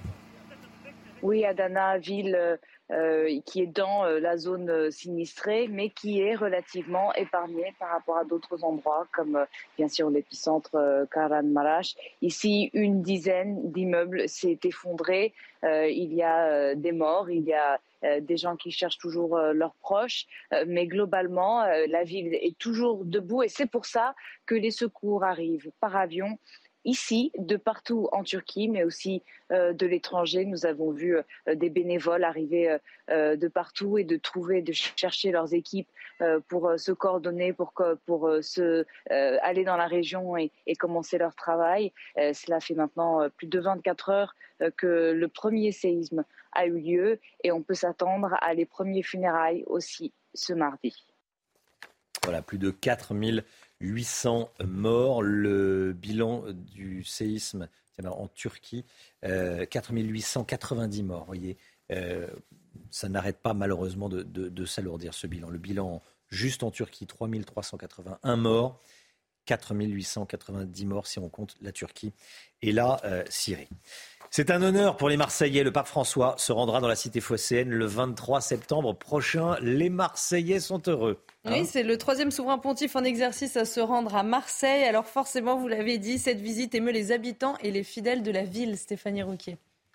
Oui, Adana, ville qui est dans la zone sinistrée, mais qui est relativement épargnée par rapport à d'autres endroits, comme bien sûr l'épicentre Kahramanmaraş. Ici, une dizaine d'immeubles s'est effondré. Il y a des morts, il y a des gens qui cherchent toujours leurs proches, mais globalement, la ville est toujours debout et c'est pour ça que les secours arrivent par avion. Ici, de partout en Turquie, mais aussi de l'étranger, nous avons vu des bénévoles arriver de partout et de chercher leurs équipes pour se coordonner, pour aller dans la région et commencer leur travail. Cela fait maintenant plus de 24 heures que le premier séisme a eu lieu et on peut s'attendre à les premiers funérailles aussi ce mardi. Voilà, plus de 4800 morts. Le bilan du séisme en Turquie, 4890 morts. Vous voyez, ça n'arrête pas malheureusement de s'alourdir ce bilan. Le bilan juste en Turquie, 3381 morts, 4890 morts si on compte la Turquie et la Syrie. C'est un honneur pour les Marseillais. Le pape François se rendra dans la cité phocéenne le 23 septembre prochain. Les Marseillais sont heureux. Oui, c'est le 3e souverain pontife en exercice à se rendre à Marseille. Alors forcément, vous l'avez dit, cette visite émeut les habitants et les fidèles de la ville. Stéphanie Rouquier.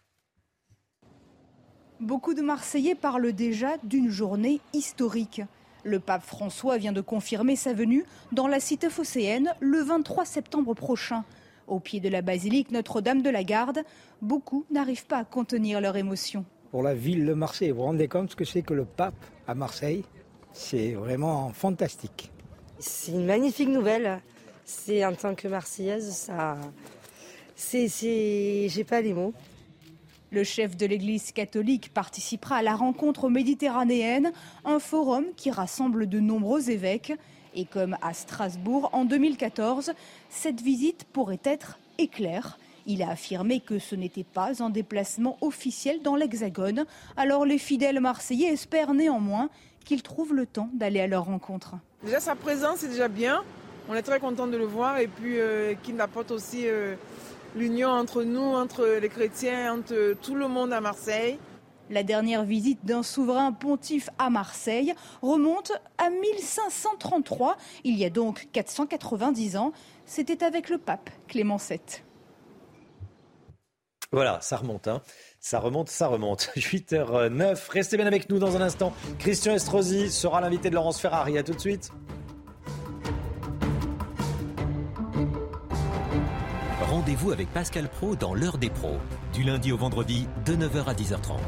Beaucoup de Marseillais parlent déjà d'une journée historique. Le pape François vient de confirmer sa venue dans la cité phocéenne le 23 septembre prochain. Au pied de la basilique Notre-Dame de la Garde, beaucoup n'arrivent pas à contenir leur émotion. Pour la ville de Marseille, vous vous rendez compte ce que c'est que le pape à Marseille ? C'est vraiment fantastique. C'est une magnifique nouvelle. C'est en tant que Marseillaise, j'ai pas les mots. Le chef de l'Église catholique participera à la rencontre méditerranéenne, un forum qui rassemble de nombreux évêques. Et comme à Strasbourg en 2014, cette visite pourrait être éclair. Il a affirmé que ce n'était pas un déplacement officiel dans l'Hexagone. Alors les fidèles marseillais espèrent néanmoins qu'il trouve le temps d'aller à leur rencontre. Déjà sa présence c'est déjà bien, on est très content de le voir et puis qu'il apporte aussi l'union entre nous, entre les chrétiens, entre tout le monde à Marseille. La dernière visite d'un souverain pontife à Marseille remonte à 1533, il y a donc 490 ans. C'était avec le pape Clément VII. Voilà, ça remonte, hein. Ça remonte. 8h09, restez bien avec nous dans un instant. Christian Estrosi sera l'invité de Laurence Ferrari. À tout de suite. Rendez-vous avec Pascal Praud dans l'heure des pros, du lundi au vendredi de 9h à 10h30.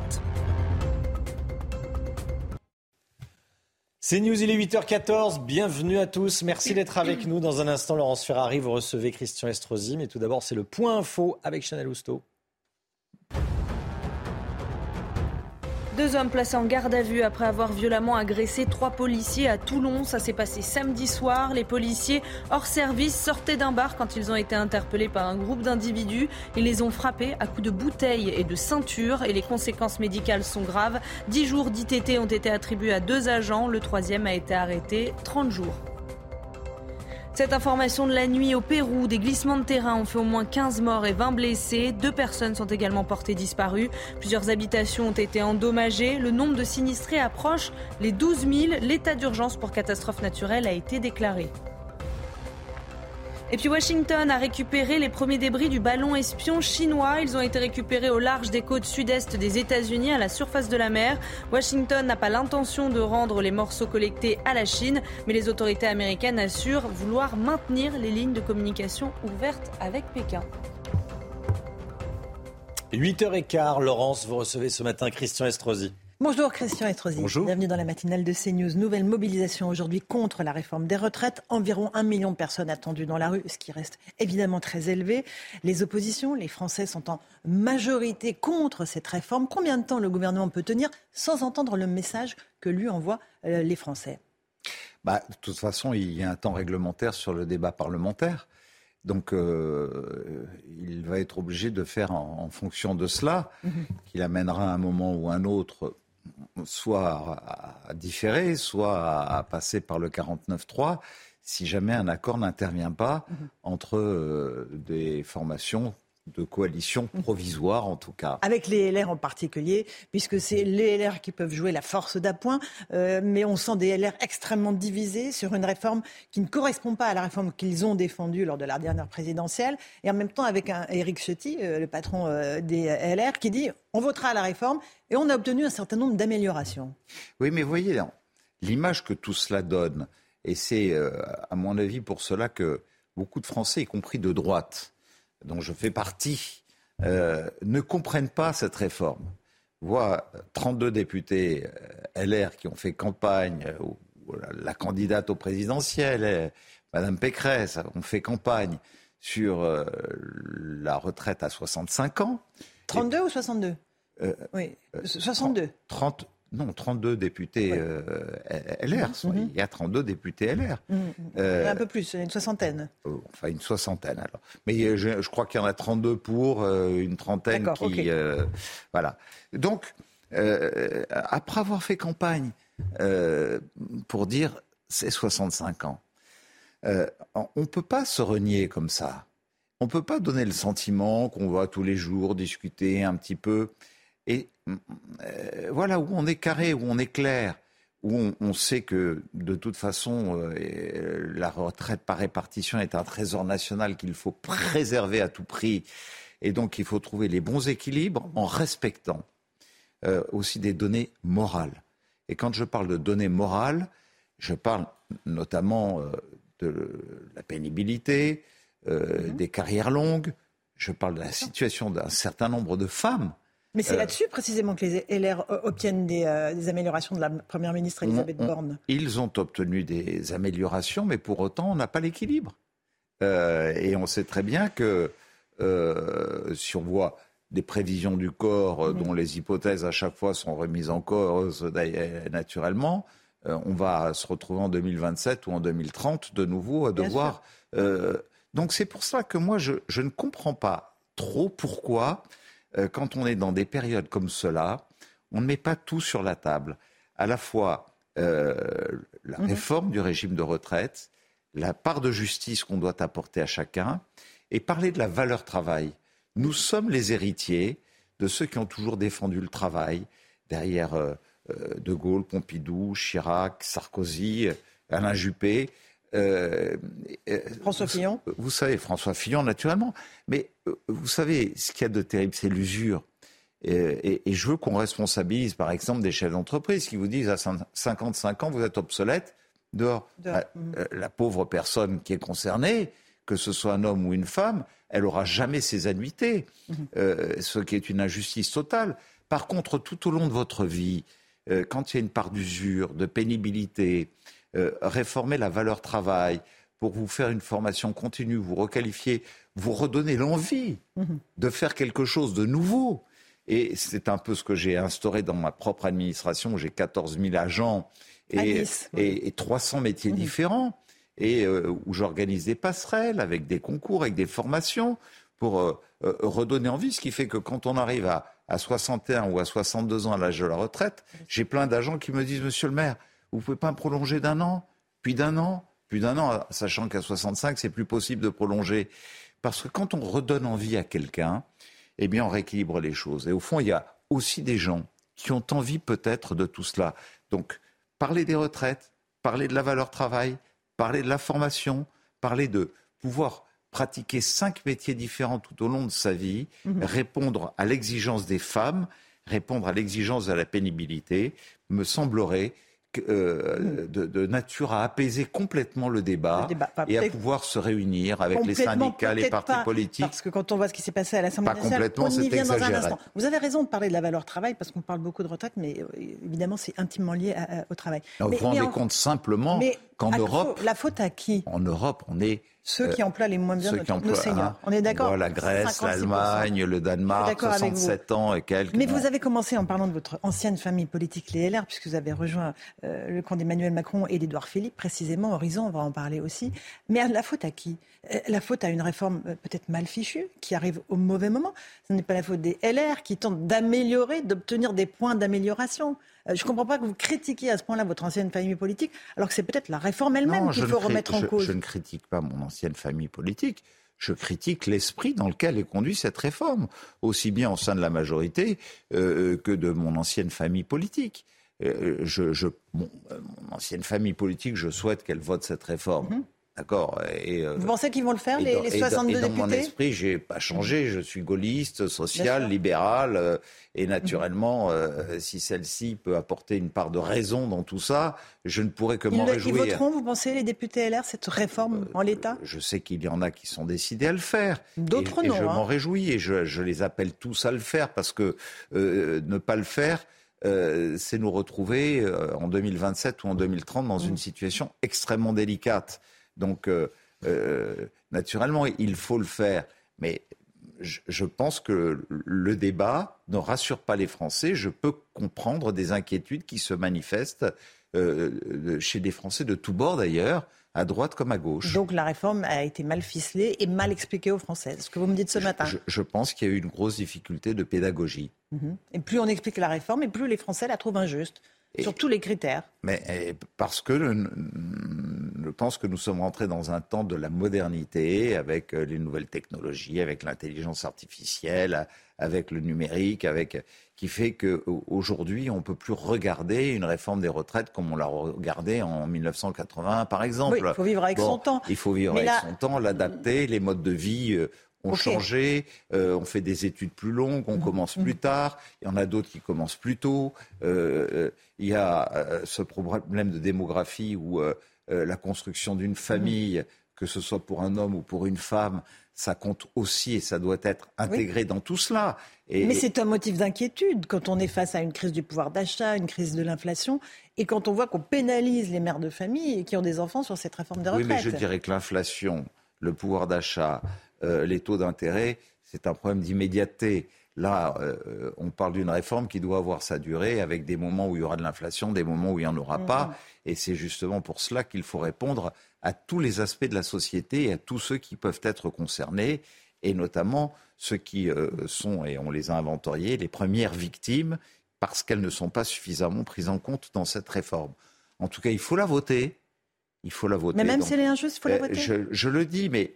C'est News, il est 8h14, bienvenue à tous, merci d'être avec nous. Dans un instant, Laurence Ferrari, vous recevez Christian Estrosi, mais tout d'abord, c'est le point info avec Chanel Housteau. 2 hommes placés en garde à vue après avoir violemment agressé 3 policiers à Toulon. Ça s'est passé samedi soir. Les policiers hors service sortaient d'un bar quand ils ont été interpellés par un groupe d'individus. Ils les ont frappés à coups de bouteilles et de ceinture et les conséquences médicales sont graves. 10 jours d'ITT ont été attribués à 2 agents. Le 3e a été arrêté 30 jours. Cette information de la nuit au Pérou, des glissements de terrain ont fait au moins 15 morts et 20 blessés. 2 personnes sont également portées disparues. Plusieurs habitations ont été endommagées. Le nombre de sinistrés approche les 12 000. L'état d'urgence pour catastrophe naturelle a été déclaré. Et puis Washington a récupéré les premiers débris du ballon espion chinois. Ils ont été récupérés au large des côtes sud-est des États-Unis, à la surface de la mer. Washington n'a pas l'intention de rendre les morceaux collectés à la Chine, mais les autorités américaines assurent vouloir maintenir les lignes de communication ouvertes avec Pékin. 8h15, Laurence, vous recevez ce matin Christian Estrosi. Bonjour Christian Estrosi. Bonjour. Bienvenue dans la matinale de CNews. Nouvelle mobilisation aujourd'hui contre la réforme des retraites. Environ 1 million de personnes attendues dans la rue, ce qui reste évidemment très élevé. Les oppositions, les Français sont en majorité contre cette réforme. Combien de temps le gouvernement peut tenir sans entendre le message que lui envoient les Français ? De toute façon, il y a un temps réglementaire sur le débat parlementaire. Donc, il va être obligé de faire en fonction de cela, qu'il amènera à un moment ou un autre soit à différer, soit à passer par le 49.3, si jamais un accord n'intervient pas entre des formations de coalition provisoire, en tout cas. Avec les LR en particulier, puisque c'est les LR qui peuvent jouer la force d'appoint, mais on sent des LR extrêmement divisés sur une réforme qui ne correspond pas à la réforme qu'ils ont défendue lors de la dernière présidentielle, et en même temps avec un Éric Ciotti, le patron des LR, qui dit on votera à la réforme, et on a obtenu un certain nombre d'améliorations. Oui, mais voyez, l'image que tout cela donne, et c'est à mon avis pour cela que beaucoup de Français, y compris de droite, dont je fais partie, ne comprennent pas cette réforme. On voit 32 députés LR qui ont fait campagne, la candidate au présidentiel, Madame Pécresse, ont fait campagne sur la retraite à 65 ans. 32 ou 62 Oui, 62. 32 députés LR. Il y a 32 députés LR. Un peu plus, une soixantaine. Enfin, une soixantaine, alors. Mais je crois qu'il y en a 32 pour, une trentaine qui... Okay. Voilà. Donc, après avoir fait campagne pour dire c'est 65 ans, on ne peut pas se renier comme ça. On ne peut pas donner le sentiment qu'on va tous les jours discuter un petit peu... Et voilà, où on est carré, où on est clair, où on sait que de toute façon, la retraite par répartition est un trésor national qu'il faut préserver à tout prix. Et donc, il faut trouver les bons équilibres en respectant aussi des données morales. Et quand je parle de données morales, je parle notamment de la pénibilité, des carrières longues. Je parle de la situation d'un certain nombre de femmes. Mais c'est là-dessus précisément que les LR obtiennent des améliorations de la Première ministre Elisabeth Borne. Ils ont obtenu des améliorations, mais pour autant, on n'a pas l'équilibre. Et on sait très bien que si on voit des prévisions du corps dont les hypothèses à chaque fois sont remises en cause naturellement, on va se retrouver en 2027 ou en 2030 de nouveau à devoir... Donc c'est pour ça que moi, je ne comprends pas trop pourquoi, quand on est dans des périodes comme cela, on ne met pas tout sur la table. À la fois la réforme du régime de retraite, la part de justice qu'on doit apporter à chacun, et parler de la valeur travail. Nous sommes les héritiers de ceux qui ont toujours défendu le travail, derrière De Gaulle, Pompidou, Chirac, Sarkozy, Alain Juppé. François Fillon. Vous savez, François Fillon, naturellement. Mais vous savez, ce qu'il y a de terrible, c'est l'usure. Et je veux qu'on responsabilise, par exemple, des chefs d'entreprise qui vous disent à 55 ans, vous êtes obsolète, dehors. La pauvre personne qui est concernée, que ce soit un homme ou une femme, elle n'aura jamais ses annuités, ce qui est une injustice totale. Par contre, tout au long de votre vie, quand il y a une part d'usure, de pénibilité, réformer la valeur travail pour vous faire une formation continue, vous requalifier, vous redonner l'envie de faire quelque chose de nouveau. Et c'est un peu ce que j'ai instauré dans ma propre administration, où j'ai 14 000 agents et 300 métiers différents, et où j'organise des passerelles avec des concours, avec des formations, pour redonner envie, ce qui fait que quand on arrive à 61 ou à 62 ans à l'âge de la retraite, j'ai plein d'agents qui me disent « Monsieur le maire, vous ne pouvez pas me prolonger d'un an, puis d'un an, sachant qu'à 65, c'est plus possible de prolonger. » Parce que quand on redonne envie à quelqu'un, eh bien, on rééquilibre les choses. Et au fond, il y a aussi des gens qui ont envie peut-être de tout cela. Donc, parler des retraites, parler de la valeur travail, parler de la formation, parler de pouvoir pratiquer 5 métiers différents tout au long de sa vie, répondre à l'exigence des femmes, répondre à l'exigence de la pénibilité, me semblerait de nature à apaiser complètement le débat et à pouvoir se réunir avec les syndicats, les partis politiques. Parce que quand on voit ce qui s'est passé à l'Assemblée nationale, on y vient dans un instant. Vous avez raison de parler de la valeur travail, parce qu'on parle beaucoup de retraite, mais évidemment c'est intimement lié au travail. Vous vous rendez compte simplement qu'en Europe... La faute à qui ? En Europe, on est... Ceux qui emploient les moins bien nos seniors. On est d'accord ? La Grèce, l'Allemagne, le Danemark, 67 ans et quelques. Mais vous avez commencé en parlant de votre ancienne famille politique, les LR, puisque vous avez rejoint le camp d'Emmanuel Macron et d'Édouard Philippe, précisément, Horizon, on va en parler aussi. Mais la faute à qui ? La faute à une réforme peut-être mal fichue, qui arrive au mauvais moment. Ce n'est pas la faute des LR qui tentent d'améliorer, d'obtenir des points d'amélioration. Je ne comprends pas que vous critiquiez à ce point-là votre ancienne famille politique, alors que c'est peut-être la réforme elle-même qu'il faut remettre en cause. Je ne critique pas mon ancienne famille politique. Je critique l'esprit dans lequel est conduite cette réforme, aussi bien au sein de la majorité que de mon ancienne famille politique. Mon ancienne famille politique, je souhaite qu'elle vote cette réforme. D'accord. Vous pensez qu'ils vont le faire, les 62 députés ? Dans mon esprit, je n'ai pas changé. Je suis gaulliste, social, libéral. Et naturellement, si celle-ci peut apporter une part de raison dans tout ça, je ne pourrais que m'en réjouir. Ils voteront, vous pensez, les députés LR, cette réforme en l'état ? Je sais qu'il y en a qui sont décidés à le faire. D'autres non. Et je m'en réjouis. Et je les appelle tous à le faire, parce que ne pas le faire, c'est nous retrouver en 2027 ou en 2030 dans une situation extrêmement délicate. Donc, naturellement, il faut le faire. Mais je pense que le débat ne rassure pas les Français. Je peux comprendre des inquiétudes qui se manifestent chez des Français de tous bords d'ailleurs, à droite comme à gauche. Donc la réforme a été mal ficelée et mal expliquée aux Français. C'est ce que vous me dites ce matin. Je pense qu'il y a eu une grosse difficulté de pédagogie. Et plus on explique la réforme, et plus les Français la trouvent injuste. Sur tous les critères. Mais parce que je pense que nous sommes rentrés dans un temps de la modernité, avec les nouvelles technologies, avec l'intelligence artificielle, avec le numérique, qui fait qu'aujourd'hui, on ne peut plus regarder une réforme des retraites comme on l'a regardé en 1980, par exemple. Oui, il faut vivre avec son temps. Il faut vivre avec son temps, l'adapter, les modes de vie... ont changé, on fait des études plus longues, on commence plus tard, il y en a d'autres qui commencent plus tôt. Il y a ce problème de démographie où la construction d'une famille, que ce soit pour un homme ou pour une femme, ça compte aussi et ça doit être intégré dans tout cela. Mais c'est un motif d'inquiétude quand on est face à une crise du pouvoir d'achat, une crise de l'inflation, et quand on voit qu'on pénalise les mères de famille qui ont des enfants sur cette réforme des retraites. Oui, mais je dirais que l'inflation, le pouvoir d'achat, les taux d'intérêt, c'est un problème d'immédiateté. Là, on parle d'une réforme qui doit avoir sa durée, avec des moments où il y aura de l'inflation, des moments où il n'y en aura pas. Et c'est justement pour cela qu'il faut répondre à tous les aspects de la société et à tous ceux qui peuvent être concernés. et notamment ceux qui sont, et on les a inventoriés, les premières victimes, parce qu'elles ne sont pas suffisamment prises en compte dans cette réforme. En tout cas, il faut la voter. Il faut la voter. Mais même si elle est injuste, il faut la voter. Je le dis, mais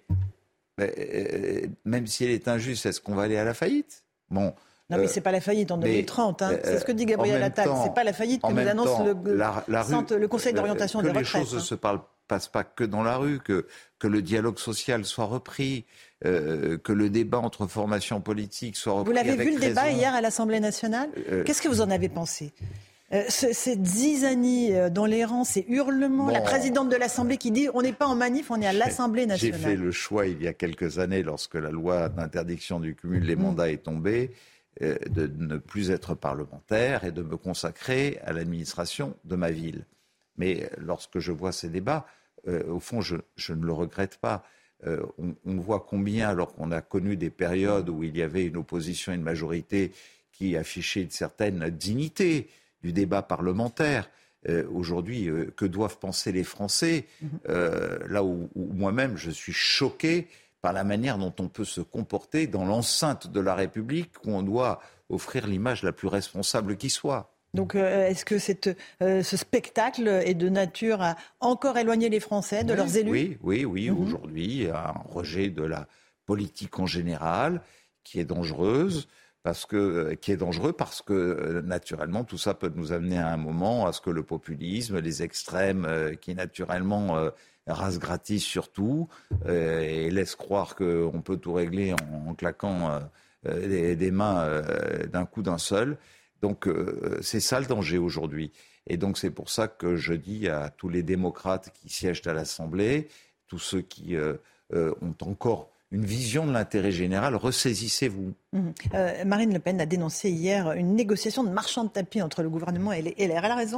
même si elle est injuste, est-ce qu'on va aller à la faillite ? Bon. Non, mais c'est pas la faillite en 2030. C'est ce que dit Gabriel Attal. C'est pas la faillite que nous annonce le Conseil d'orientation des retraites. Que les choses ne se passent pas que dans la rue, que le dialogue social soit repris, que le débat entre formations politiques soit repris. Vous l'avez vu le débat raison. hier à l'Assemblée nationale ? Qu'est-ce que vous en avez pensé ? Cette zizanie dans les rangs, ces hurlements, la présidente de l'Assemblée qui dit on n'est pas en manif, on est à l'Assemblée nationale. J'ai fait le choix il y a quelques années, lorsque la loi d'interdiction du cumul des mandats est tombée, de ne plus être parlementaire et de me consacrer à l'administration de ma ville. Mais lorsque je vois ces débats, au fond, je ne le regrette pas. On voit combien, alors qu'on a connu des périodes où il y avait une opposition et une majorité qui affichaient une certaine dignité du débat parlementaire. Aujourd'hui, que doivent penser les Français ? Là où moi-même, je suis choqué par la manière dont on peut se comporter dans l'enceinte de la République, où on doit offrir l'image la plus responsable qui soit. Donc, est-ce que ce spectacle est de nature à encore éloigner les Français de leurs élus ? Oui. Aujourd'hui, il y a un rejet de la politique en général qui est dangereuse. Parce que naturellement, tout ça peut nous amener à un moment à ce que le populisme, les extrêmes qui naturellement rasent gratis surtout et laissent croire qu'on peut tout régler en claquant des mains d'un coup d'un seul. Donc c'est ça le danger aujourd'hui. Et donc c'est pour ça que je dis à tous les démocrates qui siègent à l'Assemblée, tous ceux qui ont encore une vision de l'intérêt général, ressaisissez-vous. Marine Le Pen a dénoncé hier une négociation de marchand de tapis entre le gouvernement et les LR. Elle a raison ?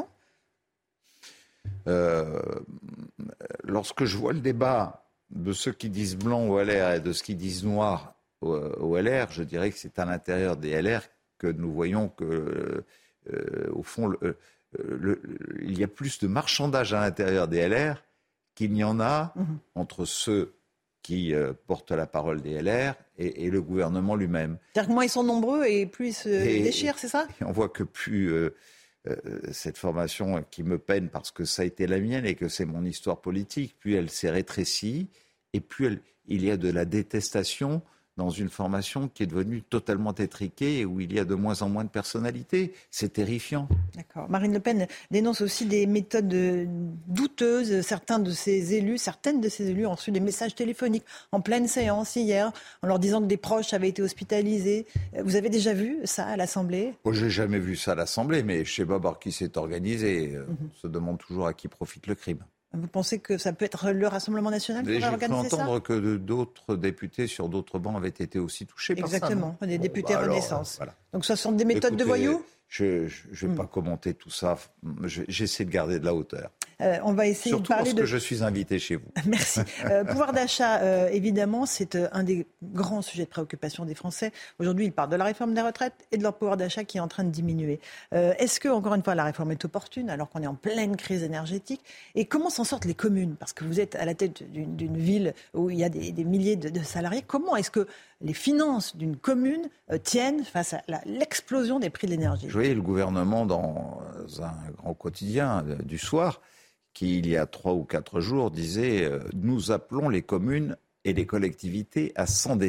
Lorsque je vois le débat de ceux qui disent blanc au LR et de ceux qui disent noir au LR, je dirais que c'est à l'intérieur des LR que nous voyons que, au fond, il y a plus de marchandage à l'intérieur des LR qu'il n'y en a entre ceux qui portent la parole des LR et le gouvernement lui-même. C'est-à-dire que moins ils sont nombreux et plus ils se déchirent, c'est ça ? Et on voit que plus cette formation qui me peine parce que ça a été la mienne et que c'est mon histoire politique, plus elle s'est rétrécie et plus il y a de la détestation dans une formation qui est devenue totalement étriquée et où il y a de moins en moins de personnalité. C'est terrifiant. D'accord. Marine Le Pen dénonce aussi des méthodes douteuses. Certaines de ses élus ont reçu des messages téléphoniques en pleine séance hier, en leur disant que des proches avaient été hospitalisés. Vous avez déjà vu ça à l'Assemblée ? Je n'ai jamais vu ça à l'Assemblée, mais je ne sais pas par qui c'est organisé. On se demande toujours à qui profite le crime. Vous pensez que ça peut être le Rassemblement national qui va organiser ça ? J'ai cru entendre que d'autres députés sur d'autres bancs avaient été aussi touchés par ça. Exactement, des députés Renaissance. Voilà. Donc ce sont des méthodes de voyous ? Je ne vais pas commenter tout ça. J'essaie de garder de la hauteur. On va essayer surtout de parler lorsque je suis invité chez vous. Merci. Pouvoir d'achat, évidemment, c'est un des grands sujets de préoccupation des Français. Aujourd'hui, ils parlent de la réforme des retraites et de leur pouvoir d'achat qui est en train de diminuer. Est-ce que, encore une fois, la réforme est opportune alors qu'on est en pleine crise énergétique ? Et comment s'en sortent les communes ? Parce que vous êtes à la tête d'une ville où il y a des milliers de salariés. Comment est-ce que les finances d'une commune tiennent face à l'explosion des prix de l'énergie ? Je voyais le gouvernement dans un grand quotidien du soir qui, il y a 3 ou 4 jours, disait « Nous appelons les communes et les collectivités à s'endetter ».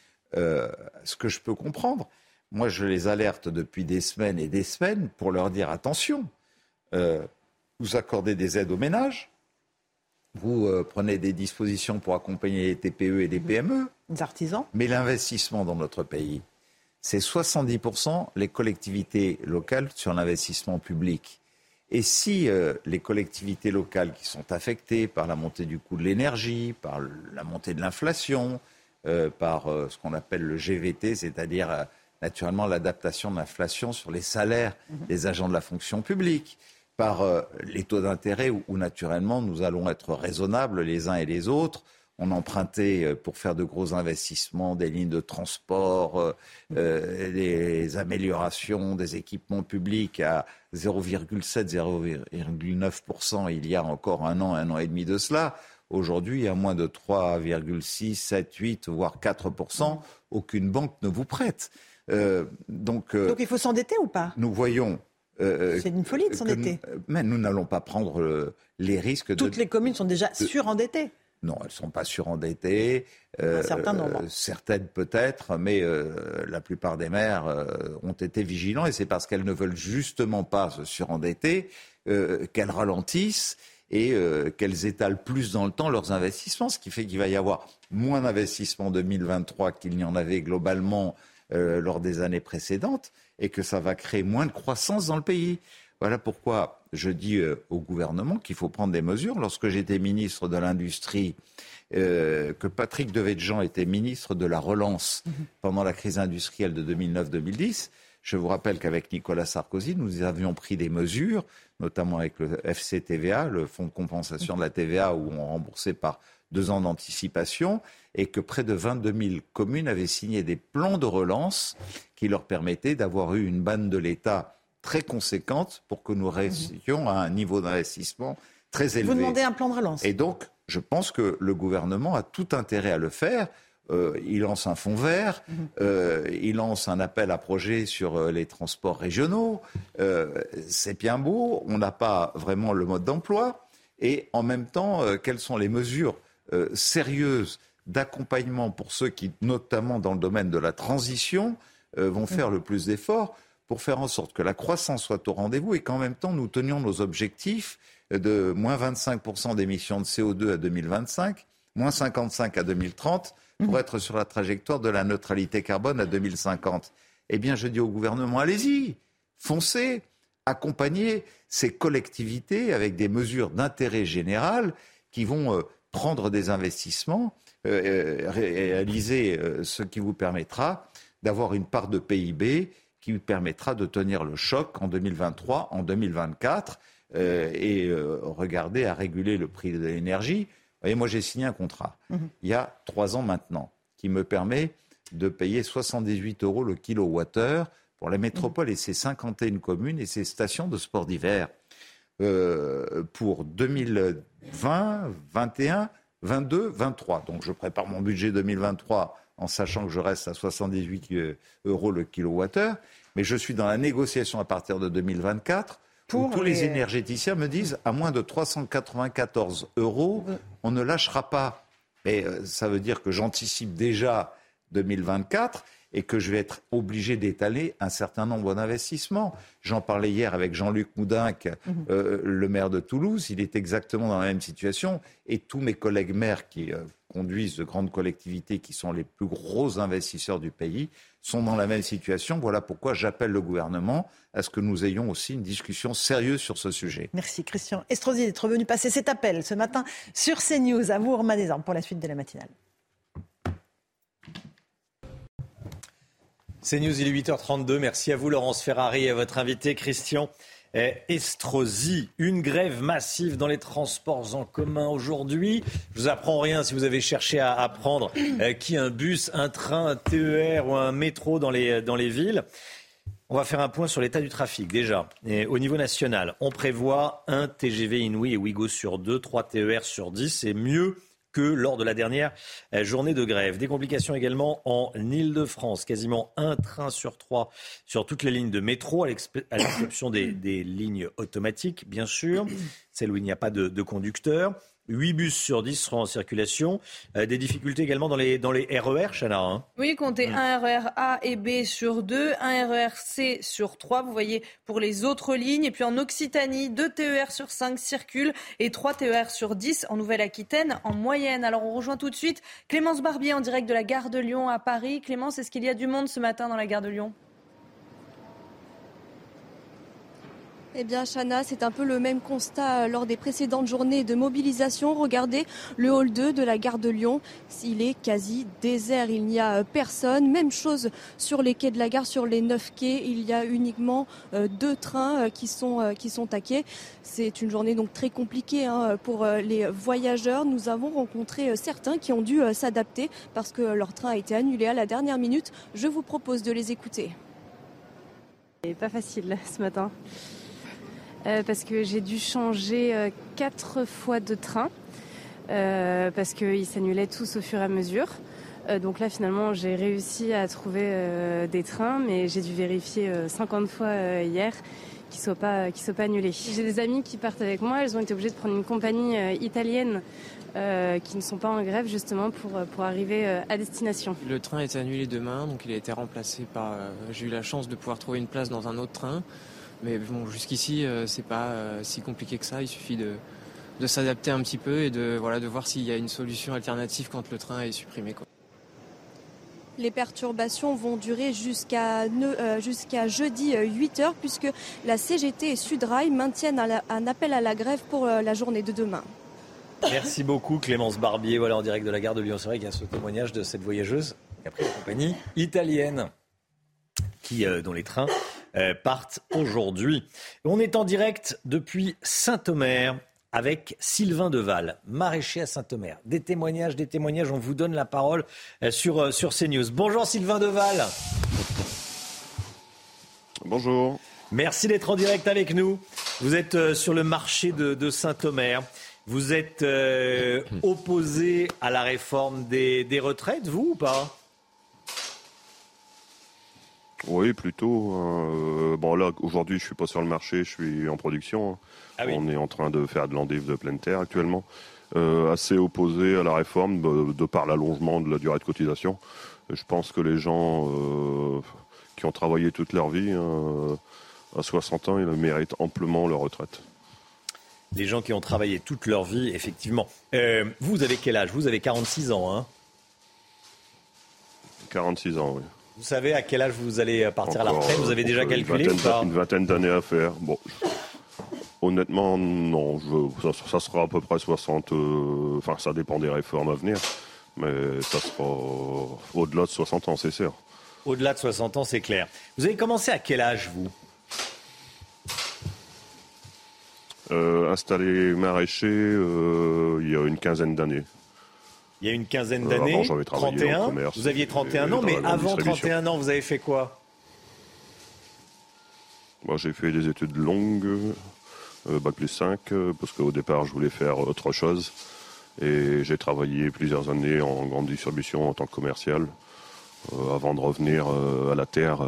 Ce que je peux comprendre, moi je les alerte depuis des semaines et des semaines pour leur dire « Attention, vous accordez des aides aux ménages, vous prenez des dispositions pour accompagner les TPE et les PME, les artisans, mais l'investissement dans notre pays, c'est 70% les collectivités locales sur l'investissement public. Et si les collectivités locales qui sont affectées par la montée du coût de l'énergie, par la montée de l'inflation, par ce qu'on appelle le GVT, c'est-à-dire naturellement l'adaptation de l'inflation sur les salaires des agents de la fonction publique, par les taux d'intérêt où naturellement nous allons être raisonnables les uns et les autres. On empruntait pour faire de gros investissements, des lignes de transport, des améliorations, des équipements publics à 0,7, 0,9% il y a encore un an et demi de cela. Aujourd'hui, à moins de 3,6, 7, 8, voire 4%, aucune banque ne vous prête. Donc il faut s'endetter ou pas ? Nous voyons... c'est une folie de s'endetter. Mais nous n'allons pas prendre les risques. Toutes les communes sont déjà surendettées. Non, elles ne sont pas surendettées. Un certain nombre. Certaines peut-être, mais la plupart des maires ont été vigilants et c'est parce qu'elles ne veulent justement pas se surendetter qu'elles ralentissent et qu'elles étalent plus dans le temps leurs investissements, ce qui fait qu'il va y avoir moins d'investissements en 2023 qu'il n'y en avait globalement lors des années précédentes et que ça va créer moins de croissance dans le pays. Voilà pourquoi je dis au gouvernement qu'il faut prendre des mesures. Lorsque j'étais ministre de l'Industrie, que Patrick Devedjian était ministre de la Relance pendant la crise industrielle de 2009-2010, je vous rappelle qu'avec Nicolas Sarkozy, nous avions pris des mesures, notamment avec le FCTVA, le Fonds de compensation de la TVA, où on remboursait par 2 ans d'anticipation, et que près de 22 000 communes avaient signé des plans de relance qui leur permettaient d'avoir eu une manne de l'État très conséquente pour que nous restions à un niveau d'investissement très élevé. Vous demandez un plan de relance. Et donc, je pense que le gouvernement a tout intérêt à le faire. Il lance un fonds vert, il lance un appel à projets sur les transports régionaux. C'est bien beau, on n'a pas vraiment le mode d'emploi. Et en même temps, quelles sont les mesures sérieuses d'accompagnement pour ceux qui, notamment dans le domaine de la transition, vont faire le plus d'efforts pour faire en sorte que la croissance soit au rendez-vous et qu'en même temps nous tenions nos objectifs de moins 25% d'émissions de CO2 à 2025, moins 55 à 2030, pour être sur la trajectoire de la neutralité carbone à 2050. Eh bien, je dis au gouvernement, allez-y, foncez, accompagnez ces collectivités avec des mesures d'intérêt général qui vont prendre des investissements, réaliser ce qui vous permettra d'avoir une part de PIB qui permettra de tenir le choc en 2023, en 2024 et regarder à réguler le prix de l'énergie. Vous voyez, moi j'ai signé un contrat il y a 3 ans maintenant qui me permet de payer 78 € le kilowattheure pour la métropole et ses 51 communes et ses stations de sport d'hiver pour 2020, 21, 22, 23. Donc je prépare mon budget 2023 en sachant que je reste à 78 € le kilowattheure. Mais je suis dans la négociation à partir de 2024 où tous les énergéticiens me disent à moins de 394 €, on ne lâchera pas. Mais ça veut dire que j'anticipe déjà 2024 et que je vais être obligé d'étaler un certain nombre d'investissements. J'en parlais hier avec Jean-Luc Moudenc, le maire de Toulouse. Il est exactement dans la même situation. Et tous mes collègues maires qui conduisent de grandes collectivités, qui sont les plus gros investisseurs du pays, sont dans la même situation. Voilà pourquoi j'appelle le gouvernement à ce que nous ayons aussi une discussion sérieuse sur ce sujet. Merci Christian Estrosi d'être venu passer cet appel ce matin sur CNews. À vous, Romain Desarmes, pour la suite de la matinale. CNews, il est 8h32. Merci à vous, Laurence Ferrari, et à votre invité, Christian Estrosi. Une grève massive dans les transports en commun aujourd'hui. Je vous apprends rien si vous avez cherché à apprendre un bus, un train, un TER ou un métro dans les villes. On va faire un point sur l'état du trafic déjà. Et au niveau national, on prévoit un TGV Inouï et Ouigo sur 2, 3 TER sur 10. C'est mieux que lors de la dernière journée de grève. Des complications également en Ile-de-France. Quasiment un train sur 3 sur toutes les lignes de métro, à l'exception des lignes automatiques, bien sûr, celles où il n'y a pas de conducteur. 8 bus sur 10 seront en circulation. Des difficultés également dans les RER, Chana. Oui, comptez un RER A et B sur 2, un RER C sur 3, vous voyez, pour les autres lignes. Et puis en Occitanie, 2 TER sur 5 circulent et 3 TER sur 10 en Nouvelle-Aquitaine en moyenne. Alors on rejoint tout de suite Clémence Barbier en direct de la gare de Lyon à Paris. Clémence, est-ce qu'il y a du monde ce matin dans la gare de Lyon ? Eh bien, Chana, c'est un peu le même constat lors des précédentes journées de mobilisation. Regardez le hall 2 de la gare de Lyon. Il est quasi désert. Il n'y a personne. Même chose sur les quais de la gare, sur les 9 quais. Il y a uniquement 2 trains qui sont à quai. C'est une journée donc très compliquée pour les voyageurs. Nous avons rencontré certains qui ont dû s'adapter parce que leur train a été annulé à la dernière minute. Je vous propose de les écouter. C'est pas facile ce matin. Parce que j'ai dû changer 4 fois de train. parce qu'ils s'annulaient tous au fur et à mesure. Donc là, finalement, j'ai réussi à trouver des trains, mais j'ai dû vérifier 50 fois hier qu'ils soient pas annulés. J'ai des amis qui partent avec moi. Elles ont été obligées de prendre une compagnie italienne qui ne sont pas en grève, justement, pour arriver à destination. Le train est annulé demain, donc il a été remplacé par... j'ai eu la chance de pouvoir trouver une place dans un autre train. Mais bon, jusqu'ici, c'est pas si compliqué que ça. Il suffit de s'adapter un petit peu et de voir s'il y a une solution alternative quand le train est supprimé, quoi. Les perturbations vont durer jusqu'à jeudi 8h puisque la CGT et Sudrail maintiennent un appel à la grève pour la journée de demain. Merci beaucoup Clémence Barbier, voilà en direct de la gare de Lyon. C'est vrai qu'il y a ce témoignage de cette voyageuse qui a pris la compagnie italienne dont les trains partent aujourd'hui. On est en direct depuis Saint-Omer avec Sylvain Deval, maraîcher à Saint-Omer. Des témoignages, on vous donne la parole sur CNews. Bonjour Sylvain Deval. Bonjour. Merci d'être en direct avec nous. Vous êtes sur le marché de Saint-Omer. Vous êtes opposé à la réforme des retraites, vous ou pas ? Oui, plutôt. Bon là, aujourd'hui, je suis pas sur le marché, je suis en production. Ah oui. On est en train de faire de l'endive de pleine terre actuellement. Assez opposé à la réforme de par l'allongement de la durée de cotisation. Je pense que les gens qui ont travaillé toute leur vie, à 60 ans, ils méritent amplement leur retraite. Les gens qui ont travaillé toute leur vie, effectivement. Vous avez quel âge ? Vous avez 46 ans, hein ? 46 ans, oui. Vous savez à quel âge vous allez partir à la retraite ? Vous avez déjà calculé ou pas ? Une vingtaine d'années à faire. Bon, honnêtement, non. Ça sera à peu près 60... Enfin, ça dépend des réformes à venir. Mais ça sera au-delà de 60 ans, c'est sûr. Au-delà de 60 ans, c'est clair. Vous avez commencé à quel âge, vous ? Installé maraîcher il y a une quinzaine d'années. Il y a une quinzaine d'années, avant, j'avais travaillé 31, en commerce, vous aviez 31 ans, mais avant 31 ans, vous avez fait quoi ? Moi, j'ai fait des études longues, Bac plus 5, parce qu'au départ, je voulais faire autre chose. Et j'ai travaillé plusieurs années en grande distribution en tant que commercial, avant de revenir à la terre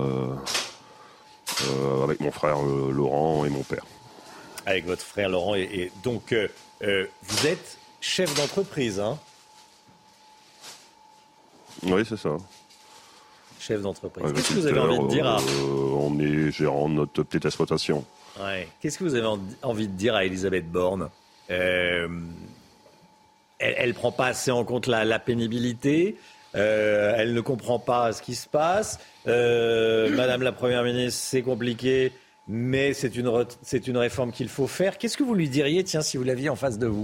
avec mon frère Laurent et mon père. Avec votre frère Laurent, et donc vous êtes chef d'entreprise, hein ? Oui, c'est ça. Chef d'entreprise. Qu'est-ce que vous avez envie de dire on est gérant de notre petite exploitation. Ouais. Qu'est-ce que vous avez envie de dire à Elisabeth Borne ? Elle ne prend pas assez en compte la pénibilité. Elle ne comprend pas ce qui se passe. Madame la Première ministre, c'est compliqué, mais c'est une réforme qu'il faut faire. Qu'est-ce que vous lui diriez, tiens, si vous l'aviez en face de vous ?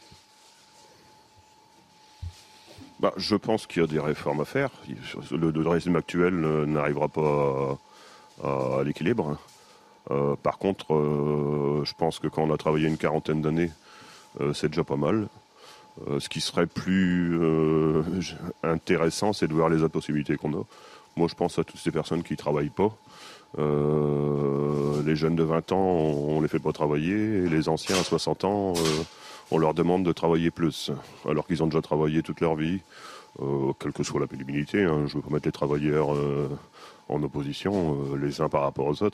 Je pense qu'il y a des réformes à faire. Le régime actuel n'arrivera pas à l'équilibre. Par contre, je pense que quand on a travaillé une quarantaine d'années, c'est déjà pas mal. Ce qui serait plus intéressant, c'est de voir les autres possibilités qu'on a. Moi, je pense à toutes ces personnes qui ne travaillent pas. Les jeunes de 20 ans, on ne les fait pas travailler. Et les anciens à 60 ans, on leur demande de travailler plus, alors qu'ils ont déjà travaillé toute leur vie, quelle que soit la pénibilité. Hein. Je ne veux pas mettre les travailleurs en opposition, les uns par rapport aux autres.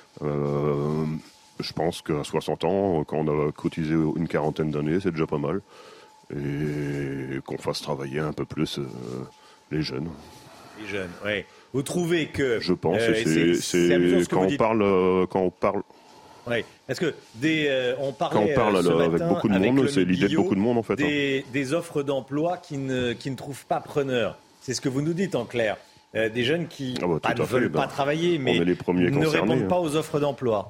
Je pense qu'à 60 ans, quand on a cotisé une quarantaine d'années, c'est déjà pas mal. Et qu'on fasse travailler un peu plus les jeunes. Les jeunes, oui. Vous trouvez que... Je pense, c'est quand on parle... Oui, parce que on parlait quand on parle ce matin avec beaucoup de monde, c'est l'idée de beaucoup de monde en fait. Des offres d'emploi qui ne trouvent pas preneur. C'est ce que vous nous dites en clair. Des jeunes qui ne veulent pas travailler, mais ne répondent pas aux offres d'emploi.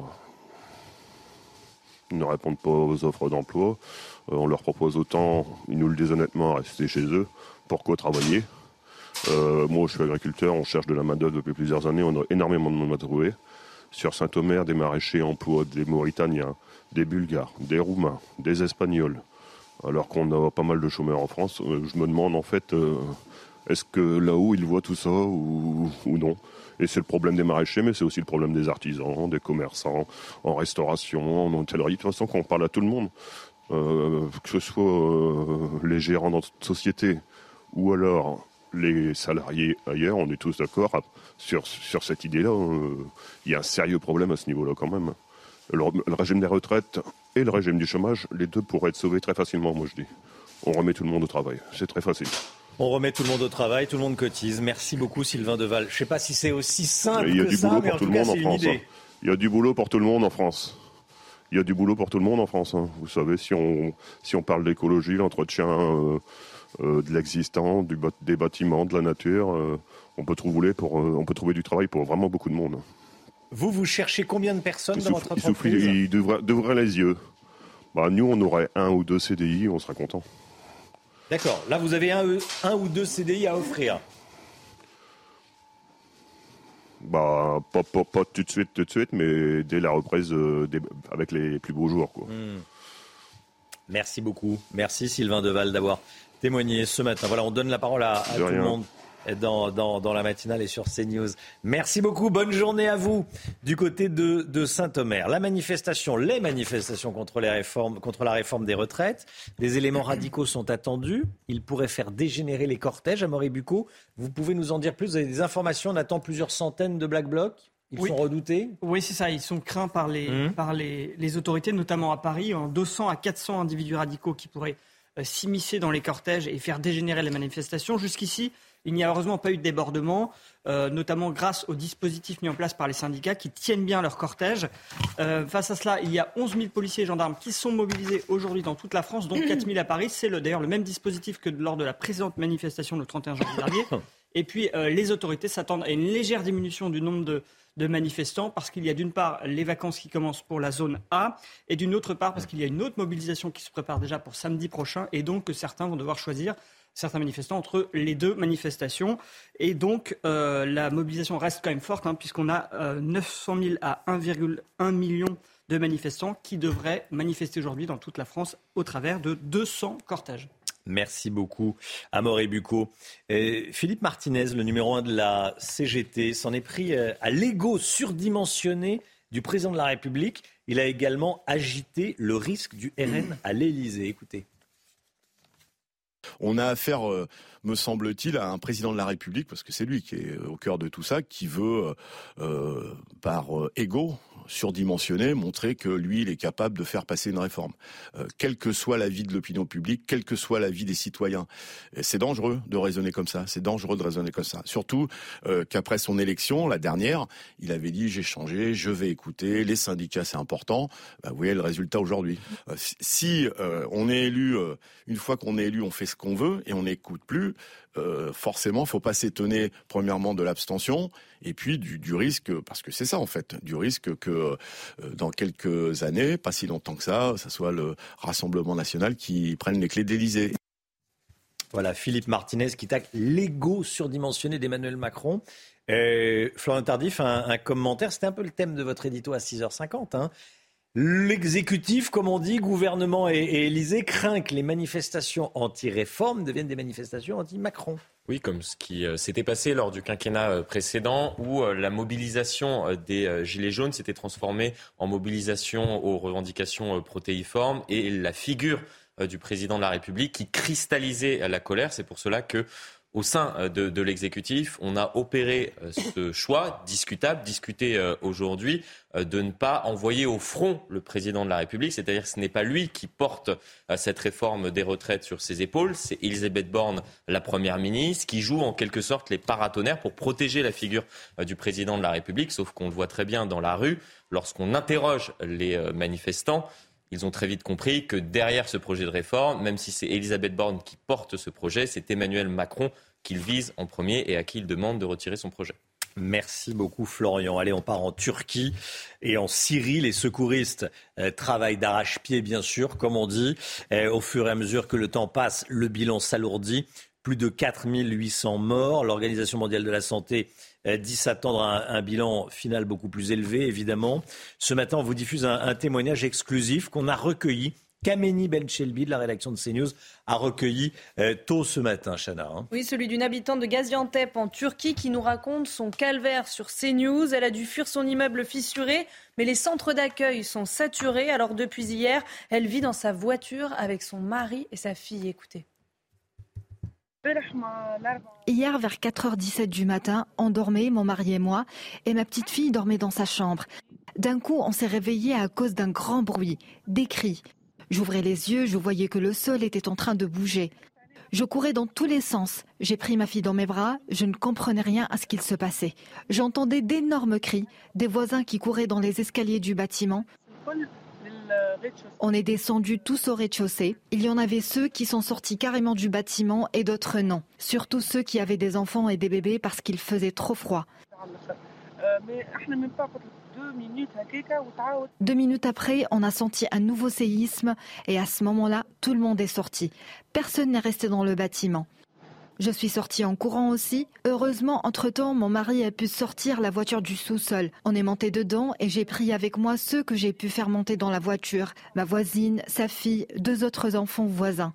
Ils ne répondent pas aux offres d'emploi. On leur propose autant, ils nous le disent honnêtement, rester chez eux. Pourquoi travailler ? Moi, je suis agriculteur, on cherche de la main-d'œuvre depuis plusieurs années, on a énormément de monde à trouver. Sur Saint-Omer, des maraîchers emploient des Mauritaniens, des Bulgares, des Roumains, des Espagnols. Alors qu'on a pas mal de chômeurs en France, je me demande en fait, est-ce que là-haut ils voient tout ça ou non ? Et c'est le problème des maraîchers, mais c'est aussi le problème des artisans, des commerçants, en restauration, en hôtellerie. De toute façon, quand on parle à tout le monde, que ce soit les gérants dans notre société ou alors les salariés ailleurs, on est tous d'accord sur cette idée-là. Il y a un sérieux problème à ce niveau-là quand même. Le régime des retraites et le régime du chômage, les deux pourraient être sauvés très facilement, moi je dis. On remet tout le monde au travail, c'est très facile. On remet tout le monde au travail, tout le monde cotise. Merci beaucoup Sylvain Deval. Je ne sais pas si c'est aussi simple que ça, mais en tout cas c'est une idée. Il y a du boulot pour tout le monde en France. Il y a du boulot pour tout le monde en France. Vous savez, si on parle d'écologie, l'entretien de l'existant, des bâtiments, de la nature, on peut trouver du travail pour vraiment beaucoup de monde. Vous cherchez combien de personnes dans votre entreprise ? Il devrait les yeux. Nous, on aurait 1 ou 2 CDI, on serait content. D'accord. Là, vous avez un ou 2 CDI à offrir. Pas tout de suite, mais dès la reprise avec les plus beaux jours, quoi. Merci beaucoup. Merci Sylvain Deval d'avoir témoigné ce matin. Voilà, on donne la parole à tout le monde dans la matinale et sur CNews. Merci beaucoup, bonne journée à vous. Du côté de Saint-Omer, les manifestations contre la réforme des retraites. Des éléments radicaux sont attendus. Ils pourraient faire dégénérer les cortèges. Amaury Bucco, vous pouvez nous en dire plus? Vous avez des informations? On attend plusieurs centaines de Black Blocs. Ils sont redoutés? Oui, c'est ça. Ils sont craints par les autorités, notamment à Paris. 200 à 400 individus radicaux qui pourraient s'immiscer dans les cortèges et faire dégénérer les manifestations. Jusqu'ici, il n'y a heureusement pas eu de débordement, notamment grâce aux dispositifs mis en place par les syndicats qui tiennent bien leur cortège. Face à cela, il y a 11 000 policiers et gendarmes qui sont mobilisés aujourd'hui dans toute la France, dont 4 000 à Paris. C'est d'ailleurs le même dispositif que lors de la précédente manifestation le 31 janvier dernier. Et puis, les autorités s'attendent à une légère diminution du nombre de manifestants parce qu'il y a d'une part les vacances qui commencent pour la zone A et d'une autre part parce qu'il y a une autre mobilisation qui se prépare déjà pour samedi prochain et donc que certains vont devoir choisir, certains manifestants, entre les deux manifestations. Et donc la mobilisation reste quand même forte puisqu'on a 900 000 à 1,1 million de manifestants qui devraient manifester aujourd'hui dans toute la France au travers de 200 cortèges. Merci beaucoup, Amaury Bucco. Philippe Martinez, le numéro 1 de la CGT, s'en est pris à l'ego surdimensionné du président de la République. Il a également agité le risque du RN à l'Élysée. Écoutez. On a affaire, me semble-t-il, à un président de la République, parce que c'est lui qui est au cœur de tout ça, qui veut, par ego surdimensionné, montrer que lui, il est capable de faire passer une réforme. Quel que soit l'avis de l'opinion publique, quel que soit l'avis des citoyens. Et c'est dangereux de raisonner comme ça. Surtout qu'après son élection, la dernière, il avait dit « j'ai changé, je vais écouter, les syndicats, c'est important ». Vous voyez le résultat aujourd'hui. Si on est élu, une fois qu'on est élu, on fait ce qu'on veut et on n'écoute plus, forcément, faut pas s'étonner premièrement de l'abstention et puis du risque, parce que c'est ça en fait, du risque que dans quelques années, pas si longtemps que ça soit le Rassemblement national qui prenne les clés de l'Élysée. Voilà, Philippe Martinez qui tacle l'ego surdimensionné d'Emmanuel Macron. Florian Tardif, un commentaire, c'était un peu le thème de votre édito à 6h50. L'exécutif, comme on dit, gouvernement et Élysée, craint que les manifestations anti-réforme deviennent des manifestations anti-Macron. Oui, comme ce qui s'était passé lors du quinquennat précédent où la mobilisation des Gilets jaunes s'était transformée en mobilisation aux revendications protéiformes et la figure du président de la République qui cristallisait la colère. C'est pour cela que au sein de l'exécutif, on a opéré ce choix discuté aujourd'hui, de ne pas envoyer au front le président de la République. C'est-à-dire que ce n'est pas lui qui porte cette réforme des retraites sur ses épaules. C'est Elisabeth Borne, la première ministre, qui joue en quelque sorte les paratonnerres pour protéger la figure du président de la République. Sauf qu'on le voit très bien dans la rue, lorsqu'on interroge les manifestants, ils ont très vite compris que derrière ce projet de réforme, même si c'est Elisabeth Borne qui porte ce projet, c'est Emmanuel Macron qu'il vise en premier et à qui il demande de retirer son projet. Merci beaucoup Florian. Allez, on part en Turquie et en Syrie. Les secouristes travaillent d'arrache-pied, bien sûr, comme on dit. Au fur et à mesure que le temps passe, le bilan s'alourdit. Plus de 4800 morts. L'Organisation mondiale de la santé dit s'attendre à un bilan final beaucoup plus élevé, évidemment. Ce matin, on vous diffuse un témoignage exclusif qu'on a recueilli qu'Aménie Benchelbi de la rédaction de CNews a recueilli tôt ce matin, Chana. Oui, celui d'une habitante de Gaziantep en Turquie qui nous raconte son calvaire sur CNews. Elle a dû fuir son immeuble fissuré, mais les centres d'accueil sont saturés. Alors depuis hier, elle vit dans sa voiture avec son mari et sa fille. Écoutez. Hier, vers 4h17 du matin, on dormait, mon mari et moi, et ma petite fille dormait dans sa chambre. D'un coup, on s'est réveillés à cause d'un grand bruit, des cris. J'ouvrais les yeux, je voyais que le sol était en train de bouger. Je courais dans tous les sens. J'ai pris ma fille dans mes bras, je ne comprenais rien à ce qu'il se passait. J'entendais d'énormes cris, des voisins qui couraient dans les escaliers du bâtiment. On est descendus tous au rez-de-chaussée. Il y en avait ceux qui sont sortis carrément du bâtiment et d'autres non. Surtout ceux qui avaient des enfants et des bébés parce qu'il faisait trop froid. 2 minutes après, on a senti un nouveau séisme et à ce moment-là, tout le monde est sorti. Personne n'est resté dans le bâtiment. Je suis sortie en courant aussi. Heureusement, entre-temps, mon mari a pu sortir la voiture du sous-sol. On est monté dedans et j'ai pris avec moi ceux que j'ai pu faire monter dans la voiture. Ma voisine, sa fille, 2 autres enfants voisins.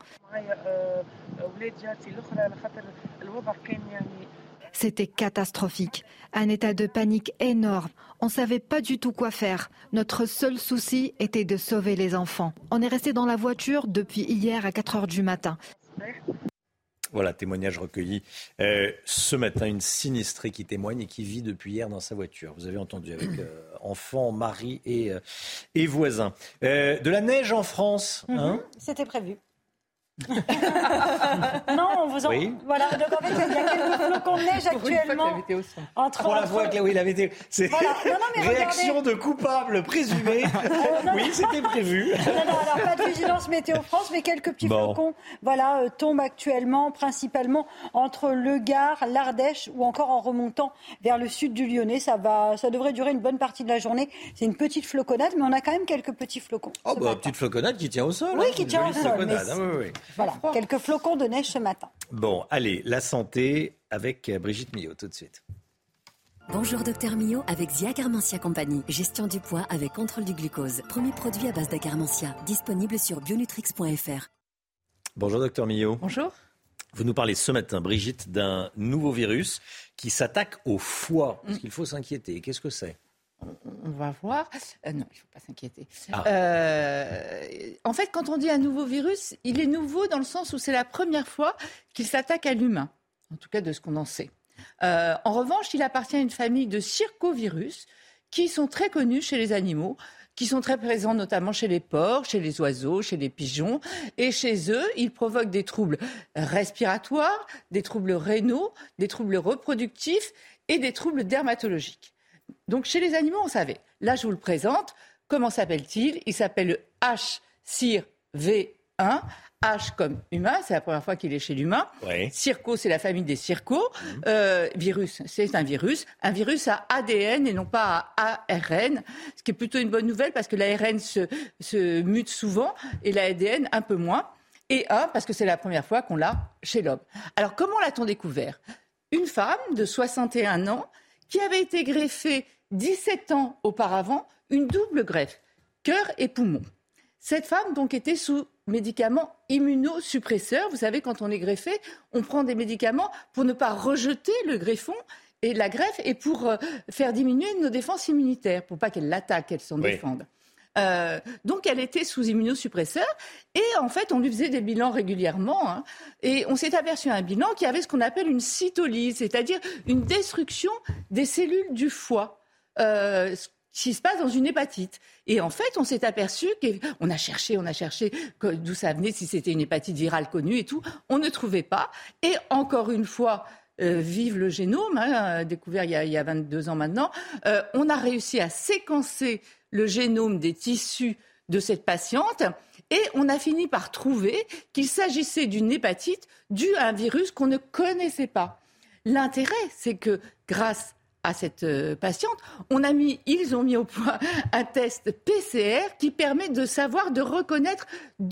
C'était catastrophique. Un état de panique énorme. On ne savait pas du tout quoi faire. Notre seul souci était de sauver les enfants. On est resté dans la voiture depuis hier à 4h du matin. Voilà, témoignage recueilli ce matin, une sinistrée qui témoigne et qui vit depuis hier dans sa voiture. Vous avez entendu, avec enfants, mari et voisins. De la neige en France, hein ? C'était prévu. Non, on vous en... Oui. Voilà, donc en fait, il y a quelques flocons de neige actuellement. Pour la fois que là, oui, la météo. C'est voilà. Non, réaction regardez. de coupable présumé. Oui, c'était prévu. Non, alors pas de vigilance Météo France, mais quelques petits flocons tombent actuellement, principalement entre le Gard, l'Ardèche ou encore en remontant vers le sud du Lyonnais. Ça devrait durer une bonne partie de la journée. C'est une petite floconnade, mais on a quand même quelques petits flocons. Oh, petite floconnade qui tient au sol. Oui, qui tient au sol. Oui. Voilà, quelques flocons de neige ce matin. Bon, allez, la santé avec Brigitte Millot tout de suite. Bonjour Docteur Millot avec Zia Carmentia Compagnie. Gestion du poids avec contrôle du glucose. Premier produit à base d'Acarmentia. Disponible sur bionutrix.fr. Bonjour Docteur Millot. Bonjour. Vous nous parlez ce matin, Brigitte, d'un nouveau virus qui s'attaque au foie. Est-ce qu'il faut s'inquiéter ? Qu'est-ce que c'est ? On va voir. Non, il ne faut pas s'inquiéter. En fait, quand on dit un nouveau virus, il est nouveau dans le sens où c'est la première fois qu'il s'attaque à l'humain, en tout cas de ce qu'on en sait. En revanche, il appartient à une famille de circovirus qui sont très connus chez les animaux, qui sont très présents notamment chez les porcs, chez les oiseaux, chez les pigeons. Et chez eux, ils provoquent des troubles respiratoires, des troubles rénaux, des troubles reproductifs et des troubles dermatologiques. Donc, chez les animaux, on savait. Là, je vous le présente. Comment s'appelle-t-il ? Il s'appelle le HCIRV1. H comme humain, c'est la première fois qu'il est chez l'humain. Oui. Circo, c'est la famille des circos. Virus, c'est un virus. Un virus à ADN et non pas à ARN, ce qui est plutôt une bonne nouvelle parce que l'ARN se mute souvent et l'ADN un peu moins. Et parce que c'est la première fois qu'on l'a chez l'homme. Alors, comment l'a-t-on découvert ? Une femme de 61 ans qui avait été greffée 17 ans auparavant, une double greffe, cœur et poumon. Cette femme donc était sous médicaments immunosuppresseurs. Vous savez, quand on est greffé, on prend des médicaments pour ne pas rejeter le greffon et la greffe et pour faire diminuer nos défenses immunitaires, pour pas qu'elle l'attaque, qu'elle s'en défende. Donc elle était sous immunosuppresseur et en fait on lui faisait des bilans régulièrement et on s'est aperçu à un bilan qui avait ce qu'on appelle une cytolyse, c'est-à-dire une destruction des cellules du foie, ce qui se passe dans une hépatite. Et en fait on s'est aperçu qu'on a cherché d'où ça venait, si c'était une hépatite virale connue et tout, on ne trouvait pas. Et encore une fois, vive le génome, découvert il y a 22 ans maintenant, on a réussi à séquencer le génome des tissus de cette patiente et on a fini par trouver qu'il s'agissait d'une hépatite due à un virus qu'on ne connaissait pas. L'intérêt, c'est que grâce à cette patiente, ils ont mis au point un test PCR qui permet de savoir, de reconnaître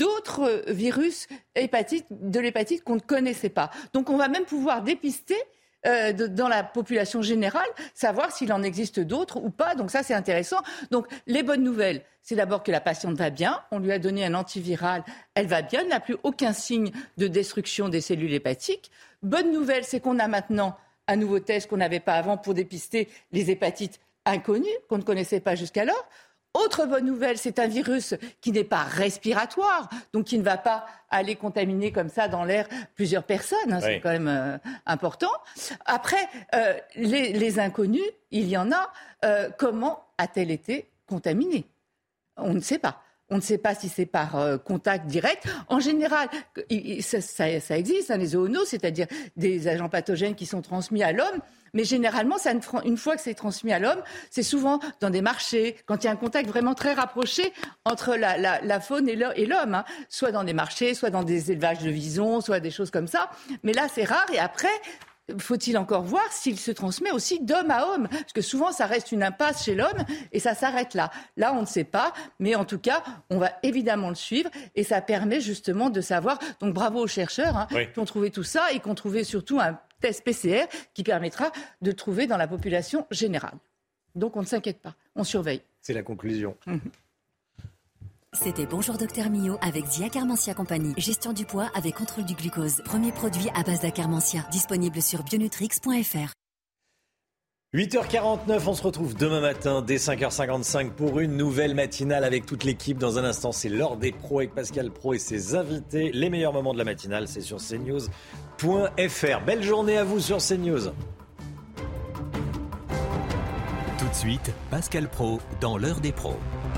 d'autres virus de l'hépatite qu'on ne connaissait pas. Donc on va même pouvoir dépister dans la population générale, savoir s'il en existe d'autres ou pas. Donc ça, c'est intéressant. Donc les bonnes nouvelles, c'est d'abord que la patiente va bien. On lui a donné un antiviral, elle va bien, elle n'a plus aucun signe de destruction des cellules hépatiques. Bonne nouvelle, c'est qu'on a maintenant un nouveau test qu'on n'avait pas avant pour dépister les hépatites inconnues, qu'on ne connaissait pas jusqu'alors. Autre bonne nouvelle, c'est un virus qui n'est pas respiratoire, donc qui ne va pas aller contaminer comme ça dans l'air plusieurs personnes. Hein, c'est quand même important. Après, les inconnus, il y en a. Comment a-t-elle été contaminée ? On ne sait pas. On ne sait pas si c'est par contact direct. En général, ça existe, les zoonoses, c'est-à-dire des agents pathogènes qui sont transmis à l'homme. Mais généralement, une fois que c'est transmis à l'homme, c'est souvent dans des marchés, quand il y a un contact vraiment très rapproché entre la faune et l'homme. Hein. Soit dans des marchés, soit dans des élevages de visons, soit des choses comme ça. Mais là, c'est rare. Et après, faut-il encore voir s'il se transmet aussi d'homme à homme ? Parce que souvent, ça reste une impasse chez l'homme et ça s'arrête là. Là, on ne sait pas, mais en tout cas, on va évidemment le suivre et ça permet justement de savoir. Donc, bravo aux chercheurs qui ont trouvé tout ça et qui ont trouvé surtout un test PCR qui permettra de le trouver dans la population générale. Donc, on ne s'inquiète pas, on surveille. C'est la conclusion. C'était Bonjour Docteur Millot avec Zia Carmentia Compagnie. Gestion du poids avec contrôle du glucose. Premier produit à base d'Acarmentia. Disponible sur bionutrix.fr. 8h49, on se retrouve demain matin dès 5h55 pour une nouvelle matinale avec toute l'équipe. Dans un instant, c'est l'heure des pros avec Pascal Praud et ses invités. Les meilleurs moments de la matinale, c'est sur cnews.fr. Belle journée à vous sur CNews. Tout de suite, Pascal Praud dans l'heure des pros.